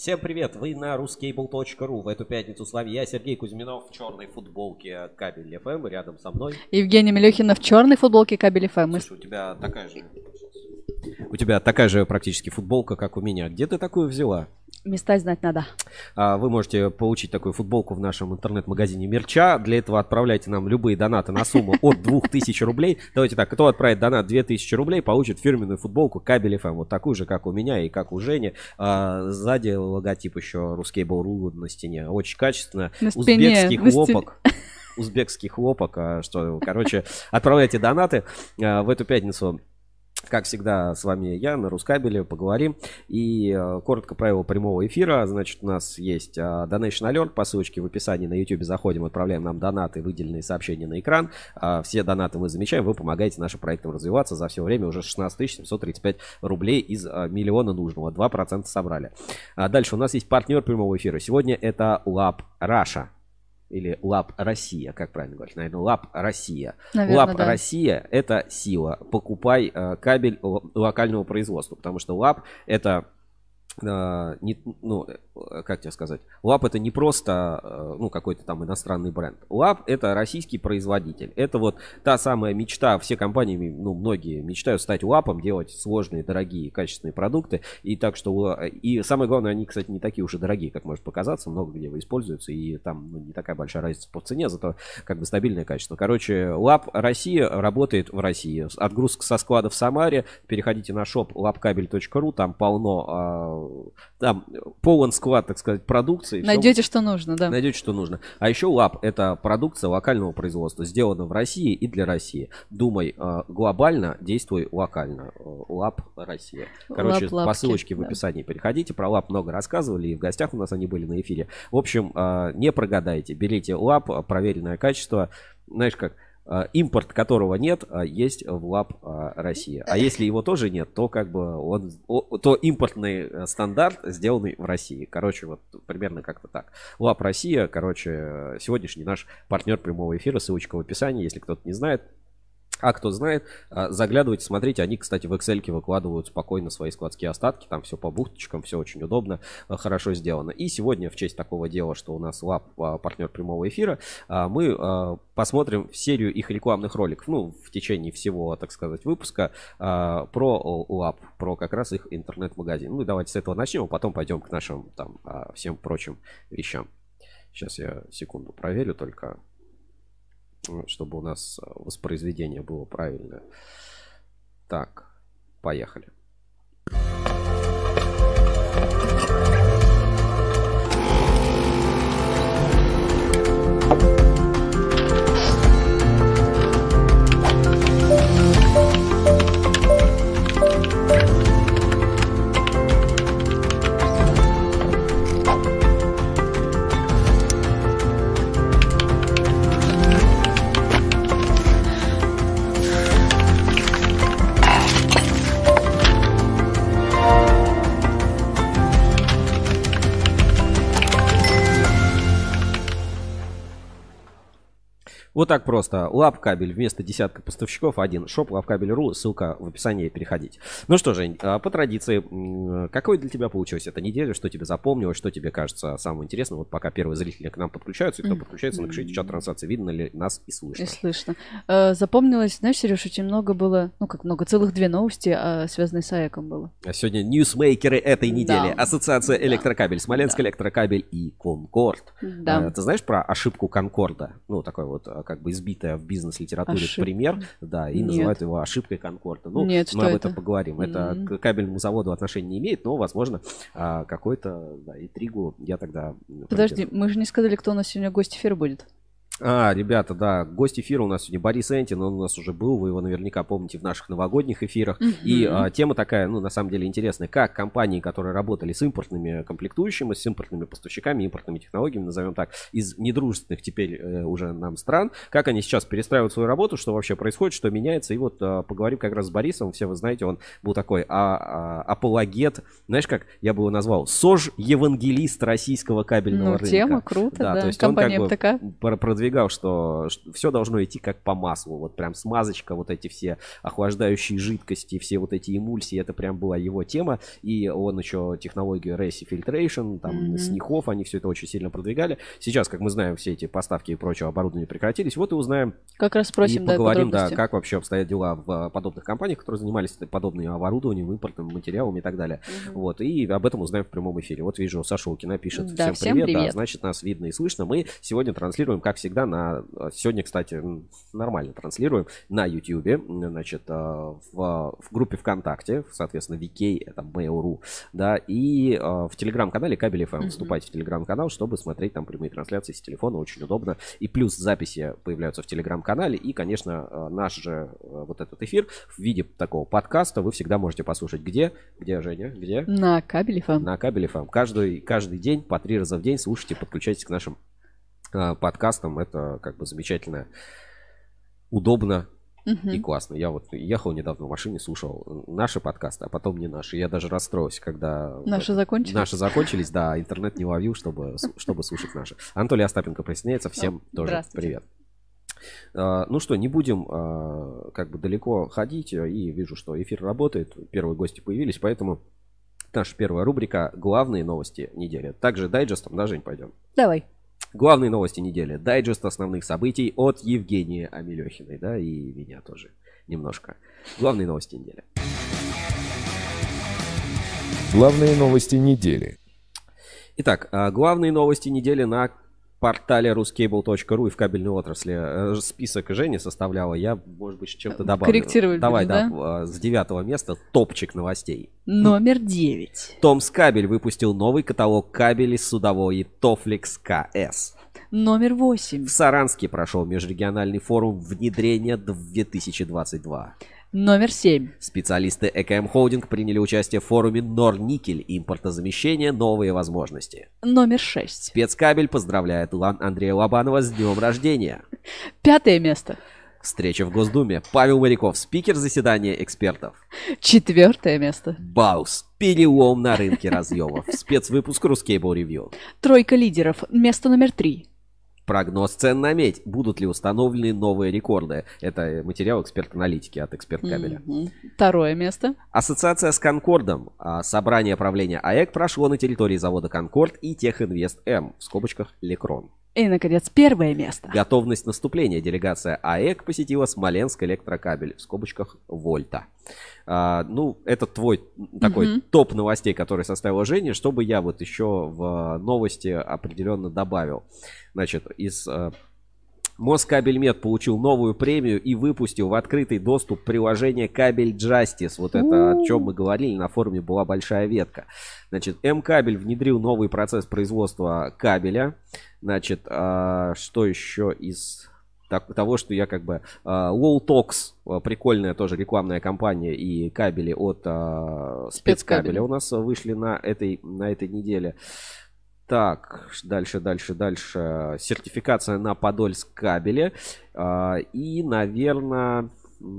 Всем привет! Вы на ruscable.ru. В эту пятницу с вами я, Сергей Кузьминов, в черной футболке Кабель ФМ, рядом со мной Евгения Мелехина в черной футболке Кабель ФМ. Слушай, у тебя такая же практически футболка, как у меня. Где ты такую взяла? Места знать надо. Вы можете получить такую футболку в нашем интернет-магазине Мерча. Для этого отправляйте нам любые донаты на сумму от 2000 рублей. Давайте так, кто отправит донат 2000 рублей, получит фирменную футболку Кабель ФМ. Вот такую же, как у меня и как у Жени. Сзади логотип еще Ruscable.ru на стене. Очень качественно. На спине. Узбекский хлопок. Короче, отправляйте донаты в эту пятницу. Как всегда, с вами я на Рускабеле, поговорим. И коротко правила прямого эфира. Значит, у нас есть Donation Alert по ссылочке в описании на YouTube. Заходим, отправляем нам донаты, выделенные сообщения на экран. Все донаты мы замечаем, вы помогаете нашим проектам развиваться. За все время уже 16 735 рублей из миллиона нужного. 2% собрали. Дальше у нас есть партнер прямого эфира. Сегодня это Lab Russia. Или Lab Россия, как правильно говорить? Наверное, Lab Россия. Наверное, Lab да. Россия — это сила. Покупай кабель локального производства, потому что Lab — это как тебе сказать, Lab это не просто какой-то там иностранный бренд. Lab это российский производитель. Это вот та самая мечта. Все компании, многие мечтают стать Lab'ом, делать сложные, дорогие, качественные продукты. И так что, и самое главное, они, кстати, не такие уж и дорогие, как может показаться. Много где используются, и там не такая большая разница по цене, зато как бы стабильное качество. Короче, Lab Россия работает в России. Отгрузка со склада в Самаре. Переходите на shop labkabel.ru, там полно, там полон склад, так сказать, продукции. Найдете, что нужно, да. Найдете, что нужно. А еще Lab — это продукция локального производства, сделана в России и для России. Думай глобально, действуй локально. Lab Россия. Короче, по ссылочке в описании переходите. Про Lab много рассказывали, и в гостях у нас они были на эфире. В общем, не прогадайте. Берите Lab, проверенное качество. Знаешь как, импорт которого нет, есть в Lab Россия. А если его тоже нет, то как бы то импортный стандарт, сделанный в России. Короче, вот примерно как-то так. Lab Россия, короче, сегодняшний наш партнер прямого эфира. Ссылочка в описании, если кто-то не знает. А кто знает, заглядывайте, смотрите. Они, кстати, в Excel выкладывают спокойно свои складские остатки. Там все по бухточкам, все очень удобно, хорошо сделано. И сегодня, в честь такого дела, что у нас Lab партнер прямого эфира, мы посмотрим серию их рекламных роликов. В течение всего, так сказать, выпуска про Lab, про как раз их интернет-магазин. Давайте с этого начнем, а потом пойдем к нашим там всем прочим вещам. Сейчас я секунду проверю только, чтобы у нас воспроизведение было правильное. Так, поехали. Вот так просто. Lab кабель вместо десятка поставщиков один. Шоп labkabel.ru. Ссылка в описании. Переходите. Ну что, Жень, по традиции, какой для тебя получилась эта неделя? Что тебе запомнилось? Что тебе кажется самым интересным? Вот пока первые зрители к нам подключаются. И кто подключается, напишите в чат трансляции. Видно ли нас и слышно? И слышно. Запомнилось, знаешь, Сереж, очень много было, целых 2 новости, связанные с АЭКом было. А сегодня ньюсмейкеры этой недели. Да. Ассоциация Электрокабель, Смоленск Электрокабель и Конкорд. Да. Ты знаешь про ошибку Конкорда? Такой вот как бы избитая в бизнес-литературе пример, да, и называют его ошибкой Конкорда. Нет, мы об этом поговорим. Это к кабельному заводу отношения не имеет, но, возможно, какой-то интригу я тогда... Подожди, мы же не сказали, кто у нас сегодня гость эфира будет. Ребята, да, гость эфира у нас сегодня Борис Энтин, он у нас уже был, вы его наверняка помните в наших новогодних эфирах. И тема такая, на самом деле интересная, как компании, которые работали с импортными комплектующими, с импортными поставщиками, импортными технологиями, назовем так, из недружественных теперь уже нам стран, как они сейчас перестраивают свою работу, что вообще происходит, что меняется. И вот поговорим как раз с Борисом, все вы знаете, он был такой апологет, знаешь, как я бы его назвал, СОЖ-евангелист российского кабельного рынка. Тема круто, да, то есть компания он как МТК. бы продвигает продвигал, что все должно идти как по маслу. Вот прям смазочка, вот эти все охлаждающие жидкости, все вот эти эмульсии, это прям была его тема. И он еще технологию Resi Filtration, там, снихов, они все это очень сильно продвигали. Сейчас, как мы знаем, все эти поставки и прочее оборудование прекратились. Вот и узнаем. Как раз спросим, и поговорим, да, как вообще обстоят дела в подобных компаниях, которые занимались подобным оборудованием, импортным материалом и так далее. Вот, и об этом узнаем в прямом эфире. Вот вижу, Сашулкина пишет. Да, всем привет. Да, значит, нас видно и слышно. Мы сегодня транслируем, как всегда, сегодня, кстати, нормально транслируем на YouTube, значит, в группе ВКонтакте, соответственно, VK, это Mail.ru, да, и в телеграм-канале Кабель FM. Вступайте в телеграм-канал, чтобы смотреть там прямые трансляции с телефона, очень удобно. И плюс записи появляются в телеграм-канале, и, конечно, наш же вот этот эфир в виде такого подкаста вы всегда можете послушать. Где, Женя? Где? На Кабель FM. На Кабель FM. Каждый день, по 3 раза в день слушайте, подключайтесь к нашим подкастам. Это как бы замечательно, удобно и классно. Я вот ехал недавно в машине, слушал наши подкасты, а потом не наши. Я даже расстроился, когда... Наши закончились? Наши закончились, да. Интернет не ловил, чтобы слушать наши. Анатолий Остапенко присоединяется. Всем тоже привет. Ну что, не будем как бы далеко ходить. И вижу, что эфир работает. Первые гости появились, поэтому наша первая рубрика «Главные новости недели». Также дайджестом, да, Жень, пойдем? Давай. Главные новости недели. Дайджест основных событий от Евгении Амелехиной, да, и меня тоже немножко. Главные новости недели. Главные новости недели. Итак, главные новости недели на портале ruscable.ru и в кабельной отрасли. Список Жени составляла, я, может быть, чем-то добавлю. Корректировать Давай, будем, да, с 9 места топчик новостей. Номер 9. Томскабель выпустил новый каталог кабелей судовой Toflex KS. Номер 8. В Саранске прошел межрегиональный форум внедрения 2022. Номер 7. Специалисты ЭКМ Холдинг приняли участие в форуме Норникель. Импортозамещение. Новые возможности. Номер 6. Спецкабель поздравляет Андрея Лобанова с днем рождения. 5 место. Встреча в Госдуме. Павел Моряков, спикер заседания экспертов. 4 место. Баус. Перелом на рынке разъемов. Спецвыпуск Ruscable Review. 3 лидеров. Место номер 3. Прогноз цен на медь. Будут ли установлены новые рекорды? Это материал эксперт-аналитики от Эксперт Кабеля. 2 место. Ассоциация с Конкордом. Собрание правления АЭК прошло на территории завода Конкорд и Техинвест М, в скобочках Лекрон. И, наконец, 1 место. Готовность наступления. Делегация АЭК посетила Смоленск электрокабель, в скобочках Вольта. Ну, это твой такой топ новостей, который составила Женя, чтобы я вот еще в новости определенно добавил. Значит, Москабельмет получил новую премию и выпустил в открытый доступ приложение Кабель Justice. Вот это о чем мы говорили, на форуме была большая ветка. Значит, М-кабель внедрил новый процесс производства кабеля. Значит, что еще из того, что я как бы... Lowtox, прикольная тоже рекламная кампания, и кабели от спецкабеля у нас вышли на этой неделе. Так, дальше. Сертификация на Подольск кабеле. И, наверное,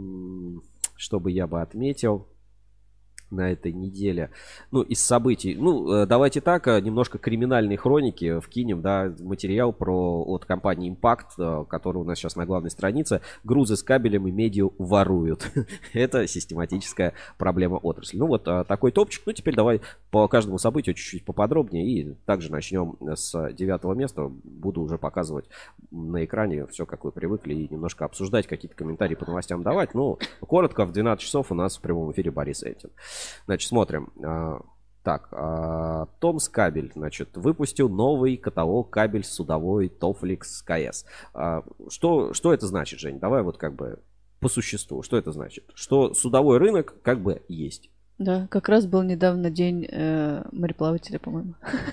что бы я бы отметил на этой неделе. Ну, из событий. Ну, давайте так, немножко криминальной хроники вкинем, да, материал от компании Impact, который у нас сейчас на главной странице. Грузы с кабелем и медью воруют. Это систематическая проблема отрасли. Ну, вот такой топчик. Ну, теперь давай по каждому событию чуть-чуть поподробнее. И также начнем с 9 места. Буду уже показывать на экране все, как вы привыкли, и немножко обсуждать, какие-то комментарии по новостям давать. Ну, коротко, в 12 часов у нас в прямом эфире Борис Этин. Значит, смотрим. Так, Томскабель, значит, выпустил новый каталог кабель судовой Toflex KS. Что это значит, Жень? Давай вот как бы по существу. Что это значит? Что судовой рынок как бы есть. Да, как раз был недавно день мореплавателя, по-моему.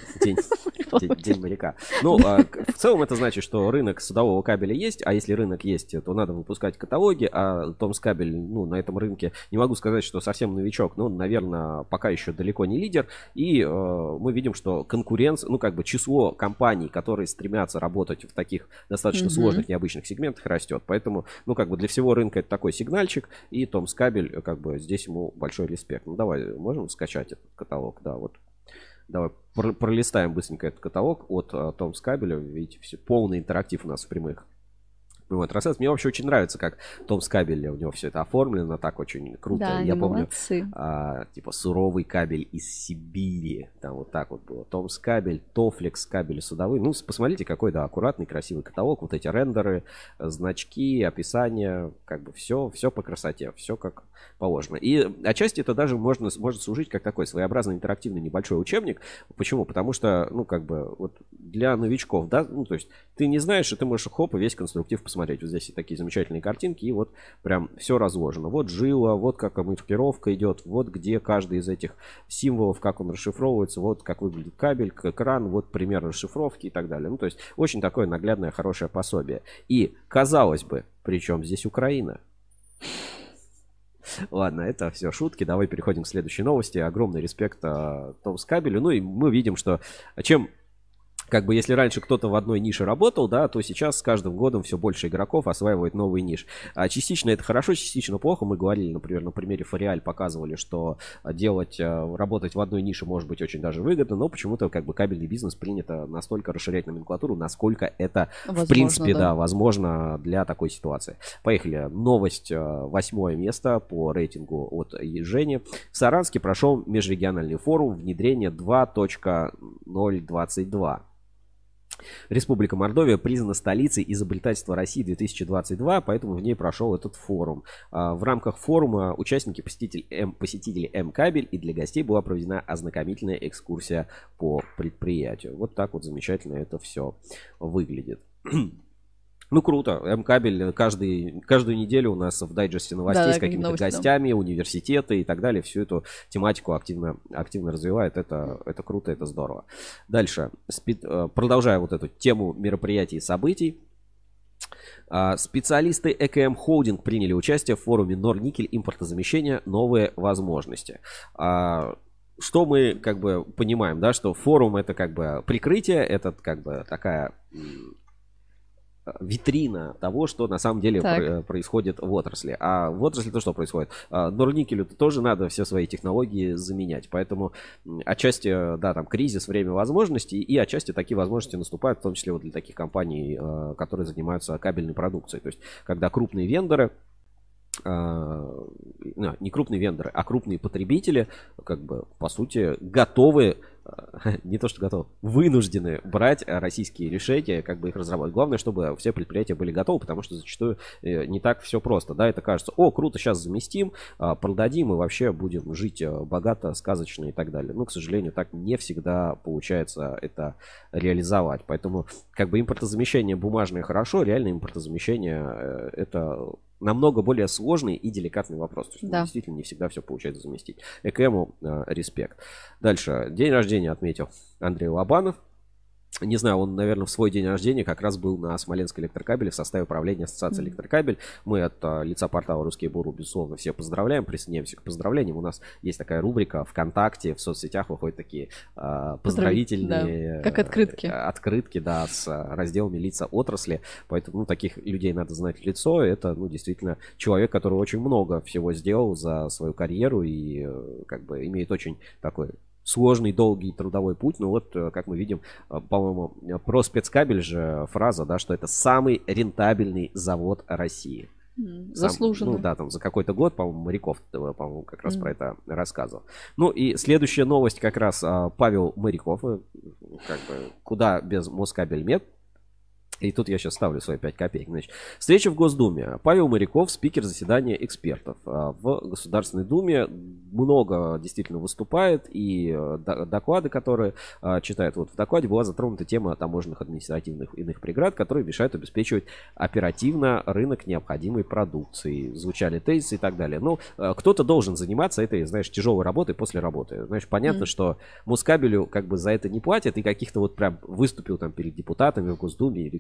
День моряка. Ну, в целом это значит, что рынок судового кабеля есть, а если рынок есть, то надо выпускать каталоги, а Томскабель, ну, на этом рынке, не могу сказать, что совсем новичок, но, наверное, пока еще далеко не лидер, и мы видим, что конкуренция, ну, как бы число компаний, которые стремятся работать в таких достаточно сложных, необычных сегментах, растет, поэтому, ну, как бы для всего рынка это такой сигнальчик, и Томскабель, как бы, здесь ему большой респект. Ну, давай, можем скачать этот каталог, да, вот. Давай пролистаем быстренько этот каталог от Томскабеля. Видите, все, полный интерактив у нас в прямых. Мне вообще очень нравится, как Томскабель, у него все это оформлено так очень круто. Да, я помню, типа суровый кабель из Сибири, там вот так вот было. Томскабель, Тофлекс, кабели судовые. Ну, посмотрите, какой, да, аккуратный, красивый каталог. Вот эти рендеры, значки, описания, как бы все по красоте, все как положено. И отчасти это даже может служить как такой своеобразный интерактивный небольшой учебник. Почему? Потому что, ну, как бы, вот для новичков, да, ну, то есть ты не знаешь, и ты можешь хоп, и весь конструктив посмотреть. Вот здесь такие замечательные картинки, и вот прям все разложено. Вот жила, вот как маркировка идет, вот где каждый из этих символов, как он расшифровывается, вот как выглядит кабель, экран, вот пример расшифровки и так далее. Ну, то есть очень такое наглядное, хорошее пособие. И, казалось бы, причем здесь Украина? Ладно, это все шутки. Давай переходим к следующей новости. Огромный респект Томскабелю. Ну и мы видим, что чем... Как бы если раньше кто-то в одной нише работал, да, то сейчас с каждым годом все больше игроков осваивают новые ниши. А частично это хорошо, частично плохо. Мы говорили, например, на примере Фореаль показывали, что работать в одной нише может быть очень даже выгодно, но почему-то как бы кабельный бизнес принято настолько расширять номенклатуру, насколько это возможно, в принципе, да, возможно для такой ситуации. Поехали. Новость. 8 место по рейтингу от Жени. В Саранске прошел межрегиональный форум внедрения 2.022. Республика Мордовия признана столицей изобретательства России 2022, поэтому в ней прошел этот форум. В рамках форума посетители М-кабель, и для гостей была проведена ознакомительная экскурсия по предприятию. Вот так вот замечательно это все выглядит. Ну, круто. М-кабель каждую неделю у нас в дайджесте новостей, да, с какими-то гостями, да, университеты и так далее. Всю эту тематику активно развивает. Это круто, это здорово. Дальше. Продолжая вот эту тему мероприятий и событий. Специалисты ЭКМ Холдинг приняли участие в форуме Норникель импортозамещения «Новые возможности». Что мы как бы понимаем, да, что форум это как бы прикрытие, это как бы такая... витрина того, что на самом деле происходит в отрасли. А в отрасли-то что происходит? Норникелю тоже надо все свои технологии заменять. Поэтому отчасти, да, там кризис, время возможностей, и отчасти такие возможности наступают, в том числе вот для таких компаний, которые занимаются кабельной продукцией. То есть, когда крупные вендоры, не крупные вендоры, а крупные потребители, как бы, по сути, готовы, не то что готовы, вынуждены брать российские решения, как бы их разработать. Главное, чтобы все предприятия были готовы, потому что зачастую не так все просто. Да, это кажется, о, круто, сейчас заместим, продадим и вообще будем жить богато, сказочно и так далее. Но, к сожалению, так не всегда получается это реализовать. Поэтому, как бы, импортозамещение бумажное хорошо, реальное импортозамещение это намного более сложный и деликатный вопрос. То есть, да, действительно не всегда все получается заместить. ЭКМу респект. Дальше. День рождения отметил Андрей Лобанов. Не знаю, он, наверное, в свой день рождения как раз был на Смоленской электрокабеле в составе правления Ассоциации электрокабель. Мы от лица портала Русские Буры, безусловно, все поздравляем, присоединяемся к поздравлениям. У нас есть такая рубрика ВКонтакте, в соцсетях выходят такие поздравительные... Да, как открытки. Открытки, да, с разделами лица отрасли. Поэтому, ну, таких людей надо знать в лицо. Это, ну, действительно человек, который очень много всего сделал за свою карьеру и, как бы, имеет очень такой... сложный, долгий трудовой путь. Но вот, как мы видим, по-моему, про спецкабель же фраза, да, что это самый рентабельный завод России. Заслуженно. Ну да, там за какой-то год, по-моему, Моряков, по-моему, как раз про это рассказывал. Ну и следующая новость как раз Павел Моряков. Как бы, куда без Москабельмет. И тут я сейчас ставлю свои 5 копеек. Значит, встреча в Госдуме. Павел Моряков, спикер заседания экспертов. В Государственной Думе много действительно выступает. И доклады, которые читает. Вот в докладе была затронута тема таможенных административных иных преград, которые мешают обеспечивать оперативно рынок необходимой продукции. Звучали тезисы и так далее. Но кто-то должен заниматься этой, знаешь, тяжелой работой после работы. Знаешь, понятно, что Москабелю как бы за это не платят. И каких-то вот прям выступил там перед депутатами в Госдуме или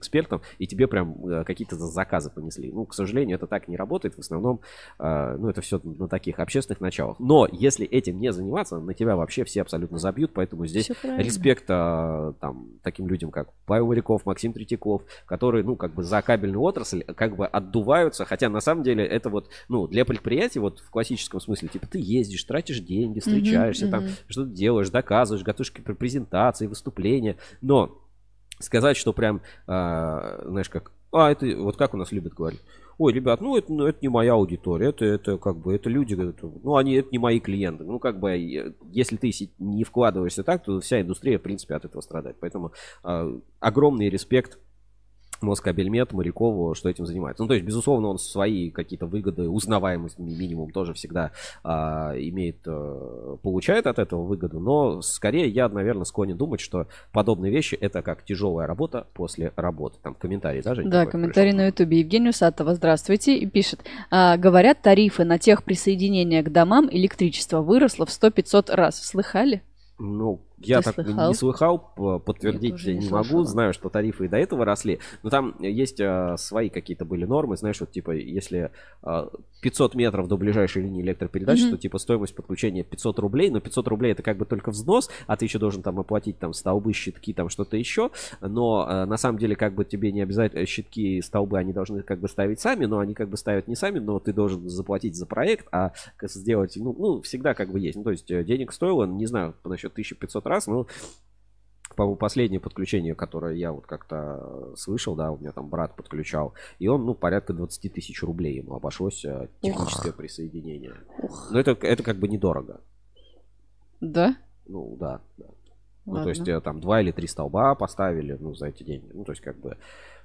экспертом, и тебе прям какие-то заказы понесли. Ну, к сожалению, это так не работает. В основном, ну, это все на таких общественных началах. Но если этим не заниматься, на тебя вообще все абсолютно забьют, поэтому здесь респект там таким людям, как Павел Варяков, Максим Третьяков, которые, ну, как бы за кабельную отрасль как бы отдуваются, хотя на самом деле это вот, ну, для предприятий вот в классическом смысле, типа, ты ездишь, тратишь деньги, встречаешься, там, что-то делаешь, доказываешь, готовишь какие-то презентации, выступления, но сказать, что прям, знаешь, как, это вот как у нас любят говорить, ой, ребят, ну это не моя аудитория, это как бы, это люди, это не мои клиенты. Ну, как бы, если ты не вкладываешься так, то вся индустрия, в принципе, от этого страдает. Поэтому огромный респект Москабельмет, Морякову, что этим занимается. Ну, то есть, безусловно, он свои какие-то выгоды, узнаваемость минимум тоже всегда получает от этого выгоду, но скорее я, наверное, склонен думать, что подобные вещи это как тяжелая работа после работы. Там комментарий, да, Жень? Да, комментарий на Ютубе. Евгений Усатова, здравствуйте, и пишет. Говорят, тарифы на техприсоединение к домам электричество выросло в 100-500 раз. Слыхали? Ну, я так не слыхал, подтвердить не могу. Знаю, что тарифы и до этого росли. Но там есть свои какие-то были нормы. Знаешь, вот типа, если 500 метров до ближайшей линии электропередач, то типа стоимость подключения 500 рублей. Но 500 рублей это как бы только взнос, а ты еще должен там оплатить там столбы, щитки, там что-то еще. Но на самом деле как бы тебе не обязательно щитки и столбы, они должны как бы ставить сами, но они как бы ставят не сами, но ты должен заплатить за проект, а сделать, ну всегда как бы есть. Ну, то есть денег стоило, не знаю, насчет 1500 раз, ну, по-моему, последнее подключение, которое я вот как-то слышал, да, у меня там брат подключал, и он, ну, порядка 20 тысяч рублей ему обошлось техническое присоединение. Но это как бы недорого. Да? Ну, да. Ну, то есть там 2 или 3 столба поставили, ну, за эти деньги. Ну, то есть как бы...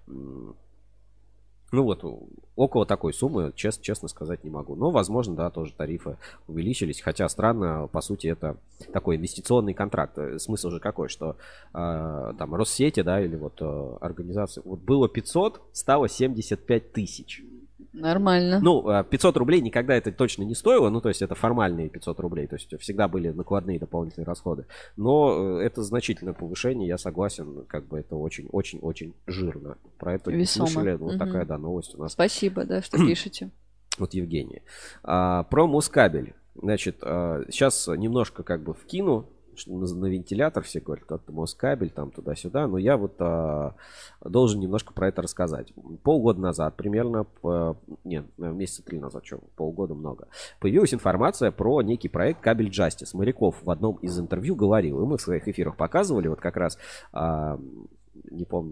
Ну вот, около такой суммы, честно сказать, не могу. Но, возможно, да, тоже тарифы увеличились. Хотя странно, по сути, это такой инвестиционный контракт. Смысл же какой, что там Россети, да, или вот организация, вот было 500, стало 75 тысяч. Нормально. Ну, 500 рублей никогда это точно не стоило, ну, то есть это формальные 500 рублей, то есть всегда были накладные дополнительные расходы. Но это значительное повышение, я согласен, как бы это очень-очень-очень жирно. Про это не слышали, вот такая, да, новость у нас. Спасибо, да, что пишете. Вот Евгений. Про Москабель. Значит, сейчас немножко как бы вкину. На вентилятор все говорят, это Москабель, там туда-сюда, но я вот должен немножко про это рассказать. Полгода назад, примерно, месяца 3 назад, полгода много, появилась информация про некий проект Кабель Justice. Моряков в одном из интервью говорил, и мы в своих эфирах показывали, вот как раз, не помню,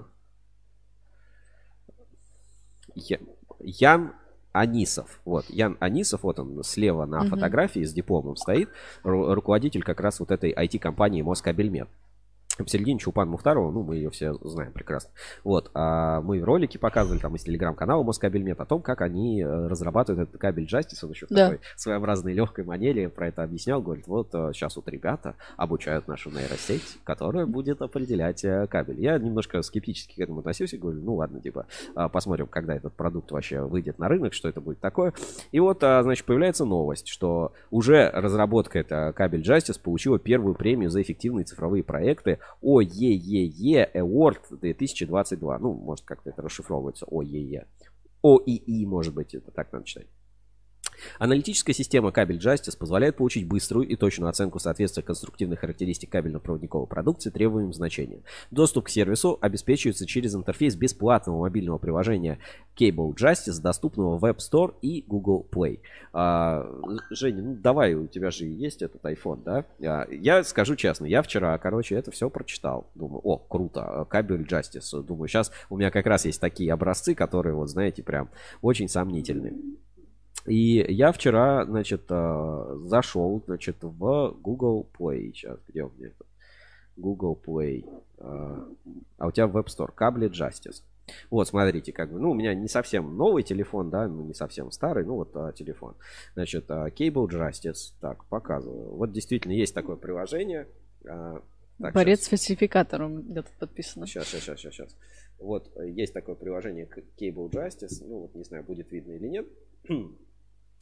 Ян Анисов. Вот, Ян Анисов, вот он слева на фотографии с дипломом стоит, руководитель как раз вот этой IT-компании Москабельмет. В середине Чулпан Мухтарова, ну, мы ее все знаем прекрасно. Вот, мы ролики показывали там из телеграм-канала Москабельмет о том, как они разрабатывают этот кабель Justice. Он еще в такой своеобразной легкой манере про это объяснял. Говорит, вот сейчас вот ребята обучают нашу нейросеть, которая будет определять кабель. Я немножко скептически к этому относился. Говорю, ну ладно, типа, посмотрим, когда этот продукт вообще выйдет на рынок, что это будет такое. И вот, значит, появляется новость, что уже разработка эта кабель Justice получила первую премию за эффективные цифровые проекты ОЕЕЕ Award 2022. Ну, может, как-то это расшифровывается. ОЕЕ. ОИИ, может быть, это так надо читать. Аналитическая система Кабель Justice позволяет получить быструю и точную оценку соответствия конструктивных характеристик кабельно-проводниковой продукции требуемым значениям. Доступ к сервису обеспечивается через интерфейс бесплатного мобильного приложения Cable Justice, доступного в App Store и Google Play. Женя, ну давай, у тебя же есть этот iPhone, да? Я скажу честно, я вчера, это все прочитал. Думаю, о, круто, Кабель Justice. Думаю, сейчас у меня как раз есть такие образцы, которые, вот знаете, прям очень сомнительные. И я вчера, значит, зашел, значит, в Google Play. Сейчас, где у меня это? Google Play. А у тебя в App Store. Кабель Justice. Вот, смотрите, как бы, ну, у меня не совсем новый телефон, да, ну, не совсем старый, ну, вот телефон. Значит, Cable Justice. Так, показываю. Вот действительно есть такое приложение. Так, борец с фальсификатором где-то подписано. Сейчас. Вот, есть такое приложение Cable Justice. Ну, вот, не знаю, будет видно или нет.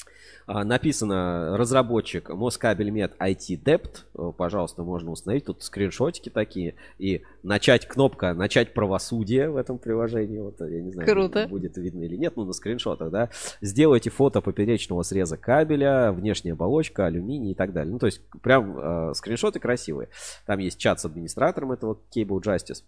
Написано разработчик Москабельмет IT Dept. Пожалуйста, можно установить. Тут скриншотики такие. И кнопка «Начать правосудие» в этом приложении. Вот, я не знаю, круто. Будет видно или нет, на скриншотах, да. Сделайте фото поперечного среза кабеля, внешняя оболочка, алюминий и так далее. Ну, то есть, прям скриншоты красивые. Там есть чат с администратором этого Cable Justice.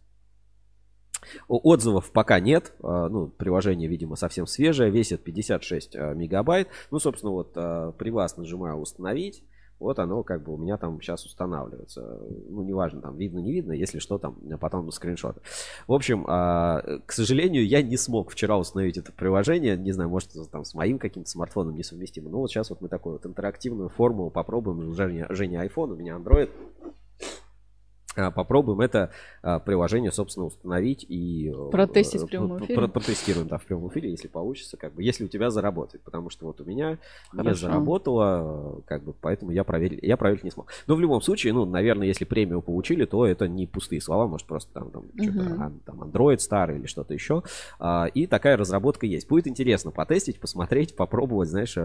Отзывов пока нет. Приложение, видимо, совсем свежее. Весит 56 мегабайт. Собственно, вот при вас нажимаю «Установить». Вот оно как бы у меня там сейчас устанавливается. Неважно, там видно, не видно. Если что, там потом скриншоты. В общем, к сожалению, я не смог вчера установить это приложение. Не знаю, может, там с моим каким-то смартфоном несовместимо. Но вот сейчас вот мы такую вот интерактивную форму попробуем. Женя iPhone, у меня Android. Попробуем это приложение, собственно, установить и протестить в прямом эфире. Протестируем, да, в прямом эфире, если получится, если у тебя заработает, потому что вот у меня не заработало, поэтому я проверить не смог. Но в любом случае, наверное, если премию получили, то это не пустые слова, может просто что-то Android старый или что-то еще. И такая разработка есть. Будет интересно потестить, посмотреть, попробовать, знаешь,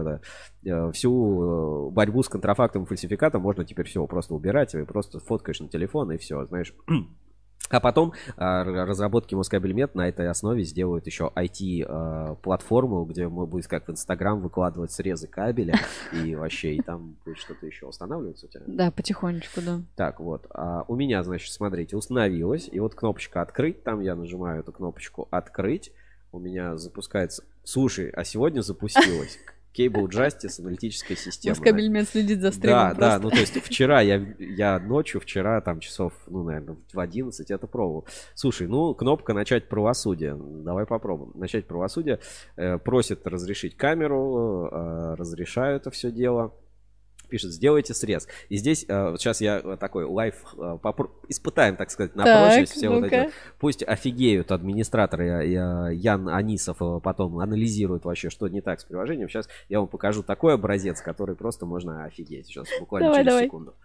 всю борьбу с контрафактом и фальсификатом можно теперь все просто убирать, и просто фоткаешь на телефон и все, знаешь. А потом разработки Москабельмет на этой основе сделают еще IT-платформу, где мы будем как в Инстаграм выкладывать срезы кабеля и вообще, и там будет что-то еще устанавливаться у тебя. Да, потихонечку, да. Так, вот. У меня, значит, смотрите, установилось. И вот кнопочка «Открыть». Там я нажимаю эту кнопочку «Открыть». У меня запускается... Слушай, а сегодня запустилось... Cable Justice, аналитическая система. Москабельмет следит за стримом. Да, то есть вчера я ночью, там часов, наверное, в 11 это пробовал. Слушай, кнопка «Начать правосудие». Давай попробуем. «Начать правосудие». Просит разрешить камеру, разрешаю это все дело. Пишет, сделайте срез. И здесь сейчас я такой лайф испытаем, так сказать, на прочность. Все вот эти. Пусть офигеют администраторы. Ян Анисов потом анализирует вообще, что не так с приложением. Сейчас я вам покажу такой образец, который просто можно офигеть. Сейчас буквально через секунду.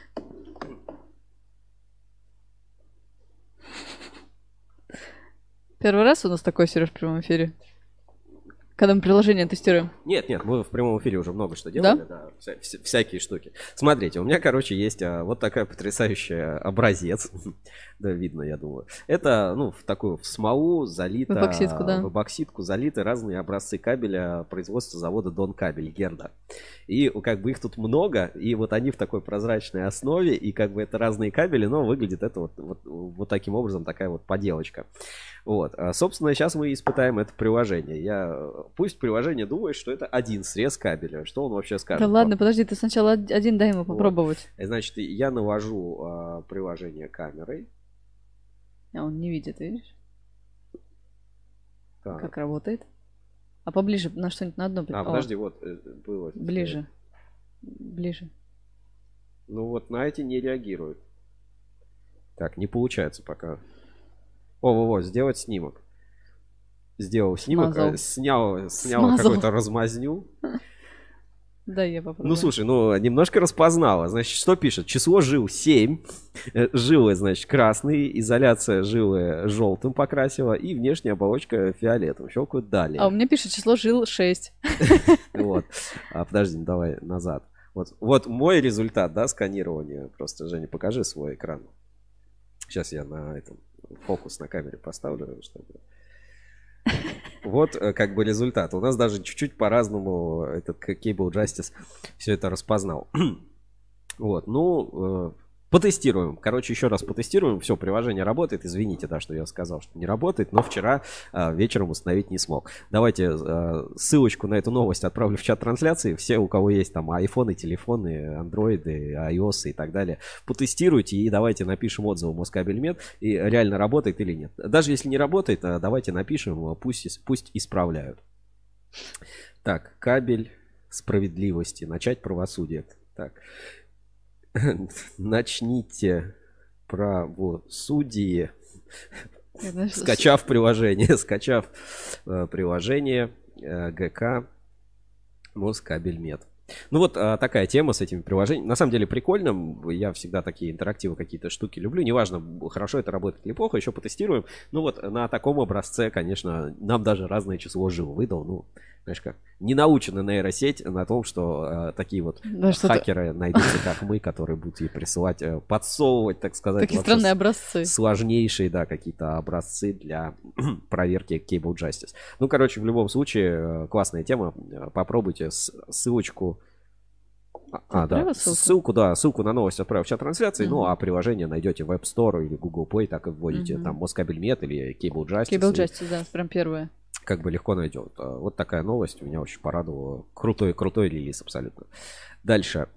Первый раз у нас такой, Сереж, в прямом эфире? Когда мы приложение тестируем? Нет, мы в прямом эфире уже много что делали, да? Всякие штуки. Смотрите, у меня, есть вот такая потрясающая образец. Да, видно, я думаю. Это, в такую смолу залито... В эпоксидку, да. В эпоксидку залиты разные образцы кабеля производства завода Дон Кабель, Герда. И их тут много, и вот они в такой прозрачной основе, и это разные кабели, но выглядит это вот таким образом, такая вот поделочка. Вот. Собственно, сейчас мы испытаем это приложение. Пусть приложение думает, что это один срез кабеля. Что он вообще скажет? Да ладно, подожди, ты сначала один дай ему попробовать. Значит, я навожу приложение камерой. А он не видит, видишь? Так. Как работает? А поближе на что-нибудь на одно. Подожди, вот было. Ближе. На эти не реагирует. Так, не получается пока. Во, сделать снимок. Сделал снимок, снял какую-то размазню. Да, я попробую. Слушай, немножко распознала. Значит, что пишет? Число жил 7. Жилы, значит, красные. Изоляция жилы желтым покрасила. И внешняя оболочка фиолетовым. Щелкают далее. А у меня пишет число жил 6. Вот. Подожди, давай назад. Вот мой результат, да, сканирования. Просто, Женя, покажи свой экран. Сейчас я на этом фокус на камере поставлю, чтобы... Вот результат. У нас даже чуть-чуть по-разному этот Cable Justice все это распознал. Вот, потестируем. Еще раз потестируем. Все, приложение работает. Извините, да, что я сказал, что не работает, но вчера вечером установить не смог. Давайте ссылочку на эту новость отправлю в чат трансляции. Все, у кого есть там айфоны, телефоны, андроиды, iOS и так далее, потестируйте и давайте напишем отзывы Москабельмет, и реально работает или нет. Даже если не работает, давайте напишем, пусть исправляют. Так, кабель справедливости. Начать правосудие. Так. Начните правосудие, скачав приложение ГК Москабельмет. Такая тема с этими приложениями. На самом деле прикольно. Я всегда такие интерактивы, какие-то штуки люблю. Неважно, хорошо это работает или плохо, еще потестируем. На таком образце, конечно, нам даже разное число жил выдал. знаешь как, не научена нейросеть на том, что такие вот хакеры найдутся, как мы, которые будут ей присылать, подсовывать, так сказать. Такие странные образцы. Сложнейшие, да, какие-то образцы для проверки Cable Justice. Ну, короче, в любом случае, классная тема. Попробуйте ссылочку. Да. Ссылку на новость отправил в чат трансляции, ну а приложение найдете в App Store или Google Play, так и вводите там Москабельмет или Cable Justice. Cable Justice, да, прям первое. Как бы легко найдет. Вот такая новость меня очень порадовала. Крутой релиз абсолютно. Дальше.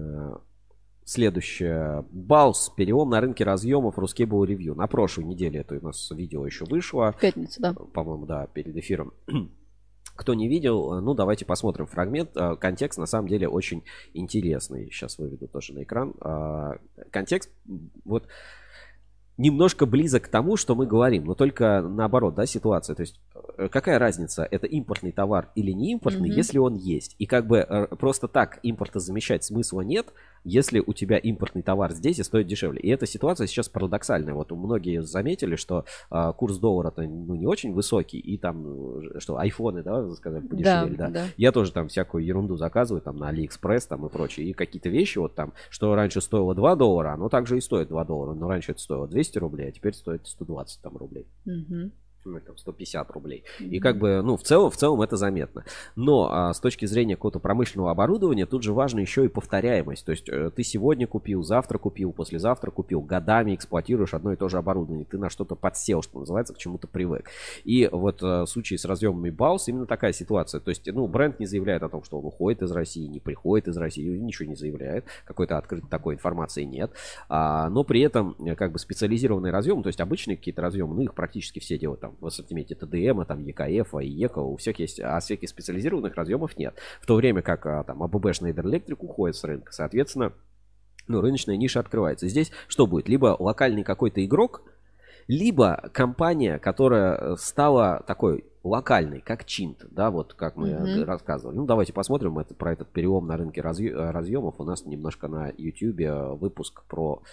Следующее. Балс. Перелом на рынке разъемов Ruscable Review. На прошлой неделе это у нас видео еще вышло. В пятницу, да. По-моему, да, перед эфиром. Кто не видел, ну давайте посмотрим фрагмент. Контекст на самом деле очень интересный. Сейчас выведу тоже на экран. Контекст вот немножко близок к тому, что мы говорим, но только наоборот, да, ситуация. То есть какая разница, это импортный товар или не импортный, если он есть. И как бы просто так импорта замещать смысла нет, если у тебя импортный товар здесь и стоит дешевле. И эта ситуация сейчас парадоксальная. Вот многие заметили, что курс доллара-то не очень высокий, и там, что айфоны, да, сказать, подешевели, да. Я тоже там всякую ерунду заказываю, там на Алиэкспресс там и прочее. И какие-то вещи вот там, что раньше стоило $2, оно также и стоит $2. Но раньше это стоило 200 рублей, а теперь стоит 120 там рублей. Там 150 рублей. И как бы, ну, в целом это заметно. Но с точки зрения какого-то промышленного оборудования, тут же важно еще и повторяемость. То есть ты сегодня купил, завтра купил, послезавтра купил, годами эксплуатируешь одно и то же оборудование. Ты на что-то подсел, что называется, к чему-то привык. И вот в случае с разъемами Балс именно такая ситуация. То есть, ну, бренд не заявляет о том, что он уходит из России, не приходит из России, ничего не заявляет. Какой-то открытой такой информации нет. Но при этом, как бы, специализированные разъемы, то есть обычные какие-то разъемы, ну, их практически все делают там в ассортименте ТДМ, там ЕКФ, ЕКО, у всех есть, а всяких специализированных разъемов нет. В то время как там АББ, Schneider Electric уходит с рынка, соответственно, ну, рыночная ниша открывается. Здесь что будет? Либо локальный какой-то игрок, либо компания, которая стала такой локальной, как Чинт, да, вот как мы рассказывали. Ну, давайте посмотрим про этот перелом на рынке разъемов. У нас немножко на YouTube выпуск про...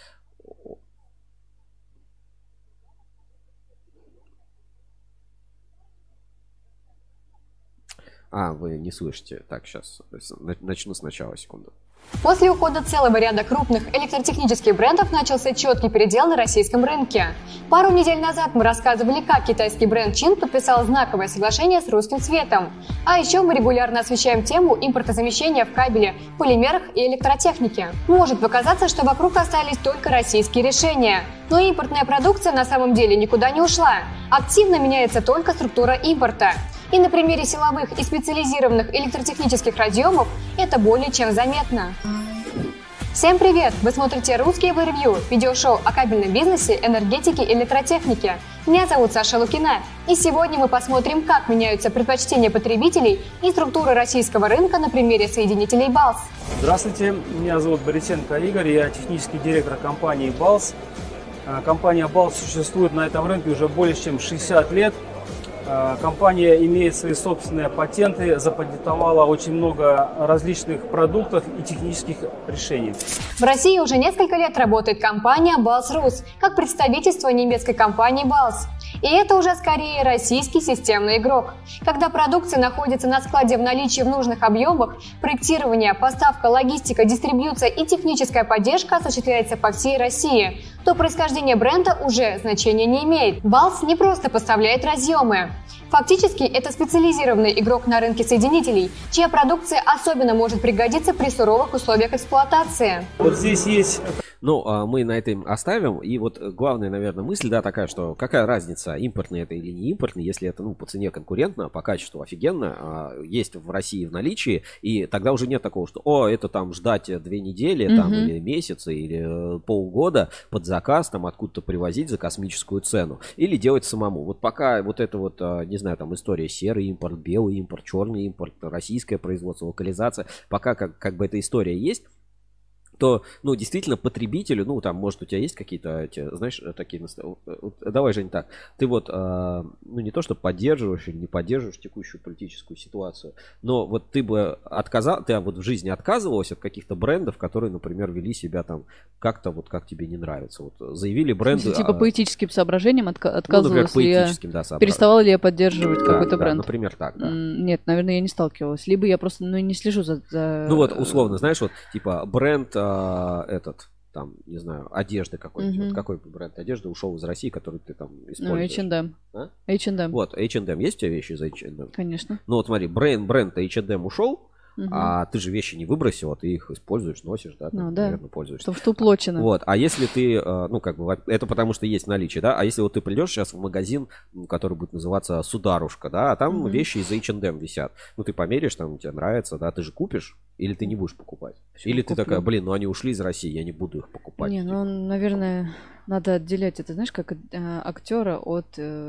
Вы не слышите. Так, сейчас начну сначала, секунду. После ухода целого ряда крупных электротехнических брендов начался четкий передел на российском рынке. Пару недель назад мы рассказывали, как китайский бренд Чин подписал знаковое соглашение с русским светом. А еще мы регулярно освещаем тему импортозамещения в кабеле, полимерах и электротехнике. Может показаться, что вокруг остались только российские решения. Но импортная продукция на самом деле никуда не ушла. Активно меняется только структура импорта. И на примере силовых и специализированных электротехнических разъемов это более чем заметно. Всем привет! Вы смотрите Ruscable Review, видеошоу о кабельном бизнесе, энергетике и электротехнике. Меня зовут Саша Лукина, и сегодня мы посмотрим, как меняются предпочтения потребителей и структура российского рынка на примере соединителей Балс. Здравствуйте, меня зовут Борисенко Игорь, я технический директор компании Балс. Компания Балс существует на этом рынке уже более чем 60 лет. Компания имеет свои собственные патенты, запатентовала очень много различных продуктов и технических решений. В России уже несколько лет работает компания Балс Рус, как представительство немецкой компании Балс. И это уже скорее российский системный игрок. Когда продукция находится на складе в наличии в нужных объемах, проектирование, поставка, логистика, дистрибьюция и техническая поддержка осуществляется по всей России, то происхождение бренда уже значения не имеет. Балс не просто поставляет разъемы. Фактически это специализированный игрок на рынке соединителей, чья продукция особенно может пригодиться при суровых условиях эксплуатации. Вот здесь есть... Ну, мы на этом оставим. И вот главная, наверное, мысль, да, такая, что какая разница, импортный это или не импортный, если это, ну, по цене конкурентно, по качеству офигенно, есть в России в наличии, и тогда уже нет такого, что, это там ждать 2 недели, там, или месяца, или полгода под заказ, там, откуда-то привозить за космическую цену, или делать самому. Вот пока вот это вот, не знаю, там, история серый импорт, белый импорт, черный импорт, российское производство, локализация, пока как бы эта история есть, то, ну, действительно, потребителю, ну, там, может, у тебя есть какие-то, эти, знаешь, такие... Давай, Жень, так. Ты вот, ну, не то, что поддерживаешь или не поддерживаешь текущую политическую ситуацию, но вот ты бы ты вот в жизни отказывалась от каких-то брендов, которые, например, вели себя там как-то вот как тебе не нравится. Вот заявили бренды... Типа по этическим соображениям отказывалась, ну, например, по этическим, да, переставала ли я поддерживать какой-то бренд? Например, так, да. Нет, наверное, я не сталкивалась. Либо я просто, ну, не слежу за... Ну, вот, условно, знаешь, вот, типа, бренд этот, там, не знаю, одежды какой-нибудь. Вот какой бренд одежды ушел из России, который ты там используешь? Ну, H&M. А? H&M. Вот, H&M. Есть у тебя вещи из H&M? Конечно. Ну, вот смотри, бренд H&M ушел, а ты же вещи не выбросила, ты их используешь, носишь, да? Ну, там, да. наверное, пользуешься. Потому что уплочено. Вот, а если ты, ну, как бы, это потому что есть наличие, да? А если вот ты придешь сейчас в магазин, который будет называться Сударушка, да? А там вещи из H&M висят. Ну, ты померишь, там, тебе нравится, да? Ты же купишь? Или ты не будешь покупать? Или ты такая, блин, ну они ушли из России, я не буду их покупать. Не, ну, наверное, надо отделять это, знаешь, как актера от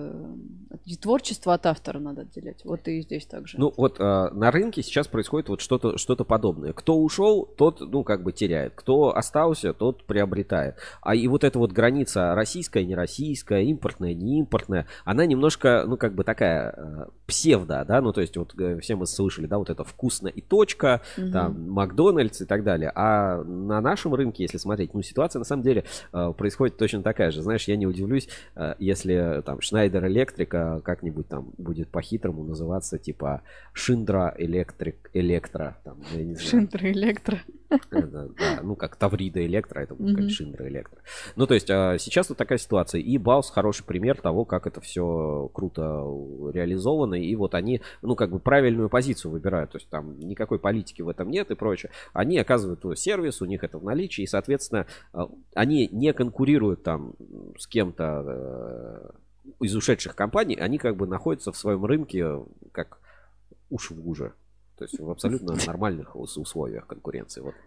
творчества от автора надо отделять. Вот и здесь также. Ну, вот на рынке сейчас происходит вот что-то подобное. Кто ушел, тот, ну, как бы теряет. Кто остался, тот приобретает. А и вот эта вот граница российская, не российская, импортная, не импортная, она немножко, ну, как бы такая псевдо, да? Ну, то есть вот все мы слышали, да, вот это вкусно и точка, там, Макдональдс и так далее. А на нашем рынке, если смотреть, ну, ситуация на самом деле происходит точно такая же. Знаешь, я не удивлюсь, если там Schneider Electric как-нибудь там будет по-хитрому называться, типа Шиндра Электро. Шиндра Электро. Да, ну, как Таврида Электро, это будет как Шиндра Электро. Ну, то есть сейчас вот такая ситуация. И Баус хороший пример того, как это все круто реализовано. И вот они, ну, как бы правильную позицию выбирают. То есть там никакой политики в этом нет и прочее. Они оказывают сервис, у них это в наличии. И, соответственно, они не конкурируют там с кем-то из ушедших компаний. Они как бы находятся в своем рынке как уж в гуже. То есть в абсолютно нормальных условиях конкуренции. Вот.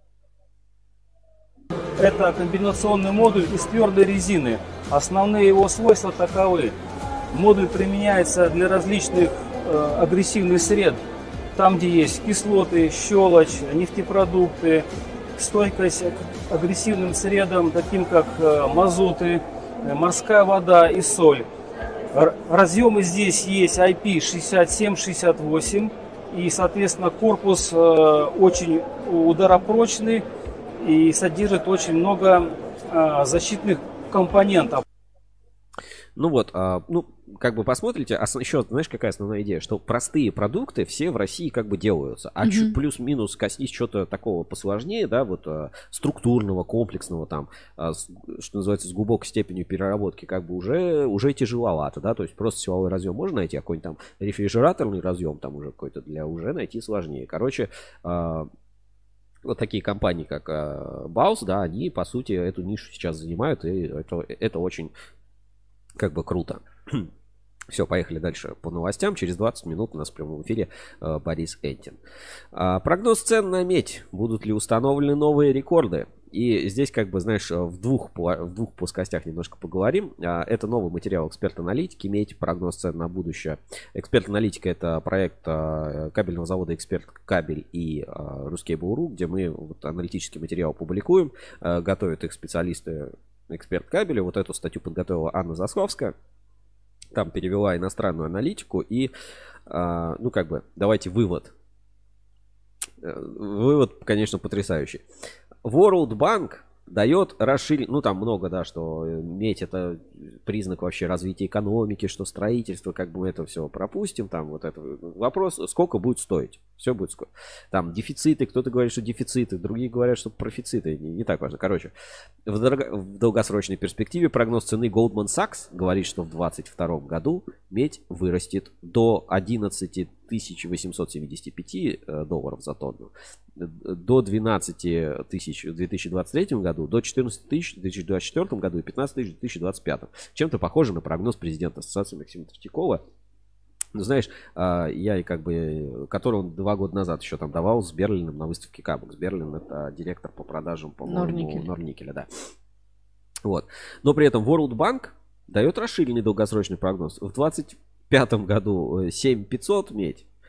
Это комбинационный модуль из твердой резины. Основные его свойства таковы. Модуль применяется для различных агрессивных сред. Там, где есть кислоты, щелочь, нефтепродукты, стойкость к агрессивным средам, таким как мазуты, морская вода и соль. Разъемы здесь есть IP67-68. И, соответственно, корпус очень ударопрочный и содержит очень много защитных компонентов. Ну вот, ну, как бы посмотрите, еще, знаешь, какая основная идея, что простые продукты все в России как бы делаются, а чуть плюс-минус коснись что-то такого посложнее, да, вот структурного, комплексного там, что называется, с глубокой степенью переработки, как бы уже тяжеловато, да, то есть просто силовой разъем можно найти, а какой-нибудь там рефрижераторный разъем там уже какой-то уже найти сложнее. Короче, вот такие компании, как Baus, да, они, по сути, эту нишу сейчас занимают, и это очень как бы круто. Все, поехали дальше по новостям. Через 20 минут у нас в прямом эфире Борис Энтин. Прогноз цен на медь. Будут ли установлены новые рекорды? И здесь, как бы, знаешь, в двух плоскостях немножко поговорим. Это новый материал «Эксперт-аналитики». Медь. Прогноз цен на будущее. «Эксперт-аналитика» — это проект кабельного завода «Эксперт Кабель» и Ruskable.ru, где мы вот аналитический материал публикуем. Готовят их специалисты «Эксперт Кабеля». Вот эту статью подготовила Анна Засковская. Там перевела иностранную аналитику. И, ну, как бы, давайте вывод. Вывод, конечно, потрясающий. World Bank дает расширение, ну там много, да, что медь — это признак вообще развития экономики, что строительство, как бы мы это все пропустим, там вот это вопрос, сколько будет стоить, все будет сколько. Там дефициты, кто-то говорит, что дефициты, другие говорят, что профициты, не так важно. Короче, в долгосрочной перспективе прогноз цены Goldman Sachs говорит, что в 2022 году медь вырастет до 11 875 долларов за тонну, до 12 тысяч в 2023 году, до 14 тысяч в 2024 году и 15 тысяч в 2025. Чем-то похоже на прогноз президента ассоциации Максима Третьякова. Ну, знаешь, я как бы, который он 2 года назад еще там давал с Берлином на выставке Кабекс. Берлин — это директор по продажам, по-моему, Норникеля, да. Вот. Но при этом World Bank дает расширенный долгосрочный прогноз. В 2025 году 7500 медь,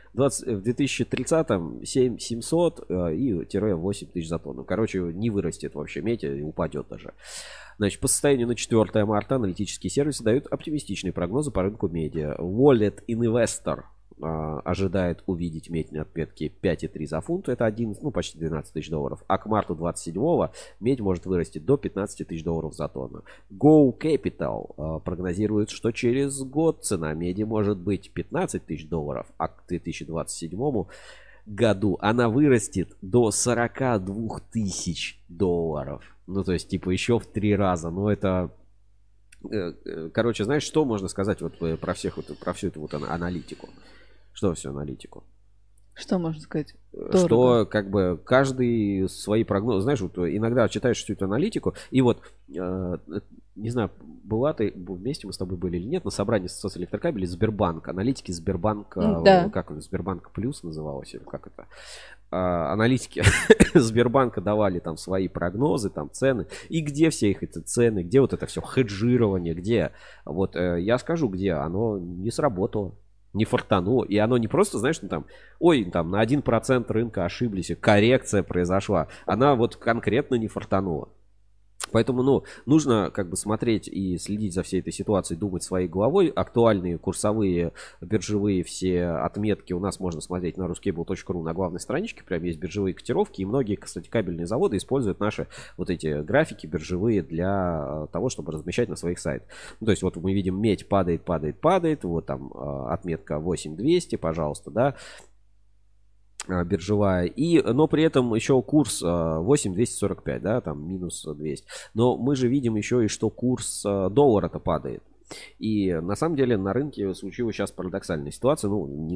в 2030-м 7700 и 8 тысяч за тонну. Короче, не вырастет вообще медь и упадет даже. Значит, по состоянию на 4 марта аналитические сервисы дают оптимистичные прогнозы по рынку меди. Wallet Investor ожидает увидеть медь на отметке 5,3 за фунт. Это почти 12 тысяч долларов. А к марту 27-го медь может вырасти до 15 тысяч долларов за тонну. Go Capital прогнозирует, что через год цена меди может быть 15 тысяч долларов, а к 2027 году она вырастет до 42 тысяч долларов. Ну, то есть, типа, еще в 3 раза. Ну, это... Короче, знаешь, что можно сказать вот про всю эту вот аналитику? Что всю аналитику? Что можно сказать? Что как бы каждый свои прогнозы. Знаешь, вот иногда читаешь всю эту аналитику, и вот, не знаю, вместе мы с тобой были или нет, на собрании соцэлектрокабелей Сбербанк, аналитики Сбербанка, да. Как он, Сбербанк Плюс называлось, или как это? Аналитики Сбербанка давали там свои прогнозы, там цены. И где все их эти цены, где вот это все хеджирование, где? Вот я скажу, где оно не сработало. Не фартануло. И оно не просто, знаешь, там на 1% рынка ошиблись, коррекция произошла. Она вот конкретно не фартанула. Поэтому, нужно как бы смотреть и следить за всей этой ситуацией, думать своей головой. Актуальные курсовые, биржевые все отметки у нас можно смотреть на ruscable.ru на главной страничке. Прям есть биржевые котировки. И многие, кстати, кабельные заводы используют наши вот эти графики биржевые для того, чтобы размещать на своих сайтах. То есть вот мы видим, медь падает. Вот там отметка 8200, пожалуйста, да. Биржевая, но при этом еще курс 8,245, да, там минус 200. Но мы же видим еще и что курс доллара-то падает. И на самом деле на рынке случилась сейчас парадоксальная ситуация.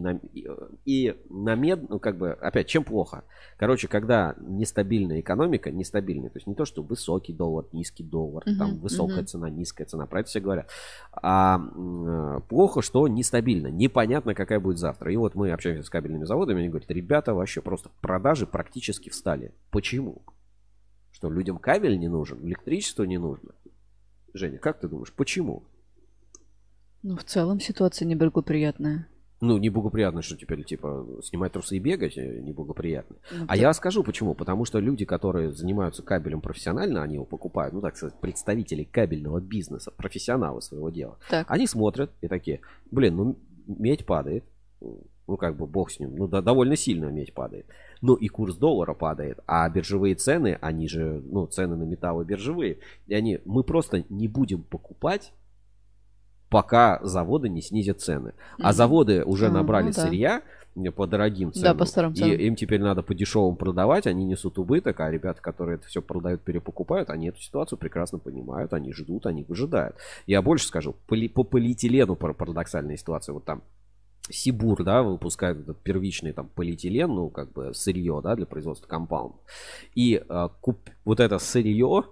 Как бы, опять, чем плохо? Короче, когда нестабильная экономика, то есть не то, что высокий доллар, низкий доллар, там высокая цена, низкая цена, про это все говорят. А плохо, что нестабильно, непонятно, какая будет завтра. И вот мы общаемся с кабельными заводами, они говорят, ребята, вообще просто продажи практически встали. Почему? Что людям кабель не нужен, электричество не нужно? Женя, как ты думаешь, почему? Ну, в целом ситуация неблагоприятная. Неблагоприятно, что теперь, типа, снимать трусы и бегать неблагоприятно. Я скажу почему. Потому что люди, которые занимаются кабелем профессионально, они его покупают, так сказать, представители кабельного бизнеса, профессионалы своего дела. Так. Они смотрят и такие, медь падает. Как бы бог с ним. Довольно сильно медь падает. И курс доллара падает. А биржевые цены, они же, цены на металлы биржевые. И мы просто не будем покупать, пока заводы не снизят цены. А заводы уже набрали сырья по дорогим ценам. Да, по старым ценам. И им теперь надо по дешевым продавать, они несут убыток, а ребята, которые это все продают, перепокупают, они эту ситуацию прекрасно понимают, они ждут, они выжидают. Я больше скажу, по полиэтилену парадоксальная ситуация. Вот там Сибур, да, выпускает этот первичный там полиэтилен, как бы сырье, да, для производства компаундов. И вот это сырье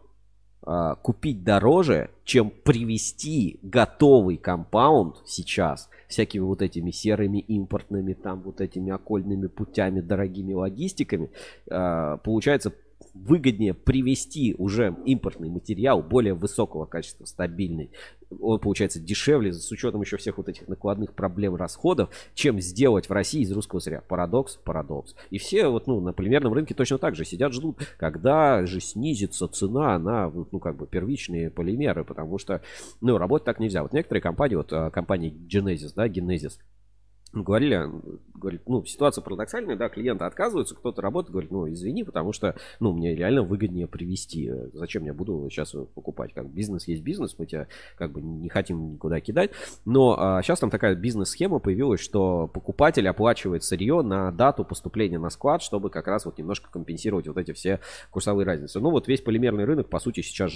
купить дороже, чем привезти готовый компаунд сейчас всякими вот этими серыми импортными, там вот этими окольными путями, дорогими логистиками, получается выгоднее привезти уже импортный материал более высокого качества, стабильный. Он получается дешевле, с учетом еще всех вот этих накладных проблем, расходов, чем сделать в России из русского сырья. Парадокс. И все вот, на полимерном рынке точно так же сидят, ждут, когда же снизится цена на, как бы первичные полимеры, потому что, работать так нельзя. Вот некоторые компании, вот компания Genesis, да, Genesis, говорит, ситуация парадоксальная, да, клиенты отказываются, кто-то работает, говорит, извини, потому что, мне реально выгоднее привезти. Зачем я буду сейчас покупать? Как бизнес есть бизнес, мы тебя как бы не хотим никуда кидать. Но сейчас там такая бизнес-схема появилась, что покупатель оплачивает сырье на дату поступления на склад, чтобы как раз вот немножко компенсировать вот эти все курсовые разницы. Вот весь полимерный рынок, по сути, сейчас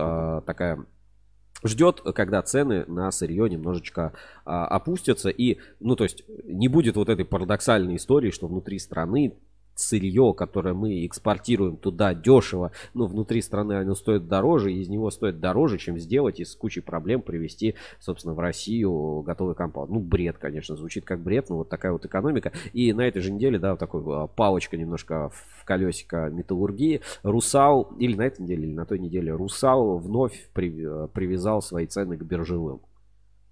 ждет, когда цены на сырье немножечко опустятся. И, то есть, не будет вот этой парадоксальной истории, что внутри страны сырье, которое мы экспортируем туда дешево, внутри страны оно стоит дороже, и из него стоит дороже, чем сделать и с кучей проблем привезти, собственно, в Россию готовый компаунд. Бред, конечно, звучит как бред, но вот такая вот экономика. И на этой же неделе, да, вот такой палочка немножко в колесико металлургии. Русал, или на этой неделе, или на той неделе, Русал вновь привязал свои цены к биржевым.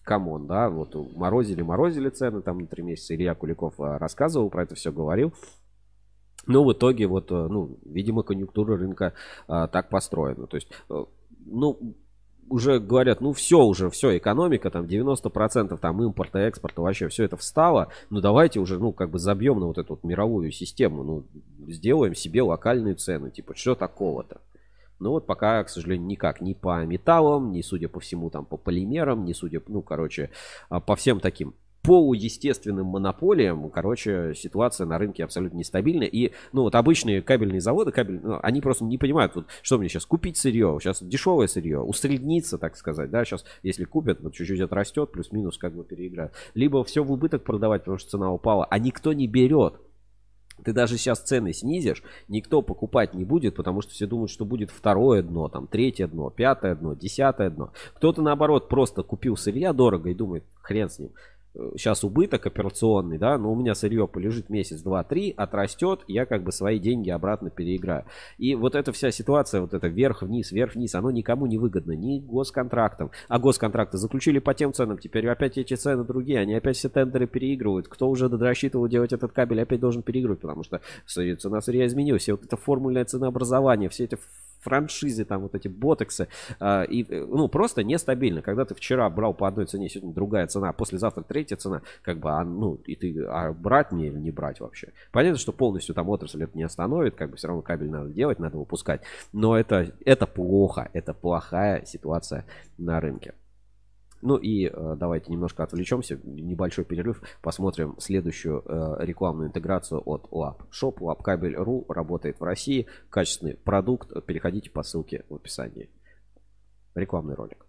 камон, да, вот морозили цены там на 3 месяца. Илья Куликов рассказывал про это все, говорил. Но в итоге вот, ну, видимо, конъюнктура рынка так построена. То есть, ну, уже говорят, ну, все, экономика, там, 90% там импорта, экспорта, вообще все это встало. Ну, давайте уже, ну, как бы забьем на вот эту вот мировую систему, ну, сделаем себе локальные цены, типа, что такого-то? Ну, вот пока, к сожалению, никак, ни по металлам, ни, судя по всему, там, по полимерам, ни, судя, ну, короче, по всем таким полуестественным монополиям, короче, ситуация на рынке абсолютно нестабильная. И, ну, вот обычные кабельные заводы, ну, они просто не понимают, вот, что мне сейчас купить сырье, сейчас дешевое сырье, усредниться, так сказать, да, сейчас, если купят, вот чуть-чуть отрастет, плюс-минус как бы переиграют. Либо все в убыток продавать, потому что цена упала, а никто не берет. Ты даже сейчас цены снизишь, никто покупать не будет, потому что все думают, что будет второе дно, там, третье дно, пятое дно, 10-е дно. Кто-то, наоборот, просто купил сырья дорого и думает, хрен с ним. Сейчас убыток операционный, да, но у меня сырье полежит месяц, 2-3, отрастет, я как бы свои деньги обратно переиграю. И вот эта вся ситуация, вот это вверх-вниз, оно никому не выгодно, ни госконтрактам. А госконтракты заключили по тем ценам, теперь опять эти цены другие, они опять все тендеры переигрывают. Кто уже рассчитывал делать этот кабель, опять должен переигрывать, потому что цена сырья изменилась. Все вот это формульное ценообразование, все эти франшизы, там вот эти ботексы, ну, просто нестабильно. Когда ты вчера брал по одной цене, сегодня другая цена, а послезавтра третья цена, как бы, ну, и ты, брать мне или не брать вообще? Понятно, что полностью там отрасль это не остановит, как бы все равно кабель надо делать, надо выпускать, но это плохо, это плохая ситуация на рынке. Ну и давайте немножко отвлечемся, небольшой перерыв, посмотрим следующую рекламную интеграцию от ЛАП. Шоп LAPkabel.ru работает в России, качественный продукт, переходите по ссылке в описании. Рекламный ролик.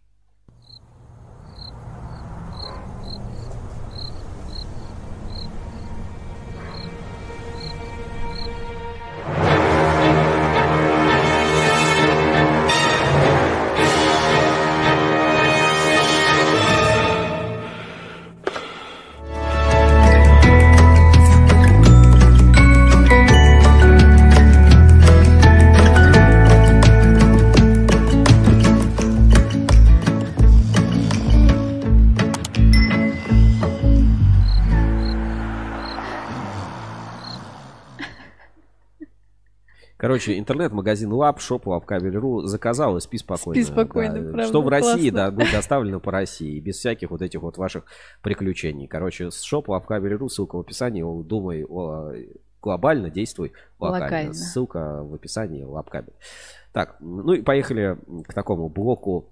Короче, интернет-магазин ЛАП, шоп LAPkabel.ru заказал и спи спокойно. Спи спокойно, да. правда, что в России, классно. да, будет доставлено по России, без всяких вот этих вот ваших приключений. Короче, шоп LAPkabel.ru, ссылка в описании. Думай глобально, действуй локально. Ссылка в описании, LAPkabel. Так, ну и поехали к такому блоку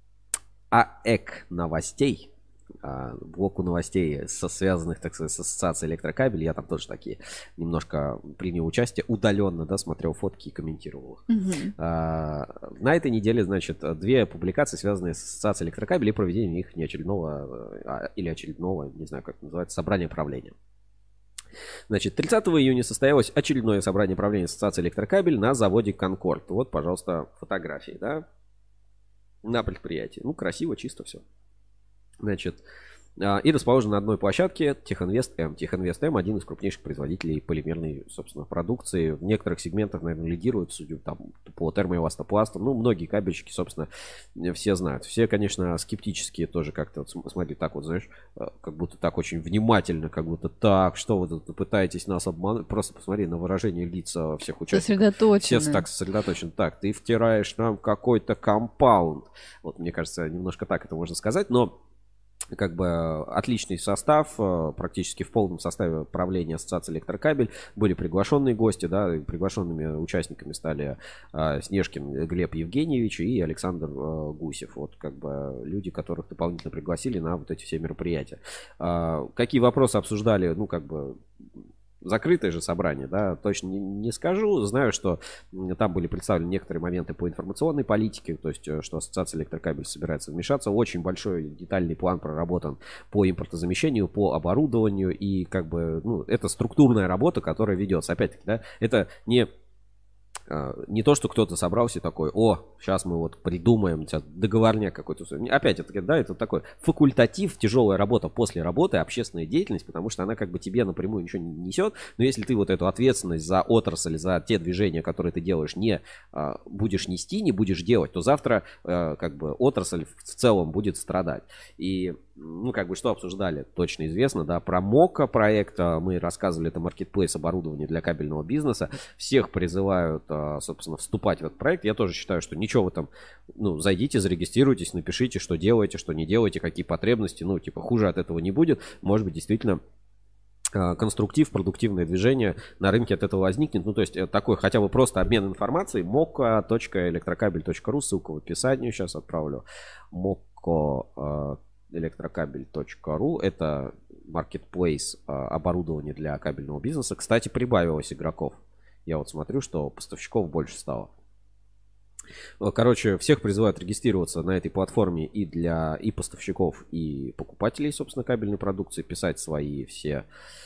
АЭК новостей. Блоку новостей, связанных, так сказать, с ассоциацией электрокабель. Я там тоже такие немножко принял участие, удаленно, да, смотрел фотки и комментировал их. На этой неделе, значит, 2 публикации, связанные с ассоциацией электрокабель и проведением их неочередного или очередного, не знаю, как называется, собрания правления. Значит, 30 июня состоялось очередное собрание правления ассоциации электрокабель на заводе Конкорд. Вот, пожалуйста, фотографии, да, на предприятии. Ну, красиво, чисто все. Значит, и расположен на одной площадке Техинвест М. Техинвест М — один из крупнейших производителей полимерной, собственно, продукции. В некоторых сегментах, наверное, лидирует, судя там, по термоэластопластам. Ну, многие кабельщики, собственно, все знают. Все, конечно, скептические тоже как-то, вот, смотри, так вот, знаешь, как будто так очень внимательно, как будто так, что вы тут пытаетесь нас обмануть. Просто посмотри на выражение лиц всех участников. Все так сосредоточены. Так, ты втираешь нам какой-то компаунд. Вот, мне кажется, немножко так это можно сказать, но как бы отличный состав, практически в полном составе правления ассоциации электрокабель. Были приглашенные гости, да, приглашенными участниками стали Снежкин Глеб Евгеньевич и Александр Гусев. Вот как бы люди, которых дополнительно пригласили на вот эти все мероприятия. Какие вопросы обсуждали, ну как бы закрытое же собрание, да, точно не скажу. Знаю, что там были представлены некоторые моменты по информационной политике, то есть, что ассоциация электрокабель собирается вмешаться. Очень большой детальный план проработан по импортозамещению, по оборудованию, и как бы, ну, это структурная работа, которая ведется. Опять-таки, да, это не Не то, что кто-то собрался такой, сейчас мы вот придумаем, сейчас договорняк какой-то. Опять, это такой факультатив, тяжелая работа после работы, общественная деятельность, потому что она как бы тебе напрямую ничего не несет. Но если ты вот эту ответственность за отрасль, за те движения, которые ты делаешь, не будешь нести, не будешь делать, то завтра как бы отрасль в целом будет страдать. И что обсуждали, точно известно, да, про МОКа проект, мы рассказывали, это маркетплейс оборудования для кабельного бизнеса, всех призывают, собственно, вступать в этот проект. Я тоже считаю, что ничего вы там, зайдите, зарегистрируйтесь, напишите, что делаете, что не делаете, какие потребности, хуже от этого не будет, может быть, действительно конструктив, продуктивное движение на рынке от этого возникнет. То есть такой хотя бы просто обмен информацией. moka.electrokabel.ru, ссылка в описании сейчас отправлю. moka.electrokabel.ru, это маркетплейс оборудования для кабельного бизнеса. Кстати, прибавилось игроков. Я вот смотрю, что поставщиков больше стало. Короче, всех призывают регистрироваться на этой платформе и для и поставщиков, и покупателей, собственно, кабельной продукции, писать свои все...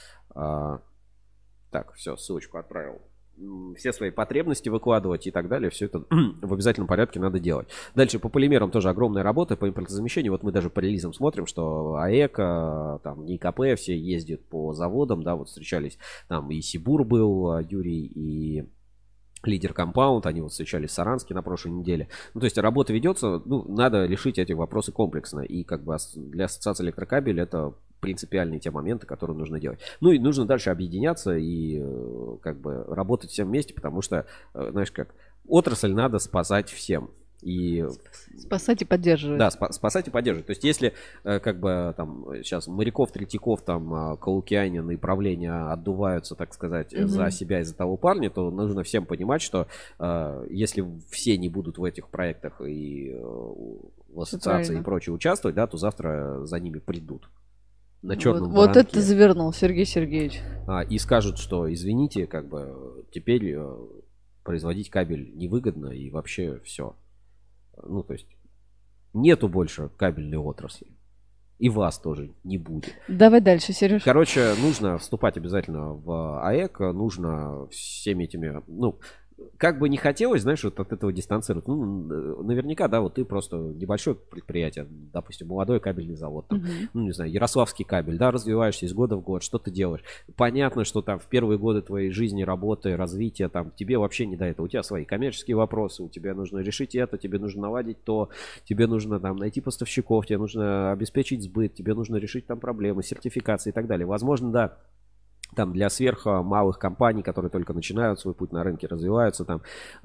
Так, все, ссылочку отправил. Все свои потребности выкладывать и так далее. Все это в обязательном порядке надо делать. Дальше по полимерам тоже огромная работа по импортозамещению. Вот мы даже по релизам смотрим, что АЭК, там НИКП, все ездят по заводам, да, вот встречались, там и Сибур был, Юрий, и Лидер Компаунд, они вот встречались в Саранске на прошлой неделе. То есть работа ведется, надо решить эти вопросы комплексно. И как бы для ассоциации электрокабель это принципиальные те моменты, которые нужно делать. И нужно дальше объединяться и как бы работать всем вместе, потому что, знаешь как, отрасль надо спасать всем. И... Спасать и поддерживать. Да, спасать и поддерживать. То есть, если как бы там сейчас Моряков, Третьяков, там Калукианин и правление отдуваются, так сказать, за себя и за того парня, то нужно всем понимать, что если все не будут в этих проектах и в ассоциации и прочее участвовать, да, то завтра за ними придут. На черном вот это завернул Сергей Сергеевич. И скажут, что извините, как бы теперь производить кабель невыгодно и вообще все. То есть нету больше кабельной отрасли. И вас тоже не будет. Давай дальше, Сереж. Короче, нужно вступать обязательно в АЭК. Нужно всеми этими... как бы не хотелось, знаешь, вот от этого дистанцировать. Наверняка, да, вот ты просто небольшое предприятие, допустим, молодой кабельный завод, там, не знаю, Ярославский кабель, да, развиваешься из года в год, что ты делаешь. Понятно, что там в первые годы твоей жизни, работы, развития, там, тебе вообще не до этого. У тебя свои коммерческие вопросы, у тебя нужно решить это, тебе нужно наладить то, тебе нужно там найти поставщиков, тебе нужно обеспечить сбыт, тебе нужно решить там проблемы, сертификации и так далее. Возможно, да, там для сверхмалых компаний, которые только начинают свой путь на рынке, развиваются, там,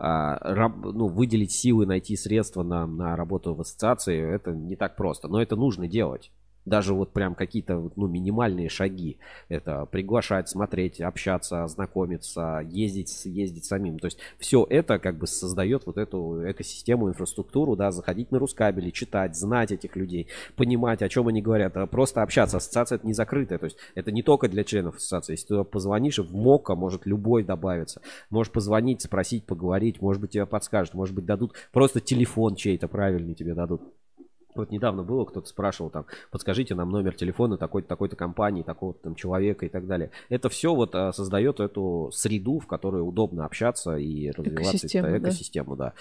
выделить силы, найти средства на работу в ассоциации, это не так просто, но это нужно делать. Даже вот прям какие-то минимальные шаги. Это приглашать, смотреть, общаться, знакомиться, ездить самим. То есть все это как бы создает вот эту экосистему, инфраструктуру, да, заходить на Рускабели, читать, знать этих людей, понимать, о чем они говорят, просто общаться. Ассоциация это не закрытая, то есть это не только для членов ассоциации. Если ты позвонишь, в МОКа может любой добавиться. Можешь позвонить, спросить, поговорить, может быть тебя подскажут, может быть дадут просто телефон чей-то правильный тебе дадут. Вот недавно было, кто-то спрашивал там, подскажите нам номер телефона такой-то, такой-то компании, такого-то там человека и так далее. Это все вот создает эту среду, в которой удобно общаться и развиваться. Экосистему, да.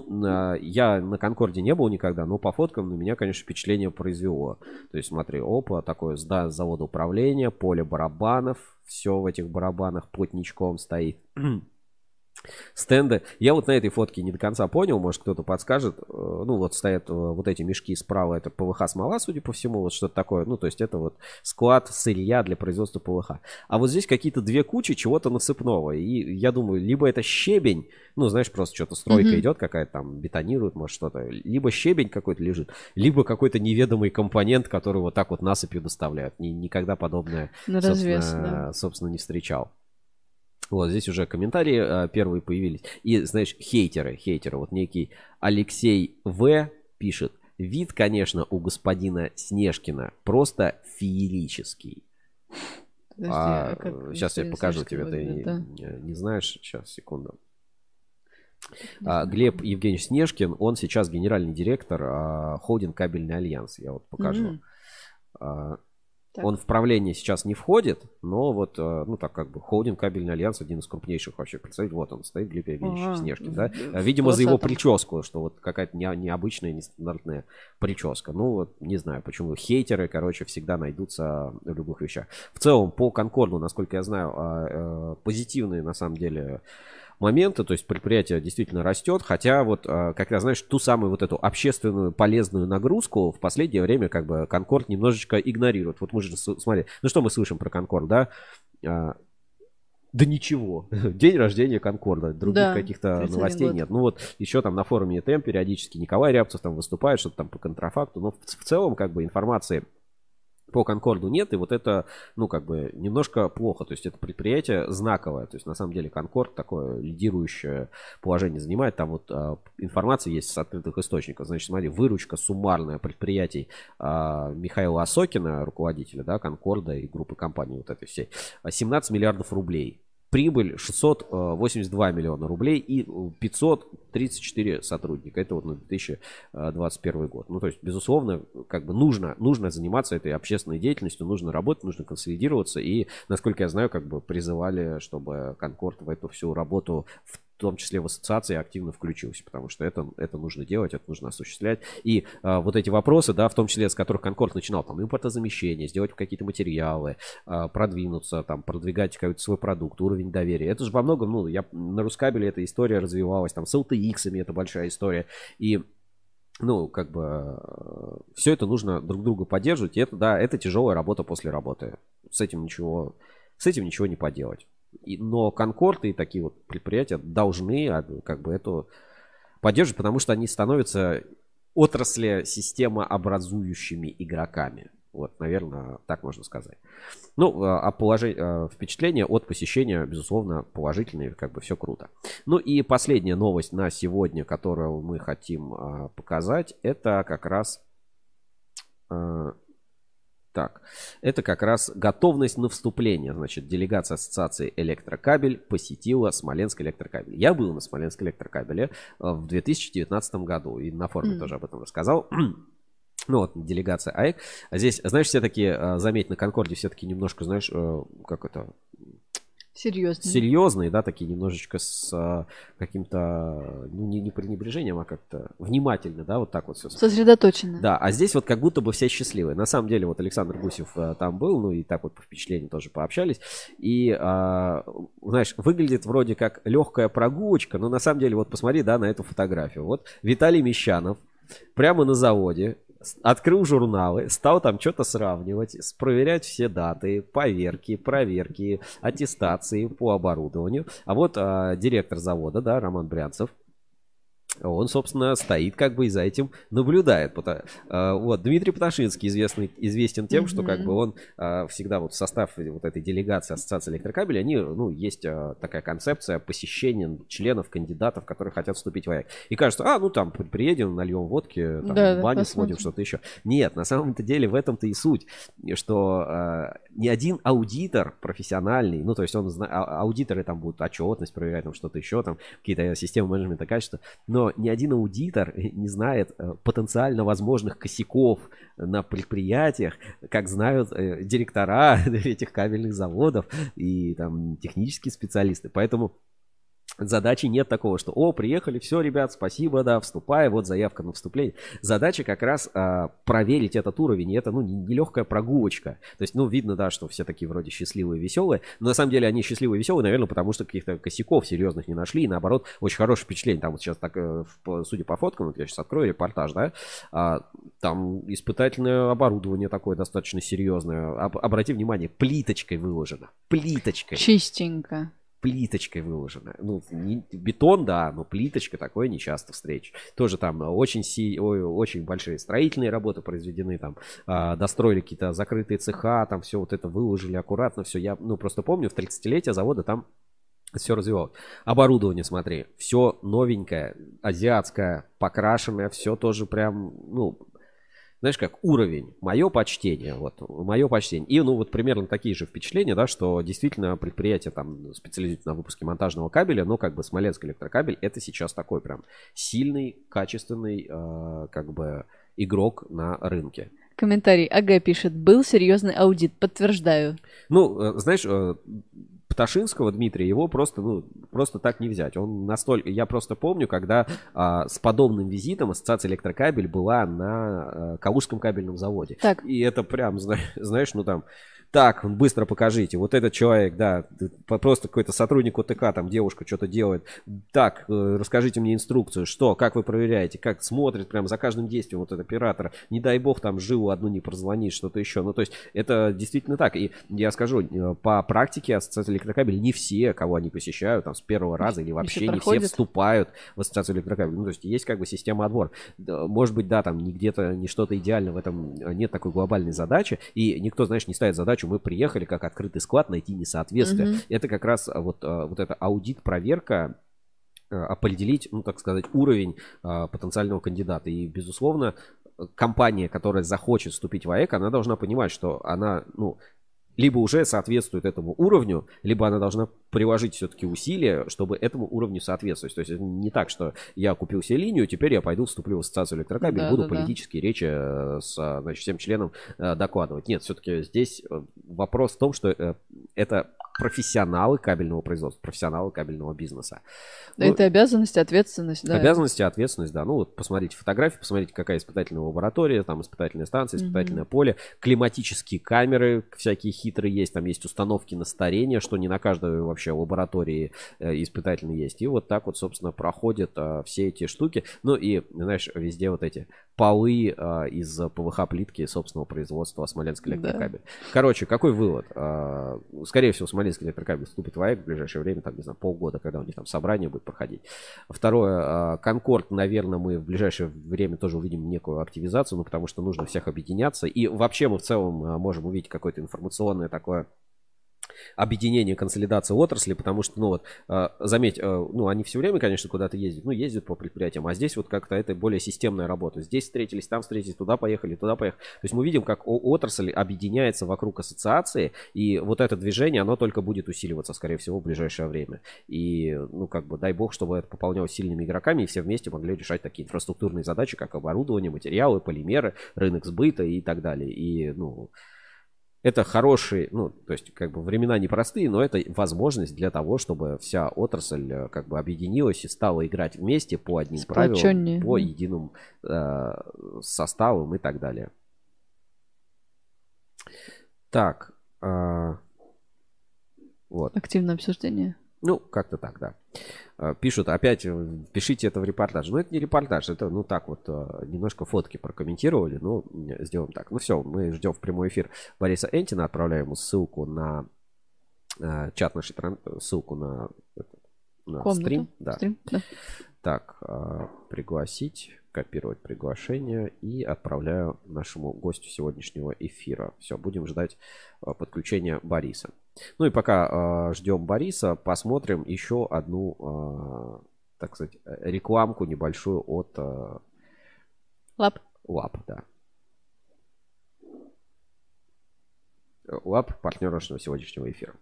Я на Конкорде не был никогда, но по фоткам на меня, конечно, впечатление произвело. То есть, смотри, такое завода управления, поле барабанов, все в этих барабанах плотничком стоит. Стенды. Я вот на этой фотке не до конца понял, может кто-то подскажет. Вот стоят вот эти мешки справа, это ПВХ-смола, судя по всему, вот что-то такое. То есть это вот склад сырья для производства ПВХ. А вот здесь какие-то две кучи чего-то насыпного. И я думаю, либо это щебень, знаешь, просто что-то стройка идет какая-то там, бетонирует, может что-то. Либо щебень какой-то лежит, либо какой-то неведомый компонент, который вот так вот насыпью доставляют. Никогда подобное, собственно, не встречал. Вот здесь уже комментарии первые появились. И, знаешь, хейтеры. Вот некий Алексей В. пишет. Вид, конечно, у господина Снежкина просто феерический. Сейчас я покажу тебе. Ты не знаешь? Сейчас, секунду. Глеб Евгеньевич Снежкин, он сейчас генеральный директор холдинг «Кабельный альянс». Я вот покажу. Так. Он в правление сейчас не входит, но вот, ну так как бы холдинг Кабельный альянс, один из крупнейших вообще представителей, вот он стоит, Глеб Евгеньевич в Снежке, да? Видимо, за его прическу, что вот какая-то необычная, нестандартная прическа. Ну вот, не знаю, почему хейтеры, короче, всегда найдутся в любых вещах. В целом, по Конкорду, насколько я знаю, позитивные, на самом деле, моменты, то есть предприятие действительно растет, хотя вот, как раз, знаешь, ту самую вот эту общественную полезную нагрузку в последнее время как бы Конкорд немножечко игнорирует. Вот мы же, смотри, ну что мы слышим про Конкорд, да? Да ничего. День рождения Конкорда. Других каких-то новостей год. Нет. Ну вот еще там на форуме ЕТМ периодически Николай Рябцев там выступает, что-то там по контрафакту, но в целом как бы информации по Конкорду нет, и вот это, ну, как бы, немножко плохо. То есть это предприятие знаковое. То есть, на самом деле, Конкорд такое лидирующее положение занимает. Там вот информация есть с открытых источников. Значит, смотри, выручка суммарная предприятий Михаила Осокина, руководителя, да, Конкорда и группы компаний вот этой всей, 17 миллиардов рублей. Прибыль 682 миллиона рублей и 534 сотрудника. Это вот на 2021 год. Ну, то есть, безусловно, как бы нужно заниматься этой общественной деятельностью, нужно работать, нужно консолидироваться. И, насколько я знаю, как бы призывали, чтобы Конкорд в эту всю работу, в том числе в ассоциации, активно включился, потому что это нужно делать, это нужно осуществлять. И вот эти вопросы, да, в том числе, с которых Конкорд начинал, там, импортозамещение, сделать какие-то материалы, продвинуться, там, продвигать какой-то свой продукт, уровень доверия. Это же во многом, ну, на Рускабеле эта история развивалась, там, с LTX-ами это большая история. И ну, как бы, все это нужно друг друга поддерживать. И это, да, это тяжелая работа после работы. С этим ничего не поделать. Но Конкорд и такие вот предприятия должны как бы это поддерживать, потому что они становятся отрасли системообразующими игроками. Вот, наверное, так можно сказать. Ну, впечатления от посещения, безусловно, положительные, как бы все круто. Ну и последняя новость на сегодня, которую мы хотим показать, это как раз... это как раз готовность на вступление. Значит, делегация ассоциации Электрокабель посетила Смоленск Электрокабель. Я был на Смоленск Электрокабеле в 2019 году и на форуме тоже об этом рассказал. Ну вот, делегация АЭК. А здесь, знаешь, все такие, заметь, на Конкорде все таки немножко, знаешь, как это... Серьезные, да, такие немножечко с каким-то, ну, не пренебрежением, а как-то внимательно, да, вот так вот все. Сосредоточенно. Да, а здесь вот как будто бы все счастливые. На самом деле, вот Александр Гусев там был, ну, и так вот по впечатлению тоже пообщались. И, знаешь, выглядит вроде как легкая прогулочка, но на самом деле, вот посмотри, да, на эту фотографию. Вот Виталий Мещанов прямо на заводе открыл журналы, стал там что-то сравнивать, проверять все даты, поверки, проверки, аттестации по оборудованию. А вот директор завода, да, Роман Брянцев, он, собственно, стоит как бы и за этим наблюдает. Вот, Дмитрий Поташинский известен тем, что как бы он всегда вот в состав вот этой делегации Ассоциации Электрокабеля, они, ну, есть такая концепция посещения членов, кандидатов, которые хотят вступить в АЭК. И кажется, ну там приедем, нальем водки, там, в баню сходим, что-то еще. Нет, на самом-то деле в этом-то и суть, что ни один аудитор профессиональный, ну то есть аудиторы там будут отчетность проверять, там что-то еще, там какие-то системы менеджмента качества, но ни один аудитор не знает потенциально возможных косяков на предприятиях, как знают директора этих кабельных заводов и там технические специалисты. Поэтому задачи нет такого, что приехали, все, ребят, спасибо, да, вступай, вот заявка на вступление. Задача как раз проверить этот уровень, и это, ну, не легкая прогулочка. То есть, ну, видно, да, что все такие вроде счастливые, веселые, но на самом деле они счастливые и веселые, наверное, потому что каких-то косяков серьезных не нашли, и наоборот, очень хорошее впечатление. Там вот сейчас так, судя по фоткам, вот я сейчас открою репортаж, да, там испытательное оборудование такое достаточно серьезное. Обрати внимание, плиточкой выложено. Плиточкой. Чистенько. Плиточкой выложена. Ну, бетон, да, но плиточка такое нечасто встреч. Тоже там очень большие строительные работы произведены, там достроили какие-то закрытые цеха, там все вот это выложили аккуратно, все. Я, ну, просто помню, в 30-летие завода там все развивалось. Оборудование, смотри, все новенькое, азиатское, покрашенное, все тоже прям, ну, знаешь, как уровень, мое почтение, вот, мое почтение. И, ну, вот примерно такие же впечатления, да, что действительно предприятие там специализируется на выпуске монтажного кабеля, но как бы Смоленск Электрокабель это сейчас такой прям сильный, качественный, как бы игрок на рынке. Комментарий. АГ пишет. Был серьезный аудит. Подтверждаю. Ну, знаешь, Пташинского Дмитрия, его просто так не взять. Он настолько... Я просто помню, когда с подобным визитом Ассоциация Электрокабель была на Калужском кабельном заводе. Так. И это прям, знаешь, ну там... Так, быстро покажите. Вот этот человек, да, просто какой-то сотрудник ОТК, там девушка что-то делает. Так, расскажите мне инструкцию, что, как вы проверяете, как смотрит прям за каждым действием вот этот оператор. Не дай бог там жилу одну не прозвонит, что-то еще. Ну, то есть, это действительно так. И я скажу, по практике Ассоциации Электрокабель не все, кого они посещают, там, с первого раза или вообще не все вступают в Ассоциацию Электрокабель. Ну, то есть, есть как бы система отбора. Может быть, да, там, не где-то, не что-то идеально в этом, нет такой глобальной задачи. И никто, знаешь, не ставит задачу, мы приехали как открытый склад найти несоответствие. Это как раз вот эта аудит, проверка, определить, ну, так сказать, уровень потенциального кандидата. И, безусловно, компания, которая захочет вступить в АЭК, она должна понимать, что она, ну, либо уже соответствует этому уровню, либо она должна приложить все-таки усилия, чтобы этому уровню соответствовать. То есть это не так, что я купил себе линию, теперь я пойду вступлю в Ассоциацию Электрокабель, буду политические речи с, значит, всем членам докладывать. Нет, все-таки здесь вопрос в том, что это профессионалы кабельного производства, профессионалы кабельного бизнеса. Это обязанность, ответственность, да. Обязанности, ответственность, да. Ну вот посмотрите фотографии, посмотрите, какая испытательная лаборатория, там испытательная станция, испытательное поле, климатические камеры всякие хитрые есть, там есть установки на старение, что не на каждой вообще лаборатории испытательной есть. И вот так вот, собственно, проходят все эти штуки. Ну и, знаешь, везде вот эти полы из ПВХ-плитки собственного производства Смоленский электрокабель. Да. Короче, какой вывод? Скорее всего, Смоленский электрокабель вступит в АЭК в ближайшее время, там, не знаю, полгода, когда у них там собрание будет проходить. Второе, Конкорд, наверное, мы в ближайшее время тоже увидим некую активизацию, ну, потому что нужно всех объединяться. И вообще мы в целом можем увидеть какое-то информационное такое объединение, консолидация отрасли, потому что, ну вот, заметь, ну, они все время, конечно, куда-то ездят, ну, ездят по предприятиям, а здесь вот как-то это более системная работа. Здесь встретились, там встретились, туда поехали, туда поехали. То есть мы видим, как отрасль объединяется вокруг ассоциации, и вот это движение, оно только будет усиливаться, скорее всего, в ближайшее время. И, ну, как бы, дай бог, чтобы это пополнялось сильными игроками, и все вместе могли решать такие инфраструктурные задачи, как оборудование, материалы, полимеры, рынок сбыта и так далее. И, ну... Это хорошие, ну, то есть, как бы, времена непростые, но это возможность для того, чтобы вся отрасль, как бы, объединилась и стала играть вместе по одним правилам, по единым составам и так далее. Так. Вот. Активное обсуждение. Ну, как-то так, да. Пишут, опять пишите это в репортаже. Ну, это не репортаж, это, ну, так вот, немножко фотки прокомментировали. Ну, сделаем так. Ну, все, мы ждем в прямой эфир Бориса Энтина, отправляем ему ссылку на чат нашей, ссылку на стрим. Да. Стрим, да. Так, пригласить, копировать приглашение и отправляю нашему гостю сегодняшнего эфира. Все, будем ждать подключения Бориса. Ну и пока ждем Бориса, посмотрим еще одну, так сказать, рекламку небольшую от Лап, да. Лап, партнер нашего сегодняшнего эфира.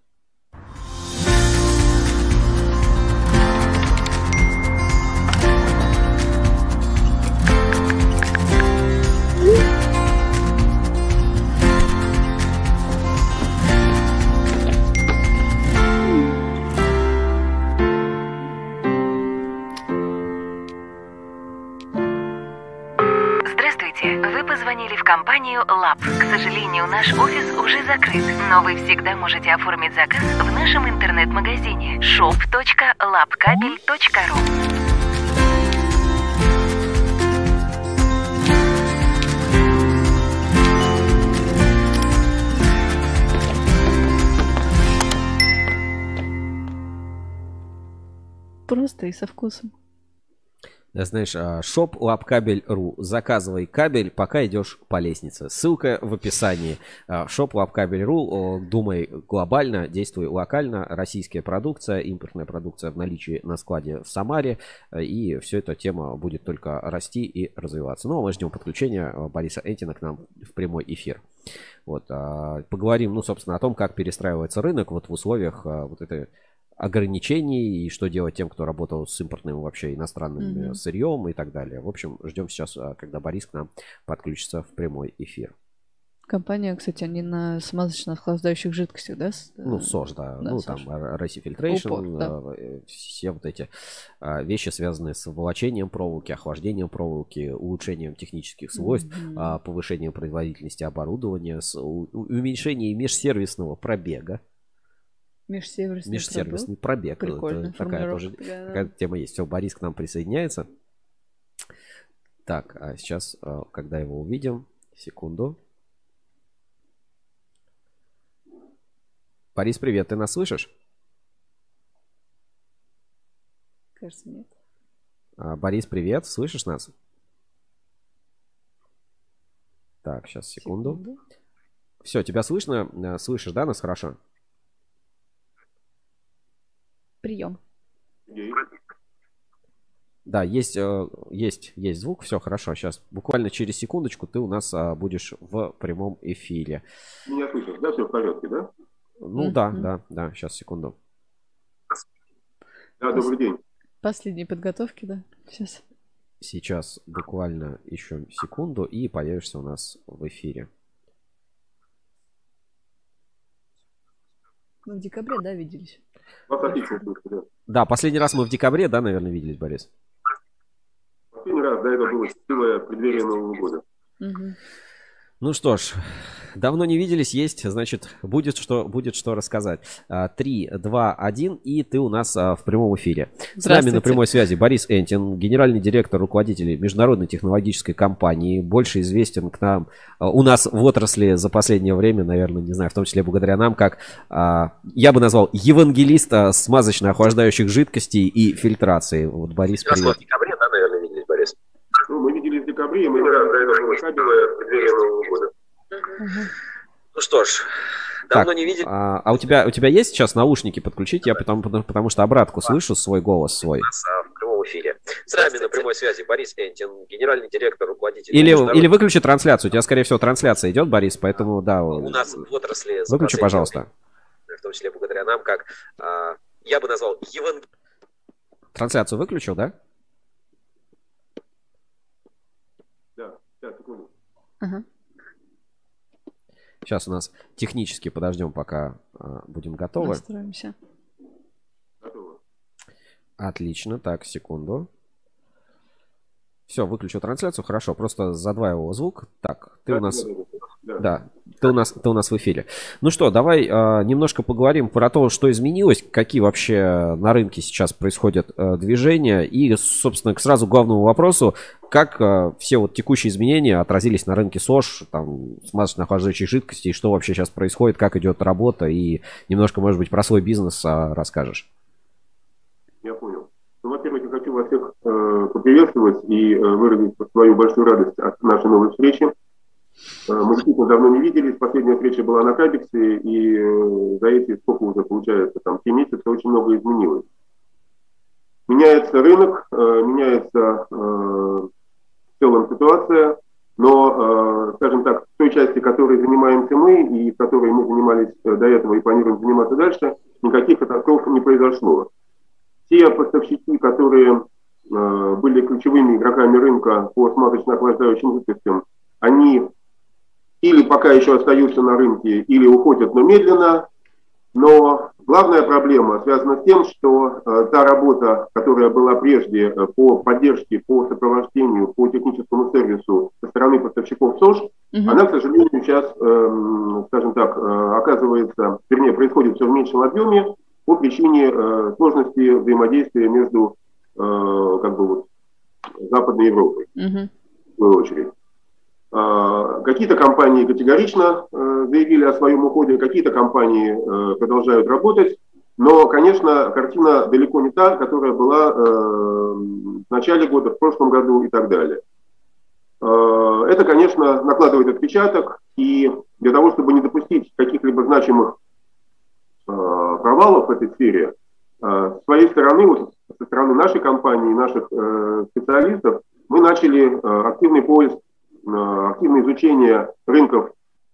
Вы позвонили в компанию ЛАП. К сожалению, наш офис уже закрыт, но вы всегда можете оформить заказ в нашем интернет-магазине shop.lapkabel.ru. Просто и со вкусом. Знаешь, shop lapkabel.ru. Заказывай кабель, пока идешь по лестнице. Ссылка в описании. Shop lapkabel.ru. Думай глобально, действуй локально. Российская продукция, импортная продукция в наличии на складе в Самаре. И все эта тема будет только расти и развиваться. Ну, а мы ждем подключения Бориса Энтина к нам в прямой эфир. Вот. Поговорим, ну, собственно, о том, как перестраивается рынок вот в условиях вот этой ограничений и что делать тем, кто работал с импортным вообще иностранным сырьем и так далее. В общем, ждем сейчас, когда Борис к нам подключится в прямой эфир. Компания, кстати, они на смазочно-охлаждающих жидкостях, да? Ну, СОЖ, да. Да, Ну, СОЖ. там RC Filtration, Упор, да. все вот эти вещи, связанные с волочением проволоки, охлаждением проволоки, улучшением технических свойств, повышением производительности оборудования, с уменьшением межсервисного пробега. Межсервисный пробег. Прикольно. Такая тоже такая тема есть. Все, Борис к нам присоединяется. Так, а сейчас, когда его увидим, секунду. Борис, привет, ты нас слышишь? Кажется, нет. Борис, привет, слышишь нас? Так, сейчас, секунду. Все, тебя слышно? Слышишь, да, нас хорошо? Прием. Да, есть звук, все хорошо. Сейчас буквально через секундочку ты у нас будешь в прямом эфире. Меня слышишь, да, все в порядке, да? Ну да, сейчас, секунду. Да, добрый день. Последние подготовки, да, сейчас. Сейчас буквально еще секунду и появишься у нас в эфире. Мы в декабре, да, виделись? Вас отлично слышно, да. Да, последний раз мы в декабре, да, наверное, виделись, Борис? Последний раз, да, это было счастливое преддверие Нового года. Ну что ж, давно не виделись, есть, значит, будет что рассказать. 3, 2, 1, и ты у нас в прямом эфире. С нами на прямой связи Борис Энтин, генеральный директор, руководитель международной технологической компании, больше известен у нас в отрасли за последнее время, наверное, не знаю, в том числе благодаря нам, как я бы назвал евангелист смазочно-охлаждающих жидкостей и фильтрации. Вот, Борис, привет. В декабре, да, наверное, виделись, Борис? Ну, мы виделись в декабре, и мы преддверие Нового года. Ну что ж, давно не видели. А у тебя есть сейчас наушники подключить? Я потому что обратку слышу свой голос свой. В прямом эфире. С нами на прямой связи Борис Энтин, генеральный директор, руководитель. Или выключи трансляцию. У тебя, скорее всего, трансляция идет, Борис, поэтому да. У нас в отрасли. Выключи, пожалуйста. В том числе благодаря нам, как я бы назвал трансляцию выключил, да? Ага. Сейчас у нас технически подождем, пока будем готовы. Настроимся. Отлично. Так, секунду. Все, выключил трансляцию. Хорошо, просто задваивал звук. Так, ты у нас... Да, ты у нас в эфире. Ну что, давай немножко поговорим про то, что изменилось, какие вообще на рынке сейчас происходят движения. И, собственно, сразу к главному вопросу, как все вот текущие изменения отразились на рынке СОЖ, там, смазочно-охлаждающих жидкостей, что вообще сейчас происходит, как идет работа, и немножко, может быть, про свой бизнес расскажешь. Я понял. Ну, во-первых, я хочу вас всех поприветствовать и выразить свою большую радость от нашей новой встречи. Мы действительно давно не виделись. Последняя встреча была на Кабексе, и за эти, сколько уже получается, там 7 месяцев, очень много изменилось. Меняется рынок, меняется в целом ситуация, но, скажем так, в той части, которой занимаемся мы, и в которой мы занимались до этого и планируем заниматься дальше, никаких катастроф не произошло. Те поставщики, которые были ключевыми игроками рынка по смазочно-охлаждающим жидкостям, они или пока еще остаются на рынке, или уходят, но медленно. Но главная проблема связана с тем, что та работа, которая была прежде по поддержке, по сопровождению, по техническому сервису со стороны поставщиков СОЖ, она, к сожалению, сейчас, скажем так, оказывается, вернее, происходит все в меньшем объеме по причине сложности взаимодействия между Западной Европой, в свою очередь. Какие-то компании категорично заявили о своем уходе, какие-то компании продолжают работать, но, конечно, картина далеко не та, которая была в начале года, в прошлом году и так далее. Это, конечно, накладывает отпечаток, и для того, чтобы не допустить каких-либо значимых провалов в этой сфере, с своей стороны, вот, со стороны нашей компании, наших специалистов, мы начали активный поиск, активное изучение рынков,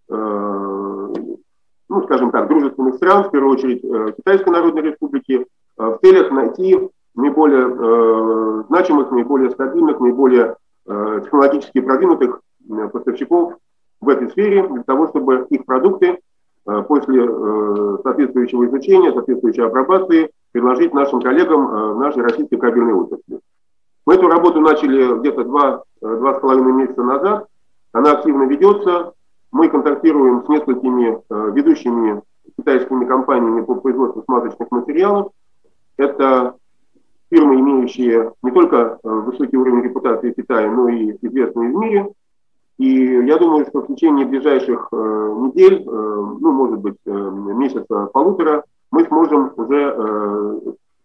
скажем так, дружественных стран, в первую очередь Китайской Народной Республики, в целях найти наиболее значимых, наиболее стабильных, наиболее технологически продвинутых поставщиков в этой сфере для того, чтобы их продукты после соответствующего изучения, соответствующей апробации предложить нашим коллегам в нашей российской кабельной отрасли. Мы эту работу начали где-то 2,5 месяца назад. Она активно ведется. Мы контактируем с несколькими ведущими китайскими компаниями по производству смазочных материалов. Это фирмы, имеющие не только высокий уровень репутации в Китае, но и известные в мире. И я думаю, что в течение ближайших недель, ну, может быть, месяца-полутора, мы сможем уже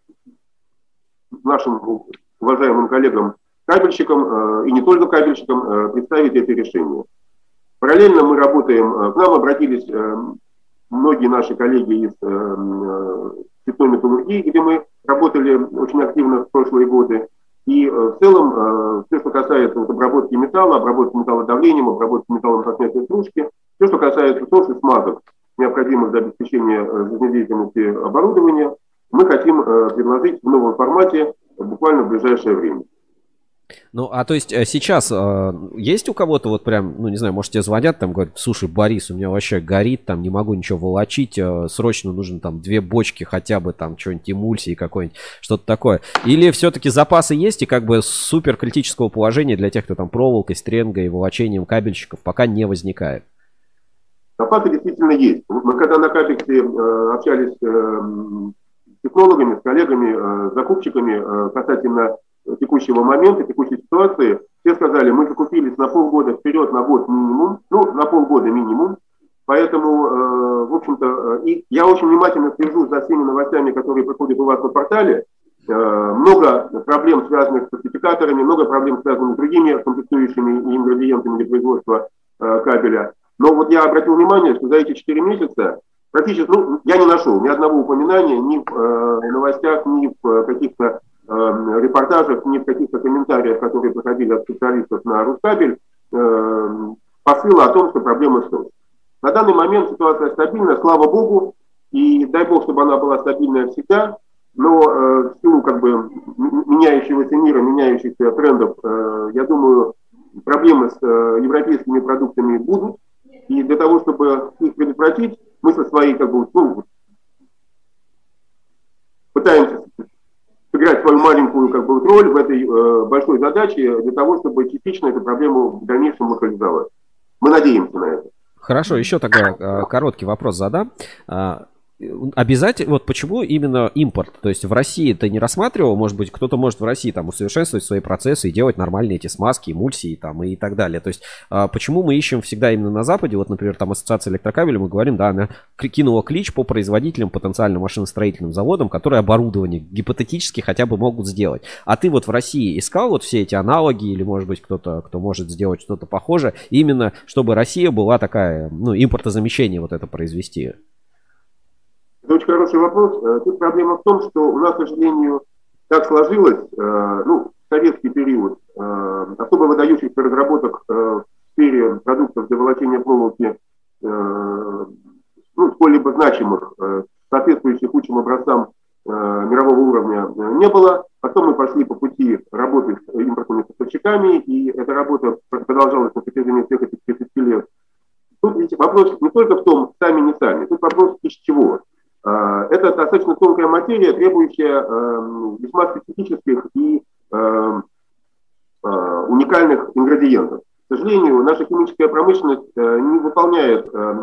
нашим уважаемым коллегам-кабельщикам, и не только кабельщикам, представить эти решения. Параллельно мы работаем, к нам обратились многие наши коллеги из цветной металлургии, где мы работали очень активно в прошлые годы. И в целом, все, что касается обработки металла, обработки металлодавлением, обработки металлом со снятия стружки, все, что касается тоже смазок, необходимых для обеспечения жизнедеятельности оборудования, мы хотим предложить в новом формате буквально в ближайшее время. Ну, а то есть сейчас есть у кого-то вот прям, ну, не знаю, может, тебе звонят, там говорят: слушай, Борис, у меня вообще горит, там не могу ничего волочить, срочно нужно там 2 бочки хотя бы, там что-нибудь эмульсии какой-нибудь, что-то такое. Или все-таки запасы есть и как бы супер критического положения для тех, кто там проволокой, стренгой, волочением кабельщиков пока не возникает? Запасы действительно есть. Мы когда на Капексе общались с технологами, с коллегами, с закупщиками касательно текущего момента, текущей ситуации, все сказали: мы закупились на полгода вперед, на год минимум, ну, на полгода минимум. Поэтому, в общем-то, и я очень внимательно слежу за всеми новостями, которые приходят у вас на портале. Много проблем, связанных с сертификаторами, много проблем, связанных с другими комплектующими и ингредиентами для производства кабеля. Но вот я обратил внимание, что за эти 4 месяца практически, ну, я не нашел ни одного упоминания ни в новостях, ни в каких-то репортажах, ни в каких-то комментариях, которые приходили от специалистов на Рускабель, посыла о том, что проблема стоит. На данный момент ситуация стабильная, слава богу, и дай бог, чтобы она была стабильная всегда, но в силу как бы меняющегося мира, меняющихся трендов, я думаю, проблемы с европейскими продуктами будут, и для того, чтобы их предотвратить, мы со своей как бы, ну, пытаемся сыграть свою маленькую как бы роль в этой большой задаче для того, чтобы частично эту проблему в дальнейшем локализовать. Мы надеемся на это. Хорошо, еще тогда короткий вопрос задам. Обязательно, вот почему именно импорт? То есть в России ты не рассматривал, может быть, кто-то может в России там усовершенствовать свои процессы и делать нормальные эти смазки, эмульсии там и так далее. То есть почему мы ищем всегда именно на Западе? Вот, например, там Ассоциация электрокабелей, мы говорим, да, она кинула клич по производителям, потенциально машиностроительным заводам, которые оборудование гипотетически хотя бы могут сделать. А ты вот в России искал вот все эти аналоги или, может быть, кто-то, кто может сделать что-то похожее, именно чтобы Россия была такая, ну, импортозамещение вот это произвести? Это очень хороший вопрос. Тут проблема в том, что у нас, к сожалению, так сложилось, ну, в советский период, особо выдающихся разработок в сфере продуктов для волочения проволоки, ну, сколь-либо значимых, соответствующих лучшим образцам мирового уровня не было. Потом мы пошли по пути работы с импортными поставщиками, и эта работа продолжалась на протяжении всех этих 30 лет. Тут ведь вопрос не только в том, сами не сами, тут вопрос из чего. Это достаточно тонкая материя, требующая весьма специфических и уникальных ингредиентов. К сожалению, наша химическая промышленность не выполняет,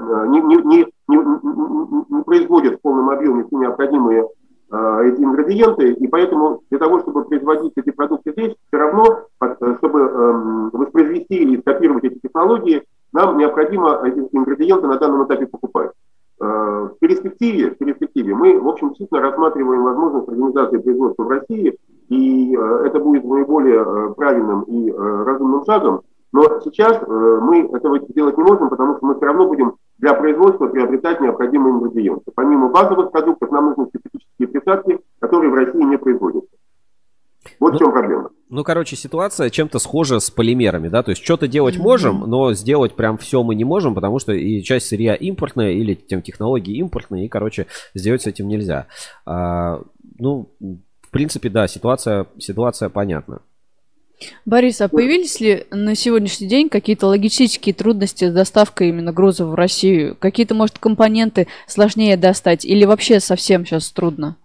не производит в полном объеме все необходимые эти ингредиенты, и поэтому для того, чтобы производить эти продукты здесь, все равно, чтобы воспроизвести или скопировать эти технологии, нам необходимо эти ингредиенты на данном этапе покупать. В перспективе мы, в общем, действительно рассматриваем возможность организации производства в России, и это будет наиболее правильным и разумным шагом. Но сейчас мы этого делать не можем, потому что мы все равно будем для производства приобретать необходимые ингредиенты. Помимо базовых продуктов нам нужны специфические присадки, которые в России не производятся. Вот в чем проблема. Ну, короче, ситуация чем-то схожа с полимерами, да, то есть что-то делать можем, но сделать прям все мы не можем, потому что и часть сырья импортная, или тем технологии импортные, и, короче, сделать с этим нельзя. Ну, в принципе, да, ситуация понятна. Борис, а появились ли на сегодняшний день какие-то логистические трудности с доставкой именно грузов в Россию? Какие-то, может, компоненты сложнее достать или вообще совсем сейчас трудно?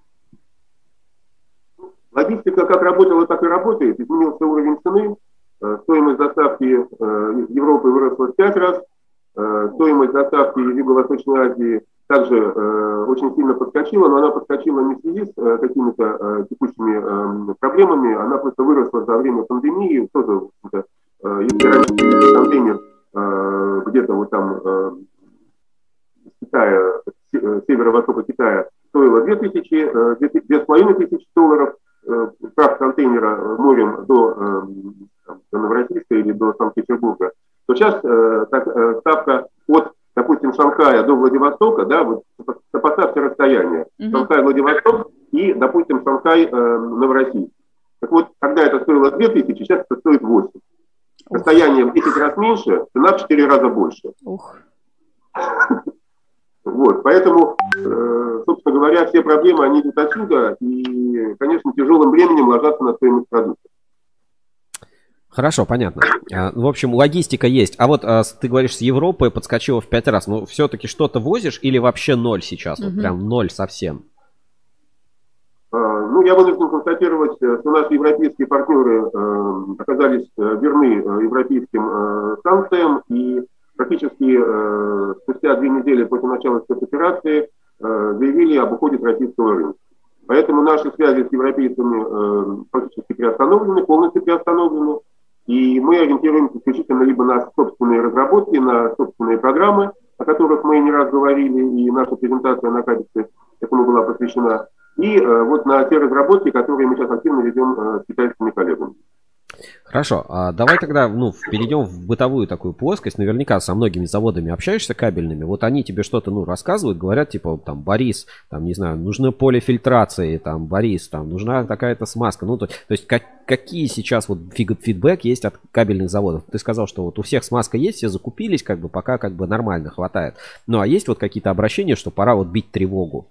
Логистика как работала, так и работает. Изменился уровень цены. Стоимость доставки из Европы выросла в 5 раз. Стоимость доставки из Юго-Восточной Азии также очень сильно подскочила, но она подскочила не в связи с какими-то текущими проблемами, она просто выросла за время пандемии. Тоже, если раньше контейнер где-то вот там из Китая, северо-востока Китая, стоило $2500 прав контейнера морем до Новороссийска или до Санкт-Петербурга, то сейчас ставка от, допустим, Шанхая до Владивостока, да, вот сопоставьте расстояние. Шанхай-Владивосток и, допустим, Шанхай-Новороссийск. Так вот, когда это стоило 2000, сейчас это стоит 8. Расстояние в 10 раз меньше, цена в 4 раза больше. Вот, поэтому, собственно говоря, все проблемы, они идут отсюда, и, конечно, тяжелым бременем ложатся на стоимость продуктов. Хорошо, понятно. В общем, логистика есть. А вот ты говоришь, с Европы подскочила в 5 раз. Ну, все-таки что-то возишь или вообще ноль сейчас? Вот прям ноль совсем? Ну, я вынужден констатировать, что наши европейские партнеры оказались верны европейским санкциям, и практически спустя 2 недели после начала спецоперации заявили об уходе с российского рынка. Поэтому наши связи с европейцами практически приостановлены, полностью приостановлены. И мы ориентируемся исключительно либо на собственные разработки, на собственные программы, о которых мы не раз говорили, и наша презентация на Кабексе этому была посвящена, и вот на те разработки, которые мы сейчас активно ведем с китайскими коллегами. Хорошо, давай тогда перейдем в бытовую такую плоскость. Наверняка со многими заводами общаешься кабельными. Вот они тебе что-то рассказывают, говорят, типа, там, Борис, там, не знаю, нужно поле фильтрации, там, Борис, там, нужна такая-то смазка. Ну, то есть какие сейчас вот фидбэк есть от кабельных заводов? Ты сказал, что вот у всех смазка есть, все закупились, как бы пока как бы нормально хватает. Ну, а есть вот какие-то обращения, что пора вот бить тревогу?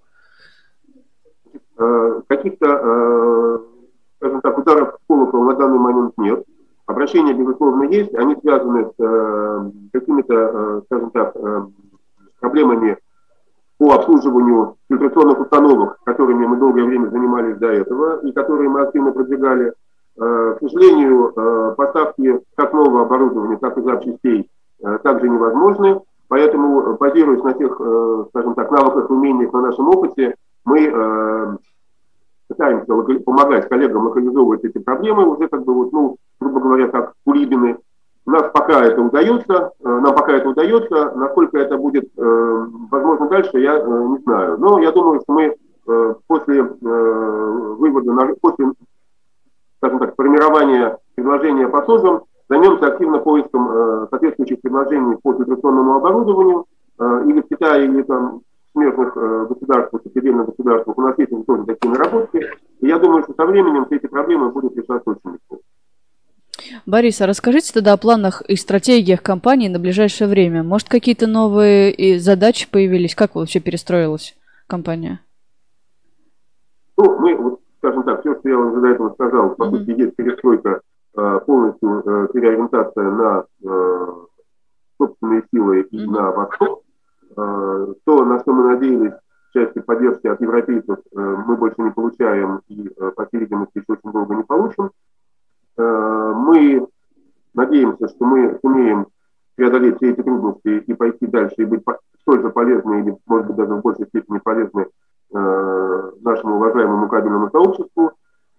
Каких-то, скажем так, ударов в колокол на данный момент нет. Обращения, безусловно, есть. Они связаны с какими-то, скажем так, проблемами по обслуживанию фильтрационных установок, которыми мы долгое время занимались до этого и которые мы активно продвигали. К сожалению, поставки как нового оборудования, так и запчастей также невозможны. Поэтому, базируясь на тех, скажем так, навыках и умениях, на нашем опыте, мы пытаемся помогать коллегам локализовывать эти проблемы, уже как бы вот, грубо говоря, как кулибины. У нас пока это удается, нам пока это удается, насколько это будет возможно дальше, я не знаю. Но я думаю, что мы после вывода, после, скажем так, формирования предложения по СОЖам займемся активно поиском соответствующих предложений по фильтрационному оборудованию или в Китае, или там смежных государствах, отдельных государствах. У нас есть тоже такие наработки. И я думаю, что со временем все эти проблемы будут решаться очень легко. Борис, а расскажите тогда о планах и стратегиях компании на ближайшее время. Может, какие-то новые задачи появились? Как вообще перестроилась компания? Ну, мы, вот, скажем так, все, что я вам до этого сказал, по сути, есть перестройка, полностью переориентация на собственные силы и на восток. То, на что мы надеялись, в части поддержки от европейцев, мы больше не получаем и, по всей видимости, еще очень долго не получим. Мы надеемся, что мы сумеем преодолеть все эти трудности и пойти дальше, и быть столь же полезны, или, может быть, даже в большей степени полезны нашему уважаемому кабельному сообществу.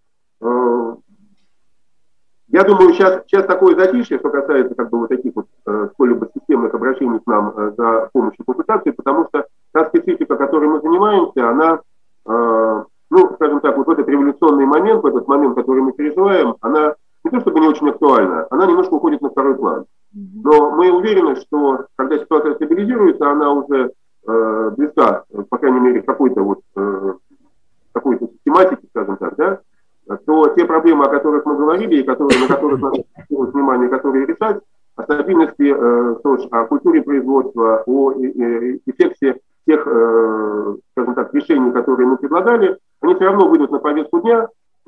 Я думаю, сейчас такое затишье, что касается как бы вот таких вот сколь-либо системных обращений к нам за помощью консультации, потому что та специфика, которой мы занимаемся, она, скажем так, вот в этот революционный момент, в этот момент, который мы переживаем, она не то чтобы не очень актуальна, она немножко уходит на второй план. Но мы уверены, что когда ситуация стабилизируется, она уже близка, по крайней мере, какой-то систематике, скажем так, да, то те проблемы, о которых мы говорили, и на которых надо внимание, которые решать, о стабильности, о культуре производства, о эффекте тех, скажем так, решений, которые мы предлагали, они все равно выйдут на повестку дня,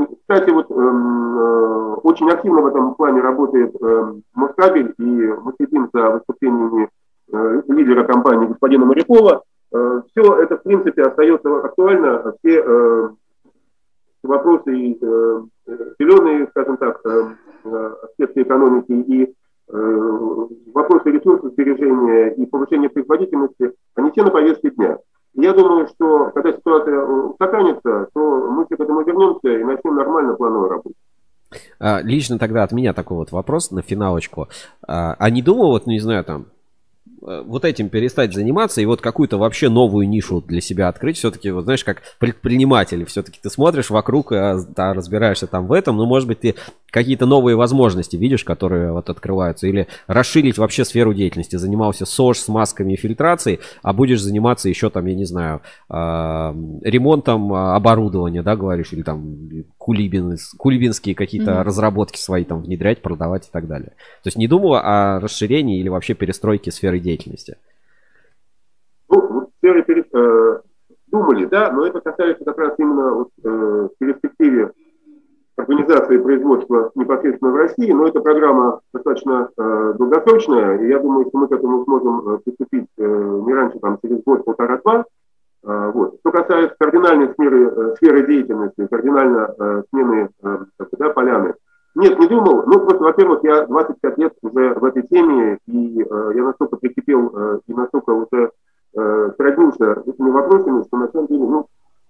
Кстати, вот очень активно в этом плане работает Москабель, и мы следим за выступлениями лидера компании господина Морякова. Все это, в принципе, остается актуально. Все вопросы и зеленые, скажем так, аспекты экономики и вопросы ресурсосбережения и повышения производительности, они все на повестке дня. Я думаю, что когда ситуация устаканится, то мы к этому вернемся и начнем нормально плановую работу. Лично тогда от меня такой вот вопрос на финалочку. А не думал, вот, не знаю, там, вот этим перестать заниматься и вот какую-то вообще новую нишу для себя открыть? Все-таки, вот знаешь, как предприниматель, все-таки ты смотришь вокруг, да, разбираешься там в этом, но, может быть, ты какие-то новые возможности видишь, которые вот открываются, или расширить вообще сферу деятельности. Занимался СОЖ, смазками и фильтрацией, а будешь заниматься еще там, я не знаю, ремонтом оборудования, да, говоришь, или там кулибинские какие-то разработки свои там внедрять, продавать и так далее. То есть не думала о расширении или вообще перестройке сферы деятельности? Ну, думали, да, но это касается как раз именно вот, в перспективе организации производства непосредственно в России, но эта программа достаточно долгосрочная, и я думаю, что мы к этому сможем приступить не раньше, там, через год, полтора-два. Вот. Что касается кардинальной сферы деятельности, кардинально смены поляны, нет, не думал. Ну, просто, во-первых, я 25 лет уже в этой теме, и я настолько прикипел и настолько уже сроднился с этими вопросами, что на самом деле, ну...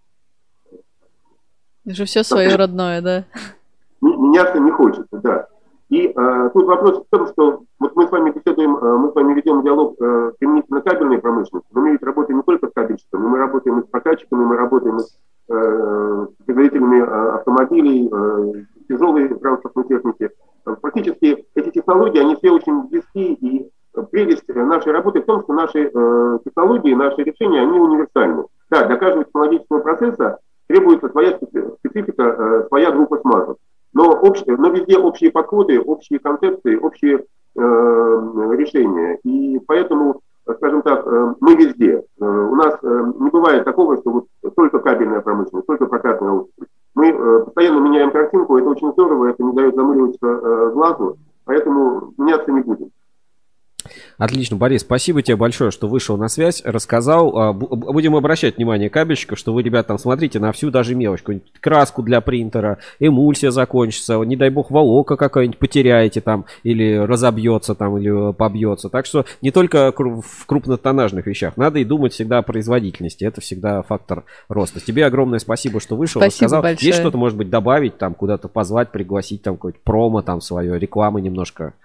Уже все свое родное, да? Меняться не хочется, да. И тут вопрос в том, что вот мы с вами беседуем, мы с вами ведем диалог применительно кабельной промышленности, но мы ведь работаем не только с кабельщиками, мы работаем и с прокатчиками, мы работаем и с производителями автомобилей, тяжелой транспортной техники. Фактически эти технологии, они все очень близки, и прелесть нашей работы в том, что наши технологии, наши решения, они универсальны. Да, для каждого технологического процесса требуется своя специфика, своя группа смазок. Но везде общие подходы, общие концепции, общие решения. И поэтому, скажем так, мы везде. У нас не бывает такого, что вот только кабельная промышленность, только прокатная отрасль. Мы постоянно меняем картинку, это очень здорово, это не дает замыливаться глазу, поэтому меняться не будем. Отлично, Борис, спасибо тебе большое, что вышел на связь, рассказал. Будем обращать внимание кабельщиков, что вы, ребята, там смотрите на всю даже мелочь, какую-нибудь краску для принтера, эмульсия закончится, не дай бог волока какая-нибудь потеряете там, или разобьется там, или побьется. Так что не только в крупнотоннажных вещах, надо и думать всегда о производительности, это всегда фактор роста. Тебе огромное спасибо, что вышел, спасибо рассказал. большое. Есть что-то, может быть, добавить, там куда-то позвать, пригласить, там какое-то промо там свое, рекламы немножко?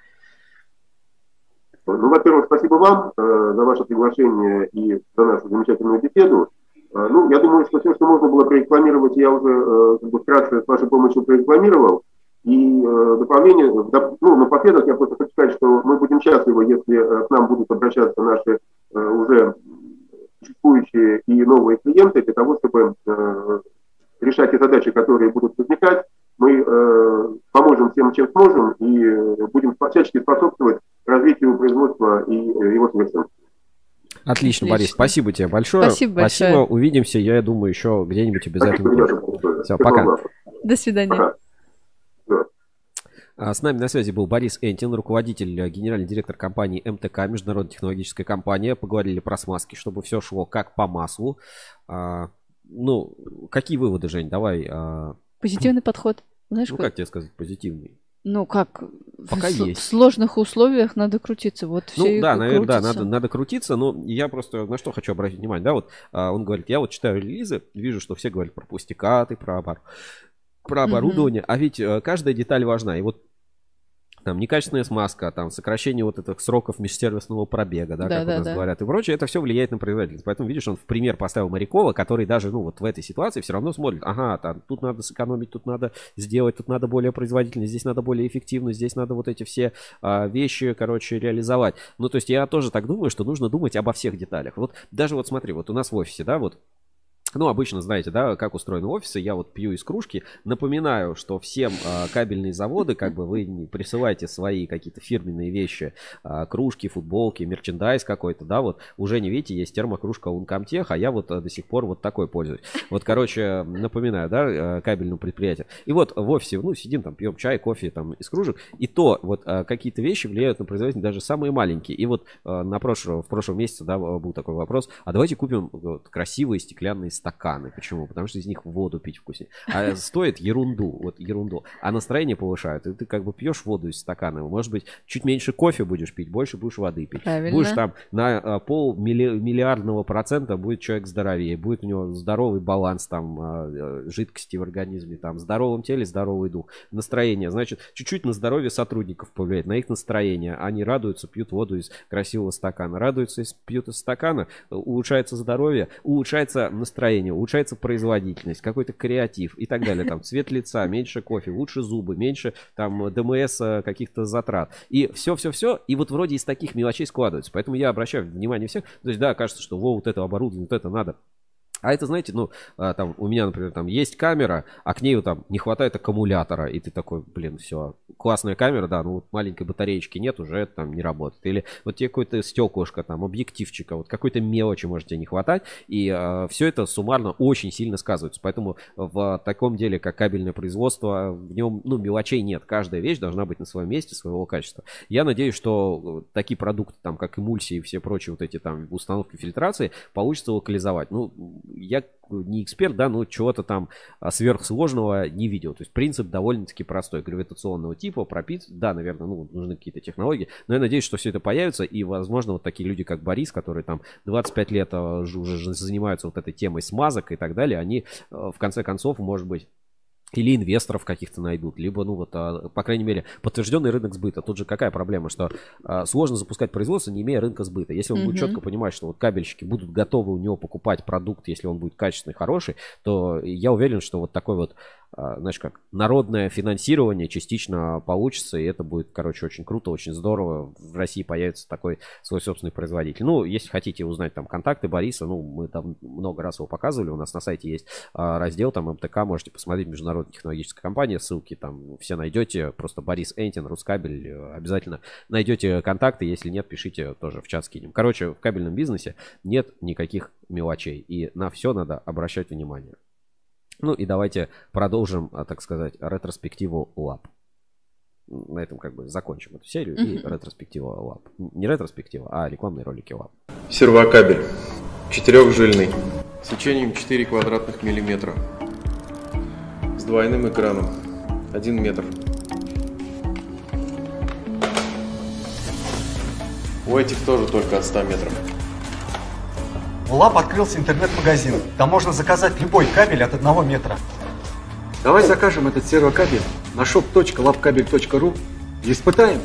Ну, во-первых, спасибо вам за ваше приглашение и за нашу замечательную беседу. Ну, я думаю, что все, что можно было прорекламировать, я уже вкратце с вашей помощью прорекламировал. И дополнение, ну, напоследок я просто хочу сказать, что мы будем счастливы, если к нам будут обращаться наши уже существующие и новые клиенты для того, чтобы решать те задачи, которые будут возникать. Мы поможем всем, чем сможем, и будем всячески способствовать развитию производства и его совершенствованию. Отлично, Борис, спасибо тебе большое. Спасибо большое. Увидимся, я думаю, еще где-нибудь обязательно. Все, пока. До свидания. С нами на связи был Борис Энтин, руководитель, генеральный директор компании МТК, международная технологическая компания. Поговорили про смазки, чтобы все шло как по маслу. Ну, какие выводы, Жень, давай. Позитивный подход. Знаешь, как тебе сказать позитивный? Ну, как пока в сложных условиях надо крутиться. Вот ну, все да, наверное, да, надо крутиться, но я просто на что хочу обратить внимание. Да, вот он говорит, я вот читаю релизы, вижу, что все говорят про пустикаты, про оборудование, а ведь каждая деталь важна. И вот там некачественная смазка, там сокращение вот этих сроков межсервисного пробега, да, как у нас говорят, и прочее, это все влияет на производительность. Поэтому, видишь, он в пример поставил Морякова, который даже, ну, вот в этой ситуации все равно смотрит, ага, там, тут надо сэкономить, тут надо сделать, тут надо более производительно, здесь надо более эффективно, здесь надо вот эти все вещи, короче, реализовать. Ну, то есть я тоже так думаю, что нужно думать обо всех деталях. Вот даже вот смотри, вот у нас в офисе, да, вот Ну, обычно, знаете, да, как устроены офисы. Я вот пью из кружки. Напоминаю, что всем кабельные заводы, как бы вы не присылайте свои какие-то фирменные вещи, кружки, футболки, мерчендайз какой-то, да, вот уже не видите, есть термокружка Uncomtech, а я вот до сих пор вот такой пользуюсь. Вот, короче, напоминаю, да, кабельному предприятию. И вот в офисе, ну, сидим там, пьем чай, кофе там из кружек, и то вот какие-то вещи влияют на производительность, даже самые маленькие. И вот в прошлом месяце, да, был такой вопрос, а давайте купим вот красивые стеклянные стаканы. Почему? Потому что из них воду пить вкуснее. А стоит ерунду, вот ерунду. А настроение повышают. И ты как бы пьешь воду из стакана. Может быть, чуть меньше кофе будешь пить, больше будешь воды пить. Правильно. Будешь там на полмиллиардного процента будет человек здоровее. Будет у него здоровый баланс там жидкости в организме. Там в здоровом теле здоровый дух. Настроение. Значит, чуть-чуть на здоровье сотрудников повлияет, на их настроение. Они радуются, пьют воду из красивого стакана. Радуются, пьют из стакана. Улучшается здоровье, улучшается настроение. Улучшается производительность, какой-то креатив и так далее. Там цвет лица, меньше кофе, лучше зубы, меньше там ДМС каких-то затрат. И все. И вот вроде из таких мелочей складывается. Поэтому я обращаю внимание всех. То есть, да, кажется, что вот это оборудование, вот это надо. А это, знаете, ну, там у меня, например, там есть камера, а к ней там не хватает аккумулятора, и ты такой, блин, все, классная камера, да, ну вот маленькой батареечки нет, уже это там не работает. Или вот тебе какое-то стеклышко, там, объективчика, вот какой-то мелочи может тебе не хватать, и все это суммарно очень сильно сказывается. Поэтому в таком деле, как кабельное производство, в нем, ну, мелочей нет. Каждая вещь должна быть на своем месте, своего качества. Я надеюсь, что такие продукты, там, как эмульсии и все прочие вот эти там установки фильтрации, получится локализовать. Ну, я не эксперт, да, но чего-то там сверхсложного не видел. То есть принцип довольно-таки простой, гравитационного типа, пропит. Да, наверное, ну, нужны какие-то технологии, но я надеюсь, что все это появится, и, возможно, вот такие люди, как Борис, которые там 25 лет уже занимаются вот этой темой смазок и так далее, они, в конце концов, может быть, или инвесторов каких-то найдут, либо, ну вот, по крайней мере, подтвержденный рынок сбыта. Тут же какая проблема, что сложно запускать производство, не имея рынка сбыта. Если он будет четко понимать, что вот кабельщики будут готовы у него покупать продукт, если он будет качественный, хороший, то я уверен, что вот такой вот, знаешь как, народное финансирование частично получится, и это будет, короче, очень круто, очень здорово. В России появится такой свой собственный производитель. Ну, если хотите узнать там контакты Бориса, ну, мы там много раз его показывали, у нас на сайте есть раздел, там МТК, можете посмотреть, международная технологическая компания, ссылки там все найдете, просто Борис Энтин, Рускабель, обязательно найдете контакты, если нет, пишите, тоже в чат скинем. Короче, в кабельном бизнесе нет никаких мелочей, и на все надо обращать внимание. Ну и давайте продолжим, так сказать, ретроспективу ЛАП. На этом как бы закончим эту серию и ретроспектива ЛАП. Не ретроспектива, а рекламные ролики ЛАП. Сервокабель. 4-жильный. Сечением 4 квадратных миллиметра. С двойным экраном. 1 метр. У этих тоже только от 100 метров. В ЛАП открылся интернет-магазин. Там можно заказать любой кабель от 1 метра. Давай закажем этот сервокабель на shop.labkabel.ru и испытаем.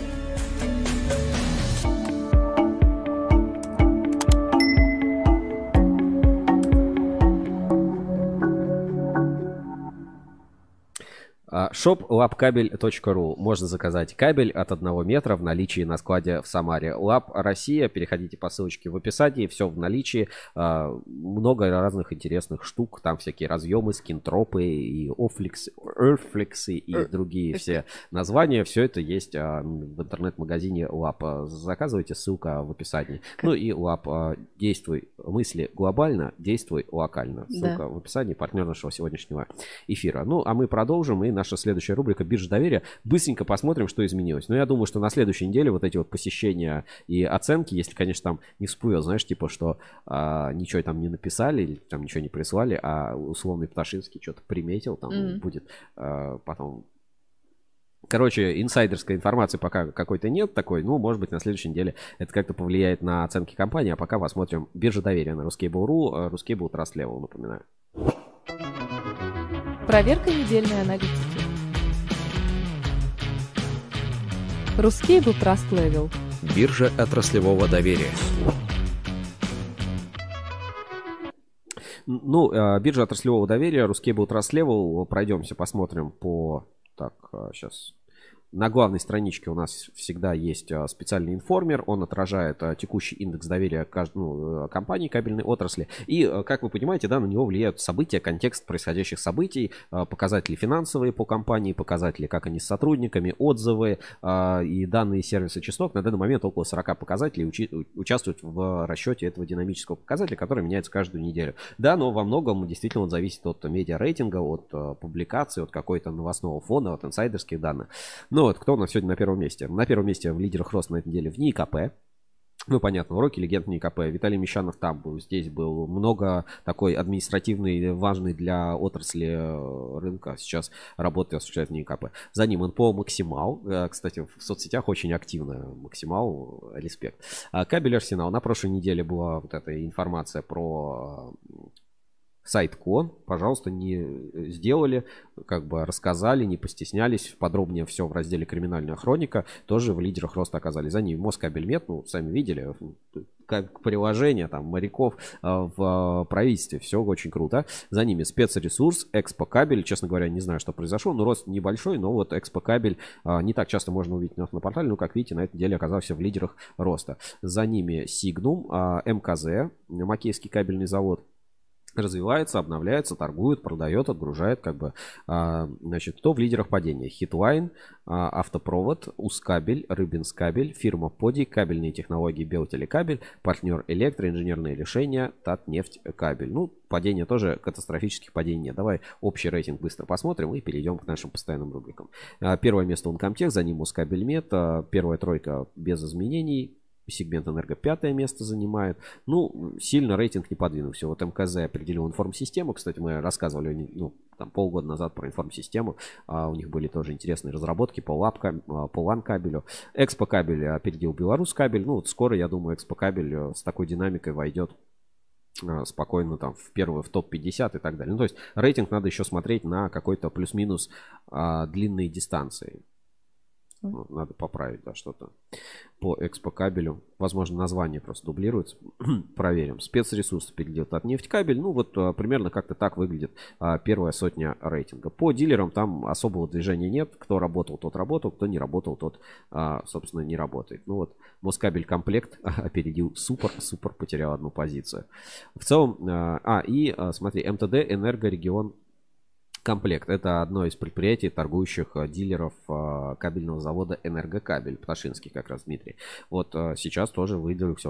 shop.labkabel.ru. Можно заказать кабель от 1 метра в наличии на складе в Самаре. Лаб Россия. Переходите по ссылочке в описании. Все в наличии. Много разных интересных штук. Там всякие разъемы, скинтропы и Earthflex и другие все названия. Все это есть в интернет-магазине Лаб. Заказывайте, ссылка в описании. Ну и Лаб, действуй, мысли глобально, действуй локально. Ссылка в описании. Партнер нашего сегодняшнего эфира. Ну, а мы продолжим. И наша следующая рубрика «Биржа доверия». Быстренько посмотрим, что изменилось. Но я думаю, что на следующей неделе вот эти вот посещения и оценки, если, конечно, там не всплывет, знаешь, типа, что ничего там не написали или там ничего не прислали, а условный Пташинский что-то приметил, там будет потом... Короче, инсайдерской информации пока какой-то нет такой. Ну, может быть, на следующей неделе это как-то повлияет на оценки компании. А пока посмотрим «Биржа доверия» на Ruskable.ru. Ruskable Trust Level, напоминаю. Проверка недельной аналитики. Ruskable Trust Level. Биржа отраслевого доверия. Ну, биржа отраслевого доверия, Ruskable Trust Level. Пройдемся, посмотрим по... Так, сейчас На главной страничке у нас всегда есть специальный информер. Он отражает текущий индекс доверия компании кабельной отрасли. И, как вы понимаете, да, на него влияют события, контекст происходящих событий, показатели финансовые по компании, показатели, как они с сотрудниками, отзывы и данные сервиса частот. На данный момент около 40 показателей участвуют в расчете этого динамического показателя, который меняется каждую неделю. Да, но во многом действительно он зависит от медиа-рейтинга, от публикации, от какой-то новостного фона, от инсайдерских данных. Ну вот, кто у нас сегодня на первом месте? На первом месте в лидерах роста на этой неделе в НИИКП. Ну, понятно, уроки легенд НИИКП. Виталий Мещанов там был, здесь был. Много такой административный, важный для отрасли рынка. Сейчас работы осуществляет в НИИКП. За ним НПО «Максимал». Кстати, в соцсетях очень активно «Максимал». Респект. Кабель «Арсенал». На прошлой неделе была вот эта информация про... сайт КОН, пожалуйста, не сделали, как бы рассказали, не постеснялись. Подробнее все в разделе «Криминальная хроника». Тоже в лидерах роста оказались. За ними Москабельмет, ну, сами видели, как приложение, там, моряков в правительстве. Все очень круто. За ними спецресурс, Экспокабель. Честно говоря, не знаю, что произошло, но рост небольшой, но вот Экспокабель не так часто можно увидеть на портале, но, как видите, на этой неделе оказался в лидерах роста. За ними Сигнум, МКЗ, Макеевский кабельный завод. Развивается, обновляется, торгует, продает, отгружает, как бы, значит, кто в лидерах падения? Хитлайн, Автопровод, Ускабель, Рыбинскабель, фирма Поди, кабельные технологии Белтелекабель, партнер Электро, инженерные решения, Татнефтькабель. Ну, падение тоже, катастрофических падений нет. Давай общий рейтинг быстро посмотрим и перейдем к нашим постоянным рубрикам. Первое место Uncomtech, за ним Ускабельмет, первая тройка без изменений. Сегмент энерго 5-е место занимает. Ну, сильно рейтинг не подвинулся. Вот МКЗ определил информсистему. Кстати, мы рассказывали, ну, там, полгода назад про информсистему. У них были тоже интересные разработки по LAN кабелю. Экспокабель опередил Беларускабель. Ну, вот скоро, я думаю, Экспокабель с такой динамикой войдет спокойно там в топ-50 и так далее. Ну, то есть рейтинг надо еще смотреть на какой-то плюс-минус длинные дистанции. Надо поправить, да, что-то по экспокабелю. Возможно, название просто дублируется. Проверим. Спецресурс перейдет от нефтькабель. Ну, вот примерно как-то так выглядит первая сотня рейтинга. По дилерам там особого движения нет. Кто работал, тот работал. Кто не работал, тот, собственно, не работает. Ну, вот Москабель комплект опередил Супер. Супер потерял одну позицию. В целом, смотри, МТД Энергорегион Комплект. Это одно из предприятий, торгующих дилеров кабельного завода «Энергокабель». Пташинский как раз, Дмитрий. Вот сейчас тоже выделился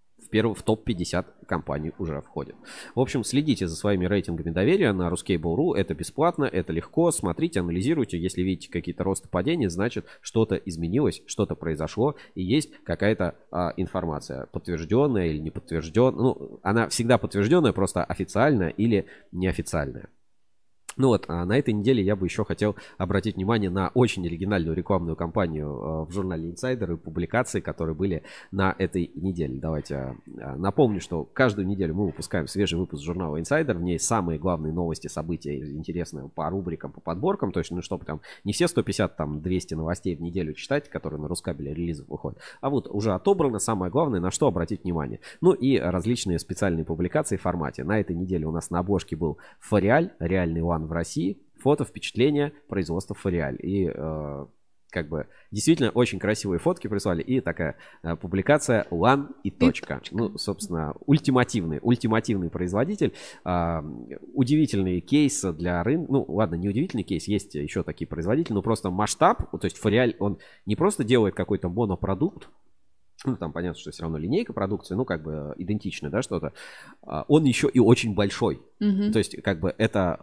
в топ-50 компаний уже входит. В общем, следите за своими рейтингами доверия на Ruscable.ru. Это бесплатно, это легко. Смотрите, анализируйте. Если видите какие-то росты падения, значит, что-то изменилось, что-то произошло, и есть какая-то информация, подтвержденная или не подтвержденная. Ну, она всегда подтвержденная, просто официальная или неофициальная. Ну вот, на этой неделе я бы еще хотел обратить внимание на очень оригинальную рекламную кампанию в журнале Insider и публикации, которые были на этой неделе. Давайте напомню, что каждую неделю мы выпускаем свежий выпуск журнала Insider. В ней самые главные новости, события интересные по рубрикам, по подборкам. То есть, ну, чтобы там не все 150, там 200 новостей в неделю читать, которые на Рускабеле релизов выходят, а вот уже отобрано самое главное, на что обратить внимание. Ну и различные специальные публикации в формате. На этой неделе у нас на обложке был Фореаль, реальный LAN в России, фото, впечатления, производства Фореаль. И как бы действительно очень красивые фотки прислали. И такая публикация LAN и точка. Ну, собственно, ультимативный производитель. Удивительный кейс для рынка. Ну, ладно, не удивительный кейс, есть еще такие производители, но просто масштаб. То есть Фореаль, он не просто делает какой-то монопродукт, ну, там понятно, что все равно линейка продукции, ну, как бы идентичная, да, что-то. Он еще и очень большой. То есть, как бы это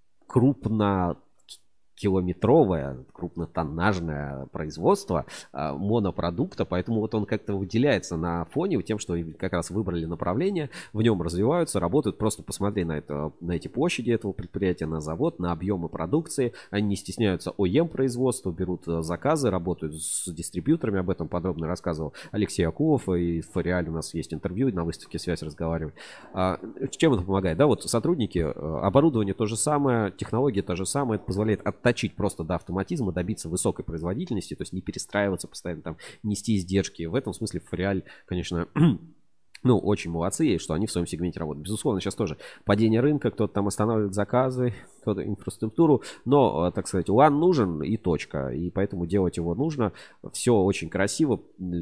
крупнокилометровое, крупнотоннажное производство монопродукта, поэтому вот он как-то выделяется на фоне тем, что как раз выбрали направление, в нем развиваются, работают. Просто посмотри на эти площади этого предприятия, на завод, на объемы продукции. Они не стесняются OEM производства, берут заказы, работают с дистрибьюторами. Об этом подробно рассказывал Алексей Акулов, и в Фореале у нас есть интервью, на выставке «Связь» разговаривали. Чем это помогает? Да, вот сотрудники, оборудование то же самое, технология та же самая, это позволяет отточить просто до автоматизма, добиться высокой производительности, то есть не перестраиваться постоянно, там, нести издержки. В этом смысле Фореаль, конечно, ну, очень молодцы, что они в своем сегменте работают. Безусловно, сейчас тоже падение рынка, кто-то там останавливает заказы, инфраструктуру, но, так сказать, LAN нужен и точка, и поэтому делать его нужно. Все очень красиво,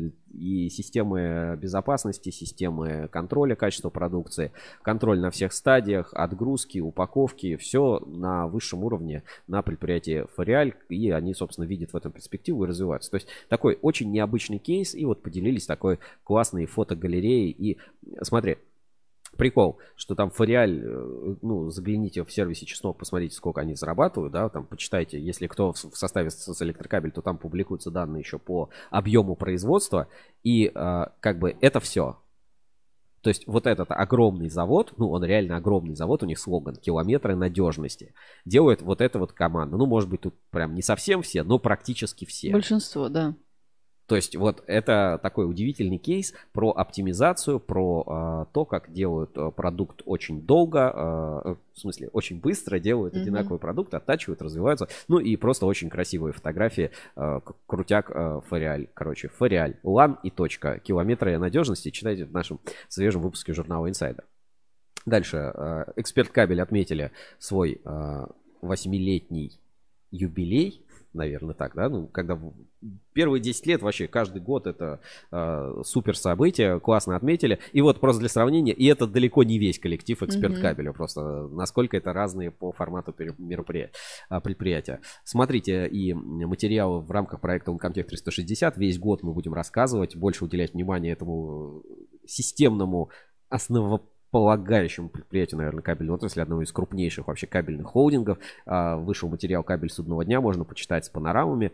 и системы безопасности, системы контроля качества продукции, контроль на всех стадиях, отгрузки, упаковки, все на высшем уровне на предприятии Фореаль, и они, собственно, видят в этом перспективу и развиваются. То есть такой очень необычный кейс, и вот поделились такой классной фотогалереей. И смотри, прикол, что там Фореаль, ну, загляните в сервисе Чеснок, посмотрите, сколько они зарабатывают, да, там почитайте, если кто в составе с Электрокабель, то там публикуются данные еще по объему производства, и как бы это все. То есть вот этот огромный завод, ну, он реально огромный завод, у них слоган «Километры надежности», делает вот эта вот команда. Ну, может быть, тут прям не совсем все, но практически все. Большинство, да. То есть вот это такой удивительный кейс про оптимизацию, про то, как делают продукт очень долго, в смысле очень быстро делают одинаковый продукт, оттачивают, развиваются. Ну и просто очень красивые фотографии, крутяк Фореаль. Короче, Фореаль, LAN и точка. Километры надежности читайте в нашем свежем выпуске журнала Insider. Дальше. Эксперт Кабель отметили свой 8-летний юбилей. Наверное, так, да? Ну, когда первые 10 лет вообще каждый год это супер событие, классно отметили. И вот просто для сравнения, и это далеко не весь коллектив Эксперт Кабеля, просто насколько это разные по формату предприятия. Смотрите и материалы в рамках проекта Uncomtech 360. Весь год мы будем рассказывать, больше уделять внимание этому системному основополагающему предприятию, наверное, кабельной отрасли, одного из крупнейших вообще кабельных холдингов. Вышел материал «Кабель судного дня», можно почитать с панорамами.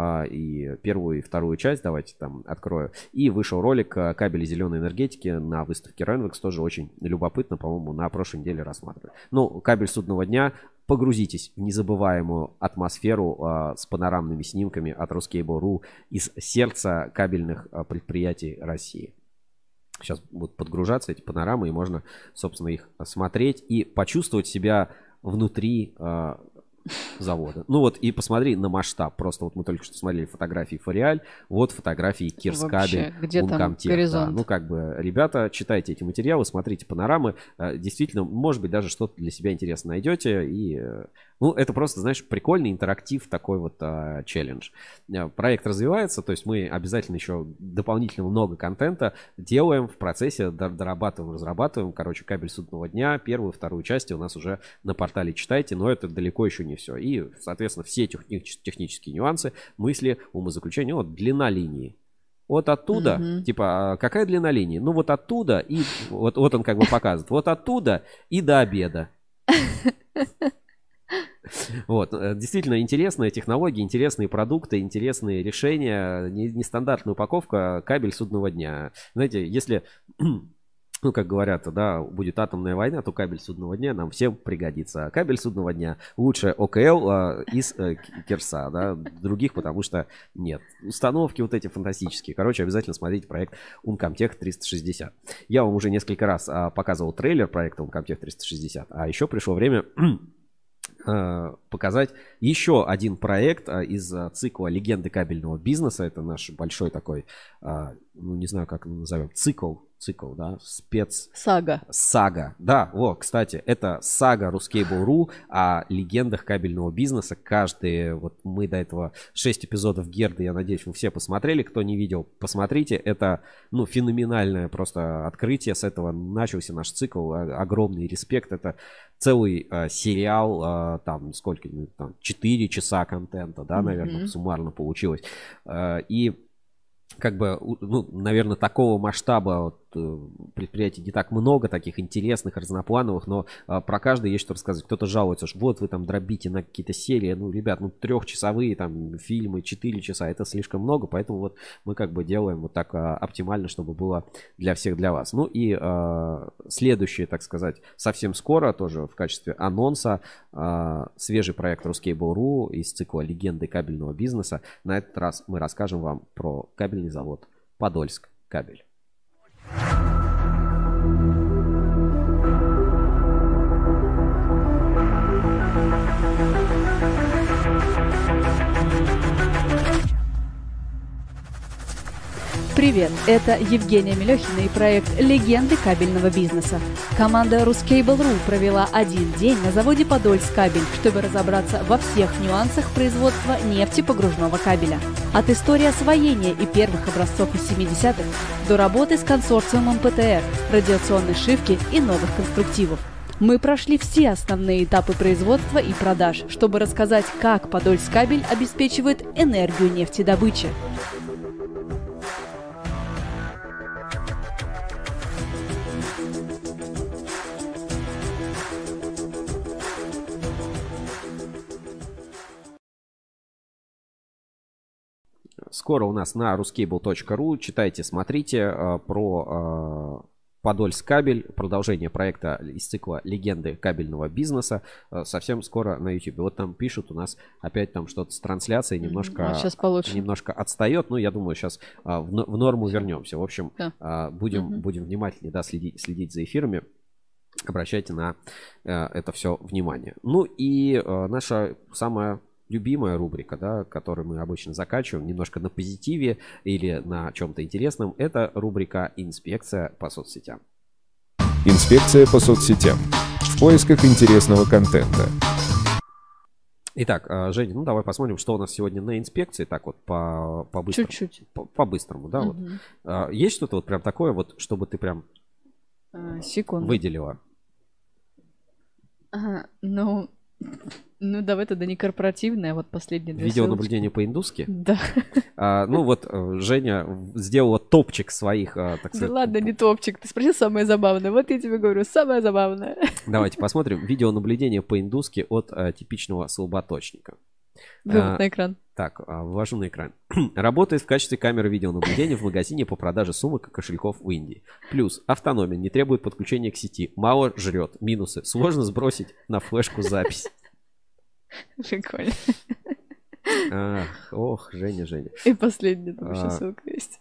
И первую и вторую часть, давайте там открою. И вышел ролик «Кабели зеленой энергетики» на выставке Renvex, тоже очень любопытно, по-моему, на прошлой неделе рассматривали. Ну, «Кабель судного дня», погрузитесь в незабываемую атмосферу с панорамными снимками от Ruscable.ru из сердца кабельных предприятий России. Сейчас будут подгружаться эти панорамы, и можно, собственно, их смотреть и почувствовать себя внутри завода. Ну вот, и посмотри на масштаб. Просто вот мы только что смотрели фотографии Фореаль, вот фотографии Кирскабель, Uncomtech. Да. Ну, как бы, ребята, читайте эти материалы, смотрите панорамы. Действительно, может быть, даже что-то для себя интересно найдете. И, ну, это просто, знаешь, прикольный интерактив, такой вот челлендж. Проект развивается, то есть мы обязательно еще дополнительно много контента делаем в процессе, дорабатываем, разрабатываем. Короче, «Кабель судного дня», первую, вторую части у нас уже на портале читайте, но это далеко еще не все. И, соответственно, все технические нюансы, мысли, умозаключения. Вот длина линии. Вот оттуда, типа, какая длина линии? Ну, вот оттуда, и вот он как бы показывает. Вот оттуда и до обеда. Вот, действительно интересные технологии, интересные продукты, интересные решения, нестандартная упаковка, «Кабель судного дня». Знаете, если... Ну, как говорят, да, будет атомная война, то «Кабель судного дня» нам всем пригодится. «Кабель судного дня» лучше ОКЛ из Кирса, да, других, потому что нет. Установки вот эти фантастические. Короче, обязательно смотрите проект Uncomtech 360. Я вам уже несколько раз показывал трейлер проекта Uncomtech 360, а еще пришло время показать еще один проект из цикла «Легенды кабельного бизнеса». Это наш большой такой, ну, не знаю, как назовем, цикл, да, Сага. Да, вот, кстати, это сага Ruscable.ru о легендах кабельного бизнеса. Каждый, вот мы до этого 6 эпизодов Герды, я надеюсь, вы все посмотрели. Кто не видел, посмотрите. Это, ну, феноменальное просто открытие. С этого начался наш цикл. Огромный респект. Это целый сериал, там, сколько, там, 4 часа контента, да, наверное, суммарно получилось. И как бы, ну, наверное, такого масштаба вот, предприятий не так много, таких интересных, разноплановых, но про каждый есть что рассказывать. Кто-то жалуется, что вот вы там дробите на какие-то серии. Ну, ребят, ну, 3-часовые там фильмы, 4 часа, это слишком много, поэтому вот мы как бы делаем вот так оптимально, чтобы было для всех, для вас. Ну и следующее, так сказать, совсем скоро, тоже в качестве анонса, свежий проект Ruscable.ru из цикла «Легенды кабельного бизнеса». На этот раз мы расскажем вам про кабельный завод Подольск Кабель. Привет, это Евгения Мелехина и проект «Легенды кабельного бизнеса». Команда Ruscable.ru провела один день на заводе «Подольскабель», чтобы разобраться во всех нюансах производства нефтепогружного кабеля. От истории освоения и первых образцов из 70-х до работы с консорциумом ПТР, радиационной шивки и новых конструктивов. Мы прошли все основные этапы производства и продаж, чтобы рассказать, как Подольскабель обеспечивает энергию нефтедобычи. Скоро у нас на ruscable.ru. Читайте, смотрите про Подольскабель, продолжение проекта из цикла «Легенды кабельного бизнеса». Совсем скоро на YouTube. Вот там пишут у нас опять там что-то с трансляцией, немножко отстает. Но я думаю, сейчас в норму вернемся. В общем, будем внимательнее следить за эфирами. Обращайте на это все внимание. Ну и наша самая любимая рубрика, да, которую мы обычно заканчиваем немножко на позитиве или на чем-то интересном, это рубрика «Инспекция по соцсетям». Инспекция по соцсетям. В поисках интересного контента. Итак, Женя, ну давай посмотрим, что у нас сегодня на инспекции. Так вот, по-быстрому. Чуть-чуть. По-быстрому, да. Вот. Есть что-то вот прям такое, вот, чтобы ты прям выделила? Ага, ну, давай тогда не корпоративное, а вот последние две Видеонаблюдение по-индуски? Да. Ну вот Женя сделала топчик своих, так сказать. Да ладно, не топчик. Ты спросил самое забавное. Вот я тебе говорю, самое забавное. Давайте посмотрим. Видеонаблюдение по-индуски от типичного слаботочника. Вывод на экран. Так, ввожу на экран. Работает в качестве камеры видеонаблюдения в магазине по продаже сумок и кошельков в Индии. Плюс автономен, не требует подключения к сети, мало жрет. Минусы. Сложно сбросить на флешку запись. Прикольно. Ох, Женя. И последняя там еще ссылка есть.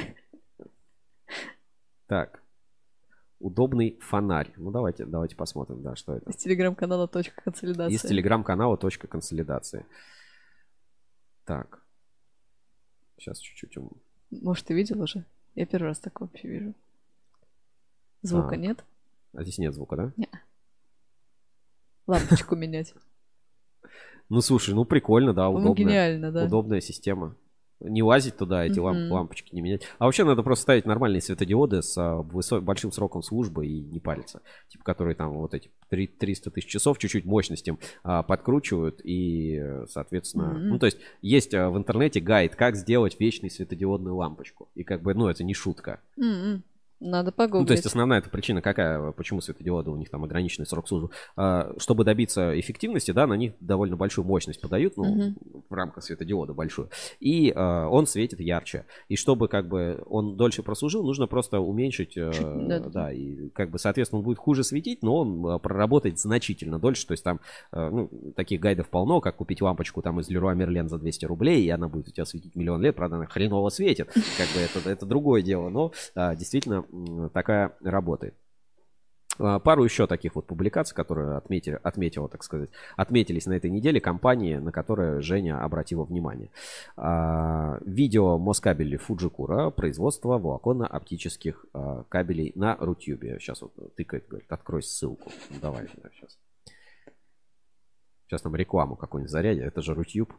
Так. Удобный фонарь. Ну, давайте посмотрим, да, что это. Из телеграм-канала «Точка консолидации». Из телеграм-канала «Точка консолидации». Так. Сейчас чуть-чуть. Может, ты видел уже? Я первый раз такое вообще вижу. Звука нет? А здесь нет звука, да? Нет. Лампочку менять. Ну, слушай, ну прикольно, да, удобно. Гениально, да. Удобная система. Не лазить туда, эти лампочки не менять. А вообще надо просто ставить нормальные светодиоды с большим сроком службы и не париться. Типа, которые там вот эти 300 тысяч часов чуть-чуть мощностям подкручивают и, соответственно... Ну, то есть, есть в интернете гайд, как сделать вечную светодиодную лампочку. И как бы, ну, это не шутка. Надо погуглить. Ну, то есть основная эта причина какая, почему светодиоды у них там ограниченный срок службы. Чтобы добиться эффективности, да, на них довольно большую мощность подают, ну, в рамках светодиода большую. И он светит ярче. И чтобы как бы он дольше прослужил, нужно просто уменьшить, да, и как бы, соответственно, он будет хуже светить, но он проработает значительно дольше. То есть там, ну, таких гайдов полно, как купить лампочку там из Leroy Merlin за 200 рублей, и она будет у тебя светить миллион лет, правда, она хреново светит. Как бы это другое дело, но действительно такая работает. Пару еще таких вот публикаций, которые отметила, так сказать, отметились на этой неделе компании, на которые Женя обратила внимание. Видео Москабель Фуджикура, производство волоконно-оптических кабелей на Рутюбе. Сейчас вот тыкает, говорит, открой ссылку. Ну, давай, да, сейчас. Сейчас нам рекламу какую-нибудь зарядят. Это же Рутюб.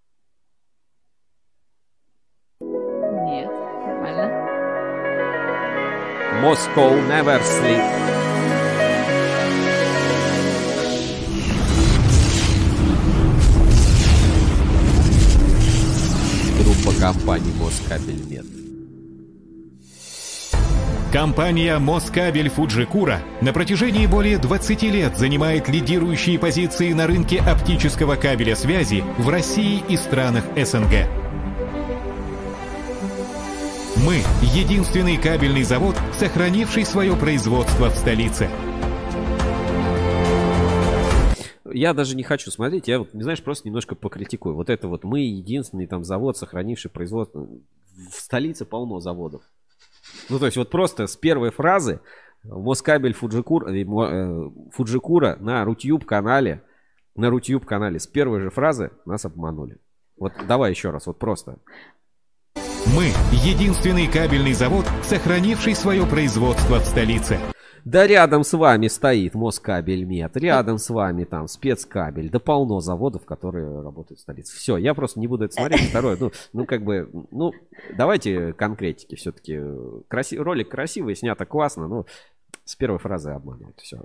Нет, нормально. Moscow never sleep. Группа компаний Москабельмет. Компания Москабель Фуджикура на протяжении более 20 лет занимает лидирующие позиции на рынке оптического кабеля связи в России и странах СНГ. Мы – единственный кабельный завод, сохранивший свое производство в столице. Я даже не хочу смотреть, я, не знаешь, просто немножко покритикую. Вот это вот мы единственный там завод, сохранивший производство. В столице полно заводов. Ну, то есть вот просто с первой фразы Москабель Фуджикура на Рутюб-канале, с первой же фразы нас обманули. Вот давай еще раз, вот просто. Мы – единственный кабельный завод, сохранивший свое производство в столице. Да рядом с вами стоит Москабельмет, рядом с вами там спецкабель, да полно заводов, которые работают в столице. Все, я просто не буду это смотреть. Второе, давайте конкретики все-таки. Ролик красивый, снято классно, но с первой фразы обманывают. Все.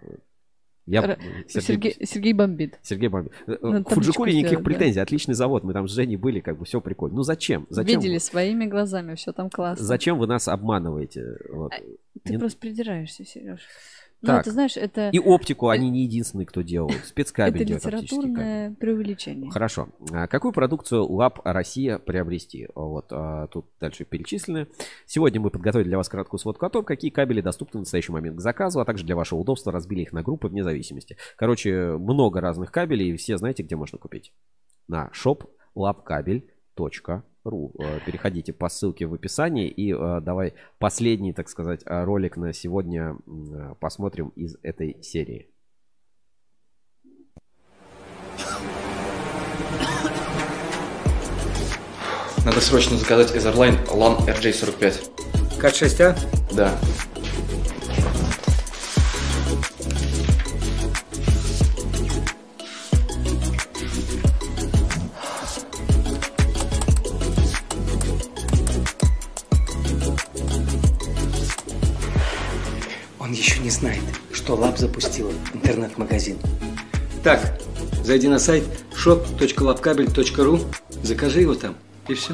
Сергей бомбит. Сергей бомбит. К Фуджикуре никаких претензий. Отличный завод. Мы там с Женей были, как бы все прикольно. Ну зачем? Видели своими глазами, все там классно. Зачем вы нас обманываете? Вот. Ты просто придираешься, Сереж. Так, ты знаешь, это... И оптику они не единственные, кто делают. Спецкабель делает. Это литературное преувеличение. Хорошо. Какую продукцию ЛАП Россия приобрести? Вот тут дальше перечислены. Сегодня мы подготовили для вас краткую сводку о том, какие кабели доступны в настоящий момент к заказу, а также для вашего удобства разбили их на группы вне зависимости. Короче, много разных кабелей, и все знаете, где можно купить. На shop labkabel.ru. Переходите по ссылке в описании и давай последний, так сказать, ролик на сегодня посмотрим из этой серии. Надо срочно заказать Etherline LAN RJ45. КАТ-6А? Да. Он еще не знает, что Лаб запустила интернет-магазин. Так, зайди на сайт shop.labkabel.ru, закажи его там, и все.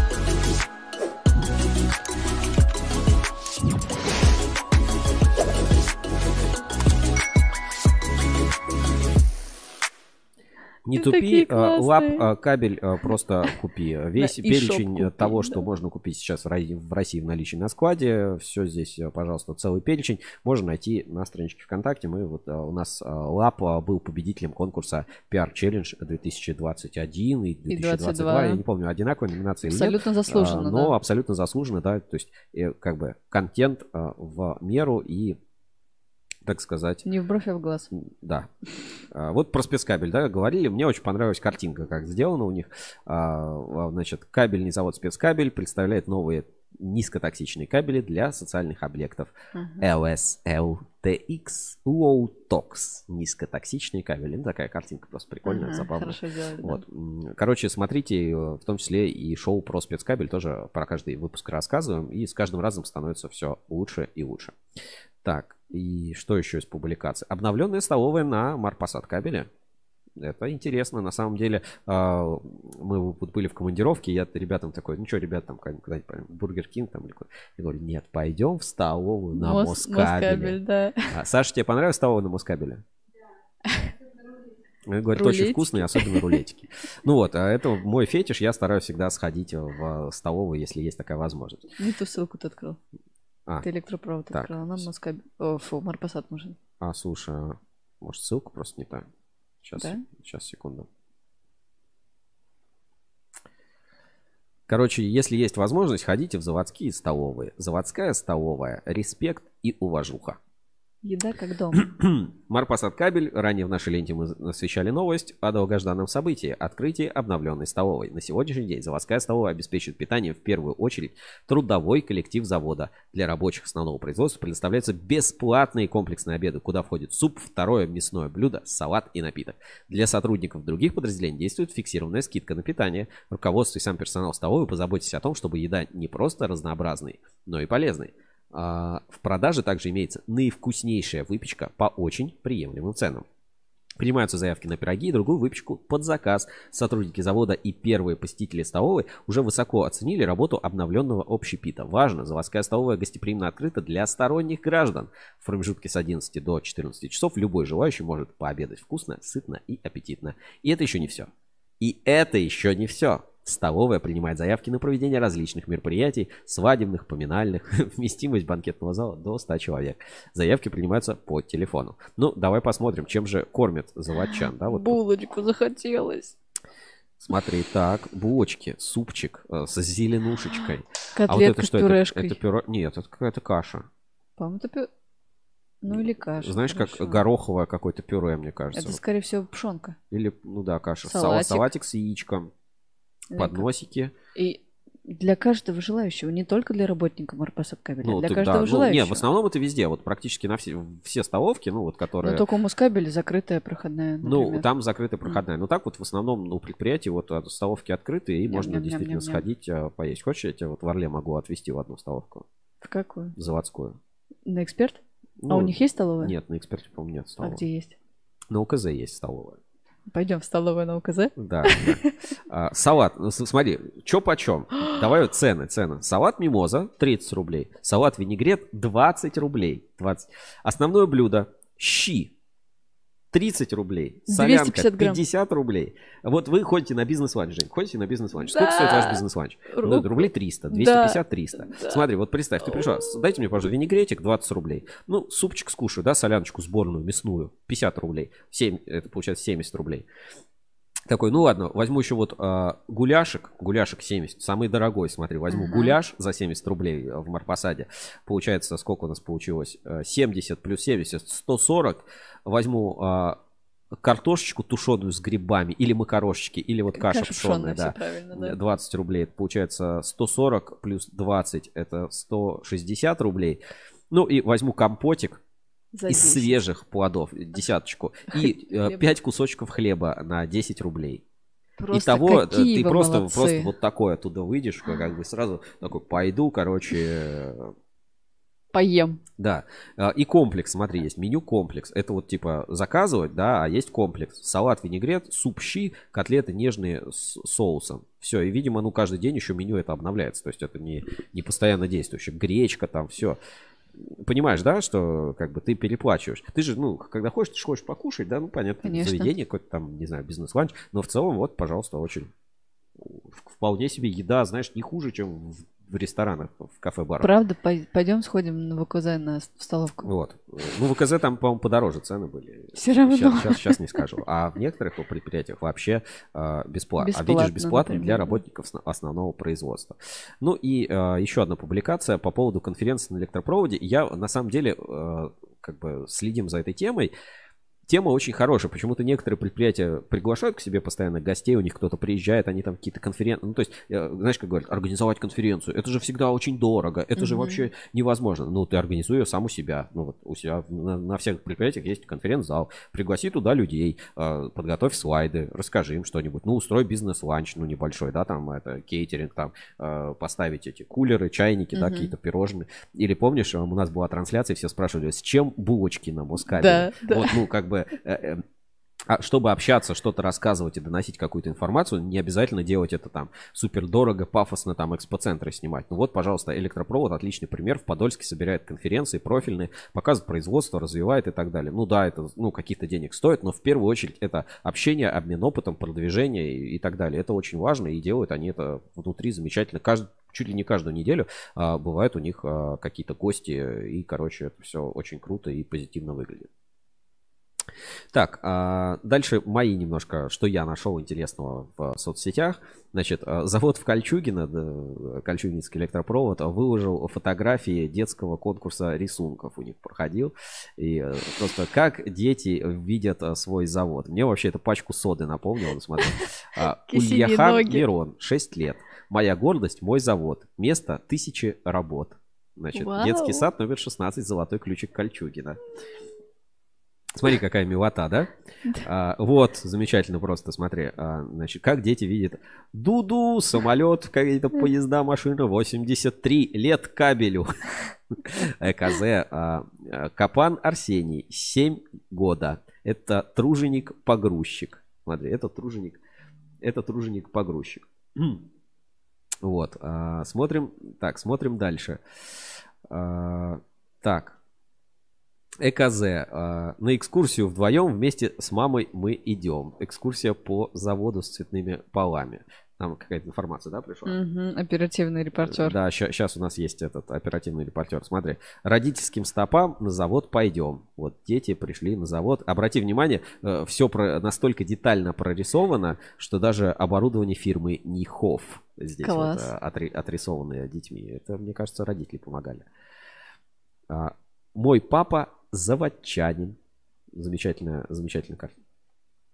Не тупи, лап, кабель просто купи. Весь перечень того, что можно купить сейчас в России в наличии на складе. Все здесь, пожалуйста, целый перечень можно найти на страничке ВКонтакте. У нас лап был победителем конкурса PR Challenge 2021 и 2022. Я не помню, одинаковые номинации или нет. Абсолютно заслуженно, но да. абсолютно заслуженно, да. То есть, как бы, контент в меру и, так сказать... Не в бровь, а в глаз. Да. Вот про спецкабель, да, говорили. Мне очень понравилась картинка, как сделана у них. Значит, кабельный завод «Спецкабель» представляет новые низкотоксичные кабели для социальных объектов. LSLTX Low Tox. Низкотоксичные кабели. Ну, такая картинка просто прикольная, забавная. Хорошо делали, вот. Короче, смотрите, в том числе и шоу про спецкабель. Тоже про каждый выпуск рассказываем. И с каждым разом становится все лучше и лучше. Так, и что еще из публикаций? Обновленная столовая на Марпасад кабеле. Это интересно. На самом деле, мы вот были в командировке, я ребятам такой, ну что, ребят, там куда-нибудь пойдем, Бургер Кинг там или куда? Я говорю, нет, пойдем в столовую на Москабеле. Да. Саша, тебе понравилась столовая на Москабеле? Говорит, очень вкусные, особенно рулетики. Ну вот, а это мой фетиш, я стараюсь всегда сходить в столовую, если есть такая возможность. Не ту ссылку ты открыл. Ты электропровод открыл, нам Москабель. Марпасад нужен. Слушай, может ссылку просто не та? Сейчас, да? Сейчас, секунду. Короче, если есть возможность, ходите в заводские столовые. Заводская столовая. Респект и уважуха. Еда как дом. Марпасад кабель. Ранее в нашей ленте мы освещали новость о долгожданном событии — открытии обновленной столовой. На сегодняшний день заводская столовая обеспечивает питание в первую очередь трудовой коллектив завода. Для рабочих основного производства предоставляются бесплатные комплексные обеды, куда входит суп, второе мясное блюдо, салат и напиток. Для сотрудников других подразделений действует фиксированная скидка на питание. Руководство и сам персонал столовой позаботьтесь о том, чтобы еда не просто разнообразной, но и полезной. В продаже также имеется наивкуснейшая выпечка по очень приемлемым ценам. Принимаются заявки на пироги и другую выпечку под заказ. Сотрудники завода и первые посетители столовой уже высоко оценили работу обновленного общепита. Важно, заводская столовая гостеприимно открыта для сторонних граждан. В промежутке с 11 до 14 часов любой желающий может пообедать вкусно, сытно и аппетитно. И это еще не все. Столовая принимает заявки на проведение различных мероприятий, свадебных, поминальных, вместимость банкетного зала до 100 человек. Заявки принимаются по телефону. Ну, давай посмотрим, чем же кормят заводчан. Да, вот булочку тут захотелось. Смотри, так, булочки, супчик с зеленушечкой. Котлетка вот это с пюрешкой. Это пюре? Нет, это какая-то каша. По-моему, это пюре. Ну или каша. Знаешь, хорошо. Как гороховое какое-то пюре, мне кажется. Это, скорее всего, пшенка. Или, ну да, каша. Салатик. Салатик с яичком. Подносики. И Для каждого желающего, не только для работников Морпосоп-кабеля, для каждого желающего. Нет, в основном это везде, вот практически на все столовки, ну вот которые... Но только у Москабеля закрытая проходная, например. Ну, там закрытая проходная. Но так вот в основном у предприятий вот столовки открыты, и можно действительно сходить поесть. Хочешь, я тебя вот в Орле могу отвезти в одну столовку? В какую? Заводскую. На Эксперт? Ну, у них есть столовая? Нет, на Эксперте, по-моему, нет столовой. А где есть? На УКЗ есть столовая. Пойдем в столовую на УКЗ? Да. Салат. Смотри, чё почем. Давай вот цены. Салат мимоза 30 рублей. Салат винегрет 20 рублей. 20. Основное блюдо щи 30 рублей. Солянка 50 рублей. Вот вы ходите на бизнес-ланч, Жень. Ходите на бизнес-ланч. Сколько стоит ваш бизнес-ланч? Ну, рублей 300, 250-300. Да. Смотри, вот представь, ты пришла. Дайте мне, пожалуйста, винегретик 20 рублей. Ну, супчик скушаю, да, соляночку сборную, мясную 50 рублей. Это получается 70 рублей. Такой, ну ладно, возьму еще вот гуляшек 70, самый дорогой, смотри, возьму гуляш за 70 рублей в Марпасаде. Получается, сколько у нас получилось? 70 плюс 70, 140. Возьму картошечку тушеную с грибами, или макарошечки, или вот каша пшеная, да. 20 рублей, это получается 140 плюс 20, это 160 рублей. Ну и возьму компотик из свежих плодов, десяточку, и 5 кусочков хлеба на 10 рублей. Итого ты просто вот такой оттуда выйдешь, как бы сразу такой, пойду, короче... Поем. Да. И комплекс, смотри, есть меню комплекс. Это вот типа заказывать, да, а есть комплекс. Салат, винегрет, суп, щи, котлеты нежные с соусом. Все, и, видимо, ну каждый день еще меню это обновляется. То есть это не постоянно действующее. Гречка там, все. Понимаешь, да, что как бы ты переплачиваешь. Ты же, ну, когда хочешь, ты же хочешь покушать, да, ну, понятно, заведение какое-то там, не знаю, бизнес-ланч. Но в целом, вот, пожалуйста, очень вполне себе еда, знаешь, не хуже, чем в ресторанах, в кафе-барах. Правда? Пойдем сходим в ВКЗ в столовку. Вот. Ну, в ВКЗ там, по-моему, подороже цены были. Все равно. Сейчас не скажу. А в некоторых предприятиях вообще бесплатно. А видишь, бесплатно, например, для работников основного производства. Ну и еще одна публикация по поводу конференции на электропроводе. Я, на самом деле, как бы следим за этой темой. Тема очень хорошая. Почему-то некоторые предприятия приглашают к себе постоянно гостей, у них кто-то приезжает, они там какие-то конференции. Ну, то есть, знаешь, как говорят, организовать конференцию. Это же всегда очень дорого. Это же вообще невозможно. Ну, ты организуй ее сам у себя. Ну, вот у себя на всех предприятиях есть конференц-зал. Пригласи туда людей, подготовь слайды, расскажи им что-нибудь. Ну, устрой бизнес-ланч, ну, небольшой, да, там, это, кейтеринг, там, поставить эти кулеры, чайники, да, какие-то пирожные. Или помнишь, у нас была трансляция, все спрашивали, с чем булочки на Москабеле? Да, вот, ну, как бы чтобы общаться, что-то рассказывать и доносить какую-то информацию, не обязательно делать это там супер дорого, пафосно, там экспоцентры снимать. Ну вот, пожалуйста, Электропровод отличный пример. В Подольске собирает конференции профильные, показывает производство, развивает и так далее. Ну да, это каких-то денег стоит, но в первую очередь это общение, обмен опытом, продвижение и так далее. Это очень важно, и делают они это внутри замечательно. Чуть ли не каждую неделю бывают у них какие-то гости, и, короче, это все очень круто и позитивно выглядит. Так, дальше мои немножко, что я нашел интересного в соцсетях. Значит, завод в Кольчугино, Кольчугинский электропровод, выложил фотографии детского конкурса рисунков. У них проходил. И просто как дети видят свой завод. Мне вообще эту пачку соды напомнило. Смотри. Ульяхан Мирон, 6 лет. Моя гордость, мой завод. Место 1000 работ. Значит, детский сад номер 16, золотой ключик Кольчугино. Смотри, какая милота, да? Вот, замечательно просто, смотри. Значит, как дети видят. Дуду, самолет, какие-то поезда, машина, 83 лет кабелю. ЭКЗ. Капан Арсений, 7 года. Это труженик-погрузчик. Смотри, это труженик-погрузчик. Вот, смотрим дальше. Так. ЭКЗ. На экскурсию вдвоем вместе с мамой мы идем. Экскурсия по заводу с цветными полами. Там какая-то информация, да, пришла? Оперативный репортер. Да, сейчас у нас есть этот оперативный репортер. Смотри. Родительским стопам на завод пойдем. Вот дети пришли на завод. Обрати внимание, все настолько детально прорисовано, что даже оборудование фирмы Нихов здесь вот, отрисованное детьми. Это, мне кажется, родители помогали. Мой папа заводчанин. Замечательная картина.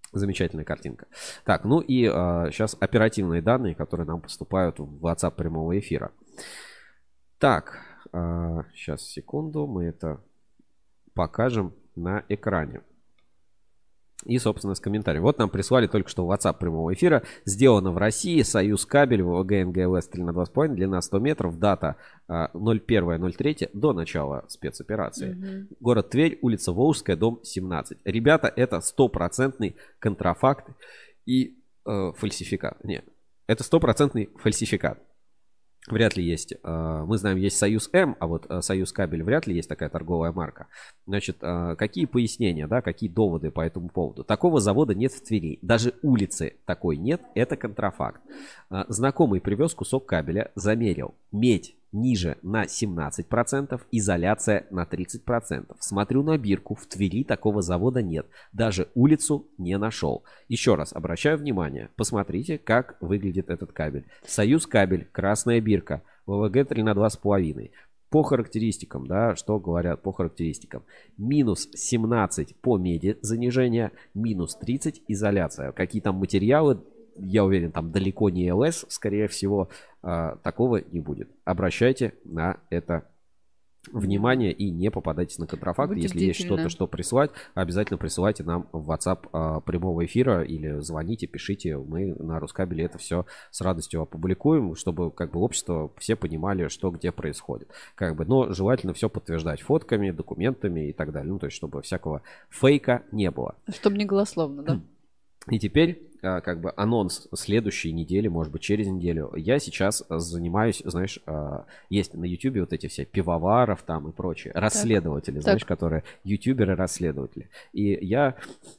Замечательная картинка. Так, ну и сейчас оперативные данные, которые нам поступают в WhatsApp прямого эфира. Так, сейчас, секунду, мы это покажем на экране. И, собственно, с комментарием. Вот нам прислали только что в WhatsApp прямого эфира. Сделано в России. Союз кабель ВВГ НГЛС 3 на 2,5. Длина 100 метров. Дата 01.03 до начала спецоперации. Город Тверь, улица Волжская, дом 17. Ребята, это стопроцентный контрафакт и фальсификат. Нет, это стопроцентный фальсификат. Вряд ли есть. Мы знаем, есть Союз М, а вот Союз Кабель вряд ли есть такая торговая марка. Значит, какие пояснения, да, какие доводы по этому поводу? Такого завода нет в Твери. Даже улицы такой нет. Это контрафакт. Знакомый привез кусок кабеля, замерил. Медь ниже на 17%, изоляция на 30%. Смотрю на бирку, в Твери такого завода нет. Даже улицу не нашел. Еще раз обращаю внимание, посмотрите, как выглядит этот кабель. Союз кабель, красная бирка, ВВГ 3 на 2,5. По характеристикам, да, что говорят по характеристикам. Минус 17 по меди занижение, минус 30 изоляция. Какие там материалы? Я уверен, там далеко не ЛС, скорее всего, такого не будет. Обращайте на это внимание и не попадайтесь на контрафакт. Если есть что-то, что присылать, обязательно присылайте нам в WhatsApp прямого эфира или звоните, пишите. Мы на Рускабеле это все с радостью опубликуем, чтобы как бы общество все понимали, что где происходит. Как бы, но желательно все подтверждать фотками, документами и так далее. Ну, то есть, чтобы всякого фейка не было. Чтобы не голословно, да? И теперь, как бы, анонс следующей недели, может быть, через неделю. Я сейчас занимаюсь, знаешь, есть на Ютубе вот эти все пивоваров там и прочие, расследователи, знаешь, которые ютуберы-расследователи. И я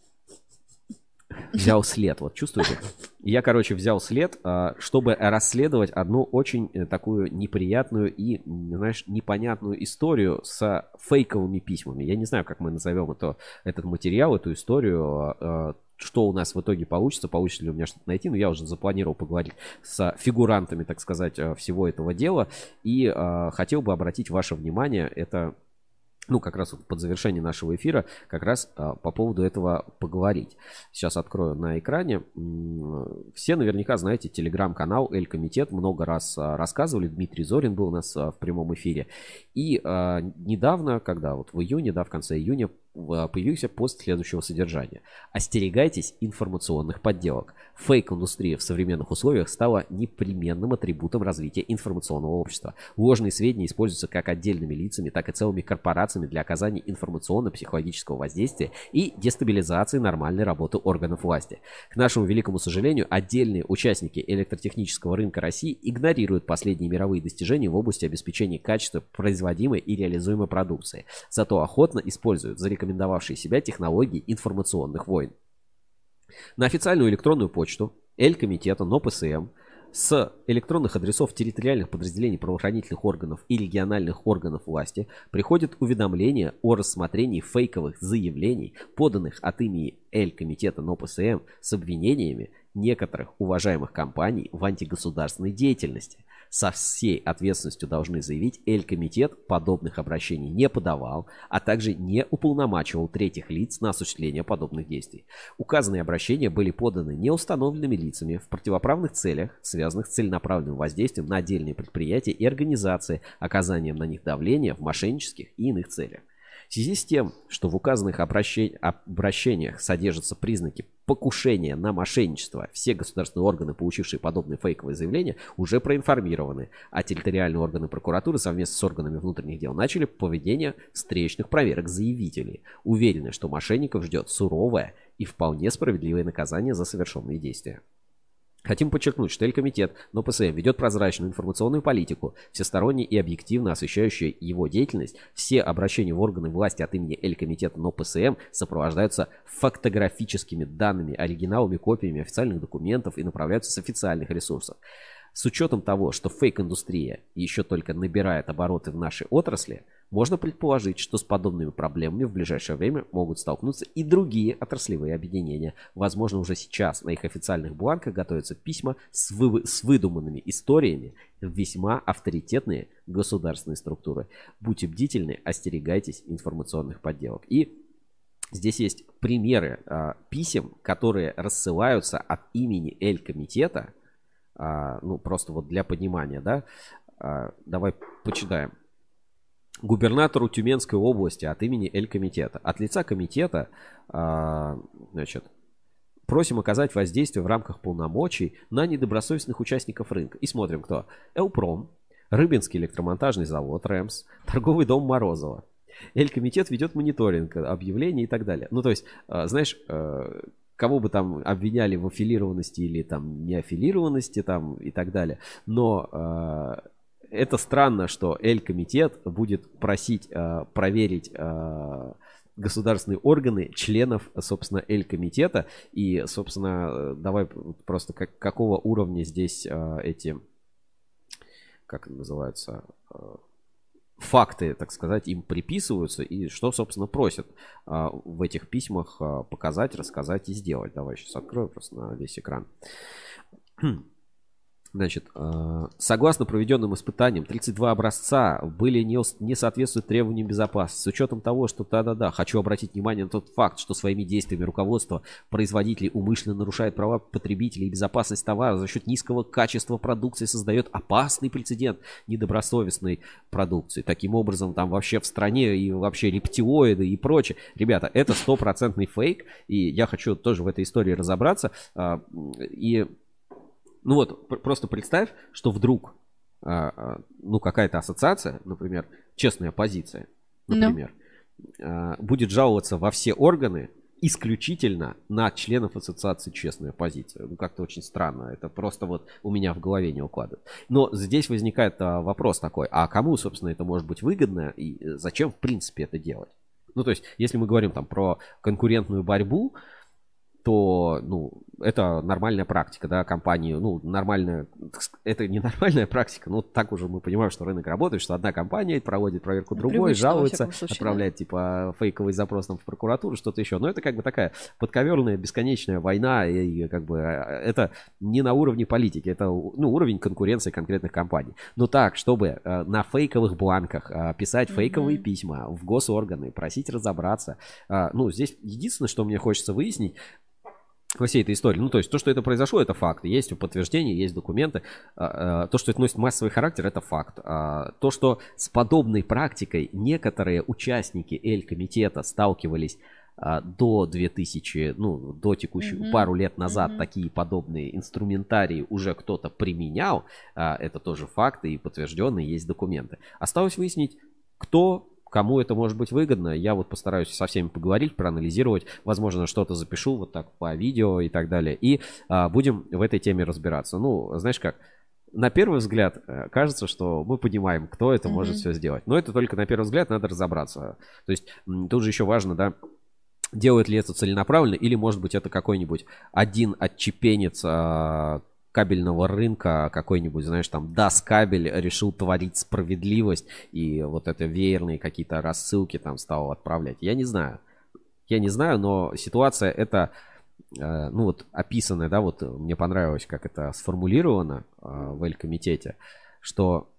взял след, вот чувствуете? Я, короче, взял след, чтобы расследовать одну очень такую неприятную и, знаешь, непонятную историю с фейковыми письмами. Я не знаю, как мы назовем этот материал, эту историю, что у нас в итоге получится, получится ли у меня что-то найти. Но я уже запланировал поговорить с фигурантами, так сказать, всего этого дела. И хотел бы обратить ваше внимание, это, ну, как раз под завершение нашего эфира, как раз по поводу этого поговорить. Сейчас открою на экране. Все наверняка знаете телеграм-канал Эль-Комитет. Много раз рассказывали. Дмитрий Зорин был у нас в прямом эфире. И недавно, когда вот в июне, да, в конце июня, появился пост следующего содержания. Остерегайтесь информационных подделок. Фейк-индустрия в современных условиях стала непременным атрибутом развития информационного общества. Ложные сведения используются как отдельными лицами, так и целыми корпорациями для оказания информационно-психологического воздействия и дестабилизации нормальной работы органов власти. К нашему великому сожалению, отдельные участники электротехнического рынка России игнорируют последние мировые достижения в области обеспечения качества производимой и реализуемой продукции. Зато охотно используют зарекомендовавшие себя технологии информационных войн. На официальную электронную почту Эль-Комитета НОПСМ с электронных адресов территориальных подразделений правоохранительных органов и региональных органов власти приходит уведомление о рассмотрении фейковых заявлений, поданных от имени Эль-Комитета НОПСМ с обвинениями некоторых уважаемых компаний в антигосударственной деятельности. Со всей ответственностью должны заявить, Эль-Комитет подобных обращений не подавал, а также не уполномачивал третьих лиц на осуществление подобных действий. Указанные обращения были поданы неустановленными лицами в противоправных целях, связанных с целенаправленным воздействием на отдельные предприятия и организации, оказанием на них давления в мошеннических и иных целях. В связи с тем, что в указанных обращениях содержатся признаки покушения на мошенничество, все государственные органы, получившие подобные фейковые заявления, уже проинформированы, а территориальные органы прокуратуры совместно с органами внутренних дел начали проведение встречных проверок заявителей, уверены, что мошенников ждет суровое и вполне справедливое наказание за совершенные действия. Хотим подчеркнуть, что Эль-Комитет НОПСМ ведет прозрачную информационную политику, всесторонне и объективно освещающую его деятельность. Все обращения в органы власти от имени Эль-Комитета НОПСМ сопровождаются фактографическими данными, оригиналами, копиями официальных документов и направляются с официальных ресурсов. С учетом того, что фейк-индустрия еще только набирает обороты в нашей отрасли, можно предположить, что с подобными проблемами в ближайшее время могут столкнуться и другие отраслевые объединения. Возможно, уже сейчас на их официальных бланках готовятся письма с выдуманными историями в весьма авторитетные государственные структуры. Будьте бдительны, остерегайтесь информационных подделок. И Здесь есть примеры писем, которые рассылаются от имени Эль-комитета. Ну, просто вот для понимания, да. Давай почитаем. Губернатору Тюменской области от имени Эль-комитета. От лица комитета, значит, просим оказать воздействие в рамках полномочий на недобросовестных участников рынка. И смотрим, кто. Элпром, Рыбинский электромонтажный завод, РЭМС, торговый дом Морозова. Эль-комитет ведет мониторинг, объявления и так далее. Ну, то есть, знаешь, кого бы там обвиняли в аффилированности или там неаффилированности там и так далее. Но это странно, что Эль-комитет будет просить проверить государственные органы членов, собственно, Эль-комитета. И, собственно, давай просто какого уровня здесь эти, как называется, факты, так сказать, им приписываются и что, собственно, просят в этих письмах показать, рассказать и сделать. Давай сейчас открою просто на весь экран. Значит, согласно проведенным испытаниям, 32 образца были не соответствуют требованиям безопасности. С учетом того, что хочу обратить внимание на тот факт, что своими действиями руководство производителей умышленно нарушает права потребителей и безопасность товара за счет низкого качества продукции, создает опасный прецедент недобросовестной продукции. Таким образом, там вообще в стране и вообще рептилоиды и прочее. Ребята, это 100% фейк, и я хочу тоже в этой истории разобраться. И ну вот, просто представь, что вдруг, ну, какая-то ассоциация, например, честная позиция, например, будет жаловаться во все органы исключительно на членов ассоциации честная позиция. Ну, как-то очень странно. Это просто вот у меня в голове не укладывает. Но здесь возникает вопрос такой, а кому, собственно, это может быть выгодно и зачем, в принципе, это делать? Ну, то есть, если мы говорим там про конкурентную борьбу, то, ну, это нормальная практика, да, компании, ну, нормальная, это не нормальная практика, но так уже мы понимаем, что рынок работает, что одна компания проводит проверку другой, жалуется, отправляет, типа, фейковый запрос там в прокуратуру, что-то еще, но это как бы такая подковерная бесконечная война, и как бы это не на уровне политики, это, ну, уровень конкуренции конкретных компаний. Но так, чтобы на фейковых бланках писать фейковые письма в госорганы, просить разобраться, ну, здесь единственное, что мне хочется выяснить, во всей этой истории. Ну, то есть, то, что это произошло, это факт. Есть подтверждения, есть документы. То, что это носит массовый характер, это факт. То, что с подобной практикой некоторые участники Эль-комитета сталкивались до 2000, ну, до текущего, пару лет назад такие подобные инструментарии уже кто-то применял. Это тоже факт и подтвержденные, есть документы. Осталось выяснить, кто... Кому это может быть выгодно, я вот постараюсь со всеми поговорить, проанализировать, возможно, что-то запишу вот так по видео и так далее. И будем в этой теме разбираться. Ну, знаешь как, на первый взгляд кажется, что мы понимаем, кто это может все сделать. Но это только на первый взгляд, надо разобраться. То есть тут же еще важно, да, делает ли это целенаправленно, или, может быть, это какой-нибудь один отчепенец кабельного рынка, какой-нибудь, знаешь, там Даскабель решил творить справедливость и вот это веерные какие-то рассылки там стал отправлять. Я не знаю, но ситуация это, ну вот описанная, да, вот мне понравилось, как это сформулировано в Эль-комитете, что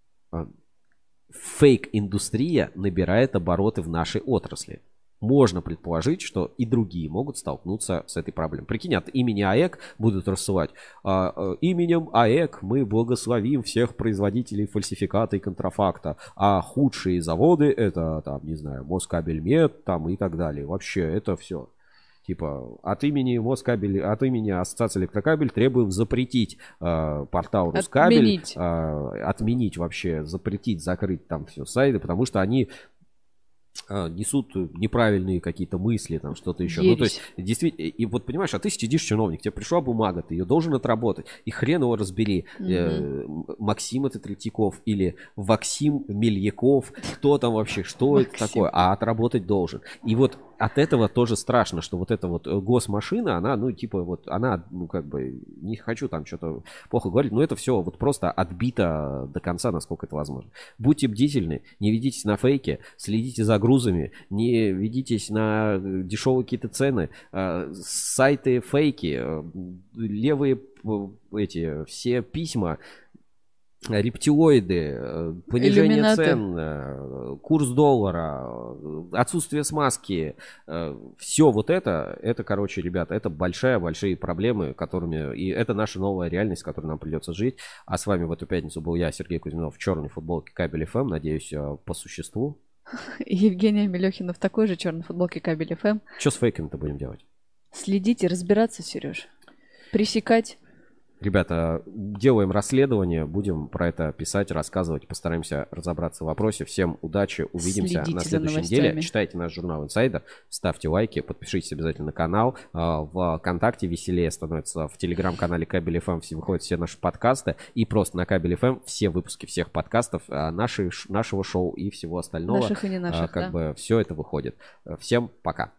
фейк-индустрия набирает обороты в нашей отрасли. Можно предположить, что и другие могут столкнуться с этой проблемой. Прикинь, от имени АЭК будут рассылать. Именем АЭК мы благословим всех производителей фальсификата и контрафакта. А худшие заводы это, там, не знаю, Москабельмет там и так далее. Вообще это все. Типа от имени Москабель, от имени Ассоциации Электрокабель требуем запретить портал Рускабель. Отменить вообще, запретить, закрыть там все сайты, потому что они несут неправильные какие-то мысли, там что-то еще. Ну, то есть, действительно, и вот понимаешь, а ты сидишь чиновник, тебе пришла бумага, ты ее должен отработать, и хрен его разбери. Максим это Третьяков или Ваксим Мельяков, кто там вообще, что это такое, а отработать должен. И вот от этого тоже страшно, что вот эта вот госмашина, она, ну, типа, вот она, ну, как бы, не хочу там что-то плохо говорить, но это все вот просто отбито до конца, насколько это возможно. Будьте бдительны, не ведитесь на фейки, следите за грузами, не ведитесь на дешевые какие-то цены, сайты фейки, левые эти все письма, рептилоиды, понижение цен, курс доллара, отсутствие смазки, все вот это, короче, ребята, это большие проблемы, которыми, и это наша новая реальность, с которой нам придется жить. А с вами в эту пятницу был я, Сергей Кузьминов, в черной футболке Кабель ФМ, надеюсь, по существу. Евгения Мелехина в такой же черной футболке Кабель ФМ. Что с фейками-то будем делать? Следить и разбираться, Сереж. Пресекать. Ребята, делаем расследование, будем про это писать, рассказывать, постараемся разобраться в вопросе. Всем удачи, увидимся на следующей неделе. Читайте наш журнал «Инсайдер», ставьте лайки, подпишитесь обязательно на канал. В ВКонтакте веселее становится, в Телеграм-канале Кабель ФМ выходят все наши подкасты. И просто на Кабель ФМ все выпуски всех подкастов нашего шоу и всего остального. Наших и не наших, как бы все это выходит. Всем пока.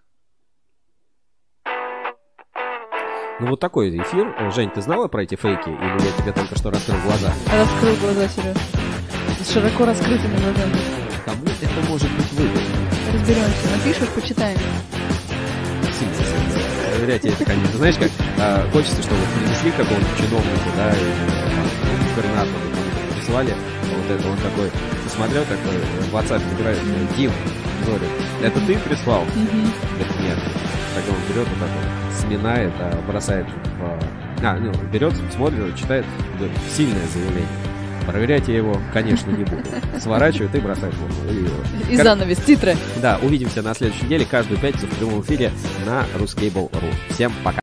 Ну вот такой эфир. Жень, ты знала про эти фейки? Или я тебе только что раскрыл глаза? Раскрыл глаза, Сереж. С широко раскрытыми глазами. Кому это может быть выгодно? Разберемся. Напишешь, почитаем. Проверять это, конечно. Знаешь, как хочется, чтобы принесли какого-нибудь чиновника, да, и губернатора прислали. Вот это он такой, посмотрел такой, в WhatsApp набирает, Дим, говорит, это ты прислал? Это нет. Тогда он берет вот так вот, сминает, бросает в... берет, смотрит, читает, говорит, сильное заявление. Проверять я его, конечно, не буду. Сворачивает и бросает в урну. И занавес, титры. Да, увидимся на следующей неделе, каждую пятницу в прямом эфире на Ruscable.ru. Всем пока.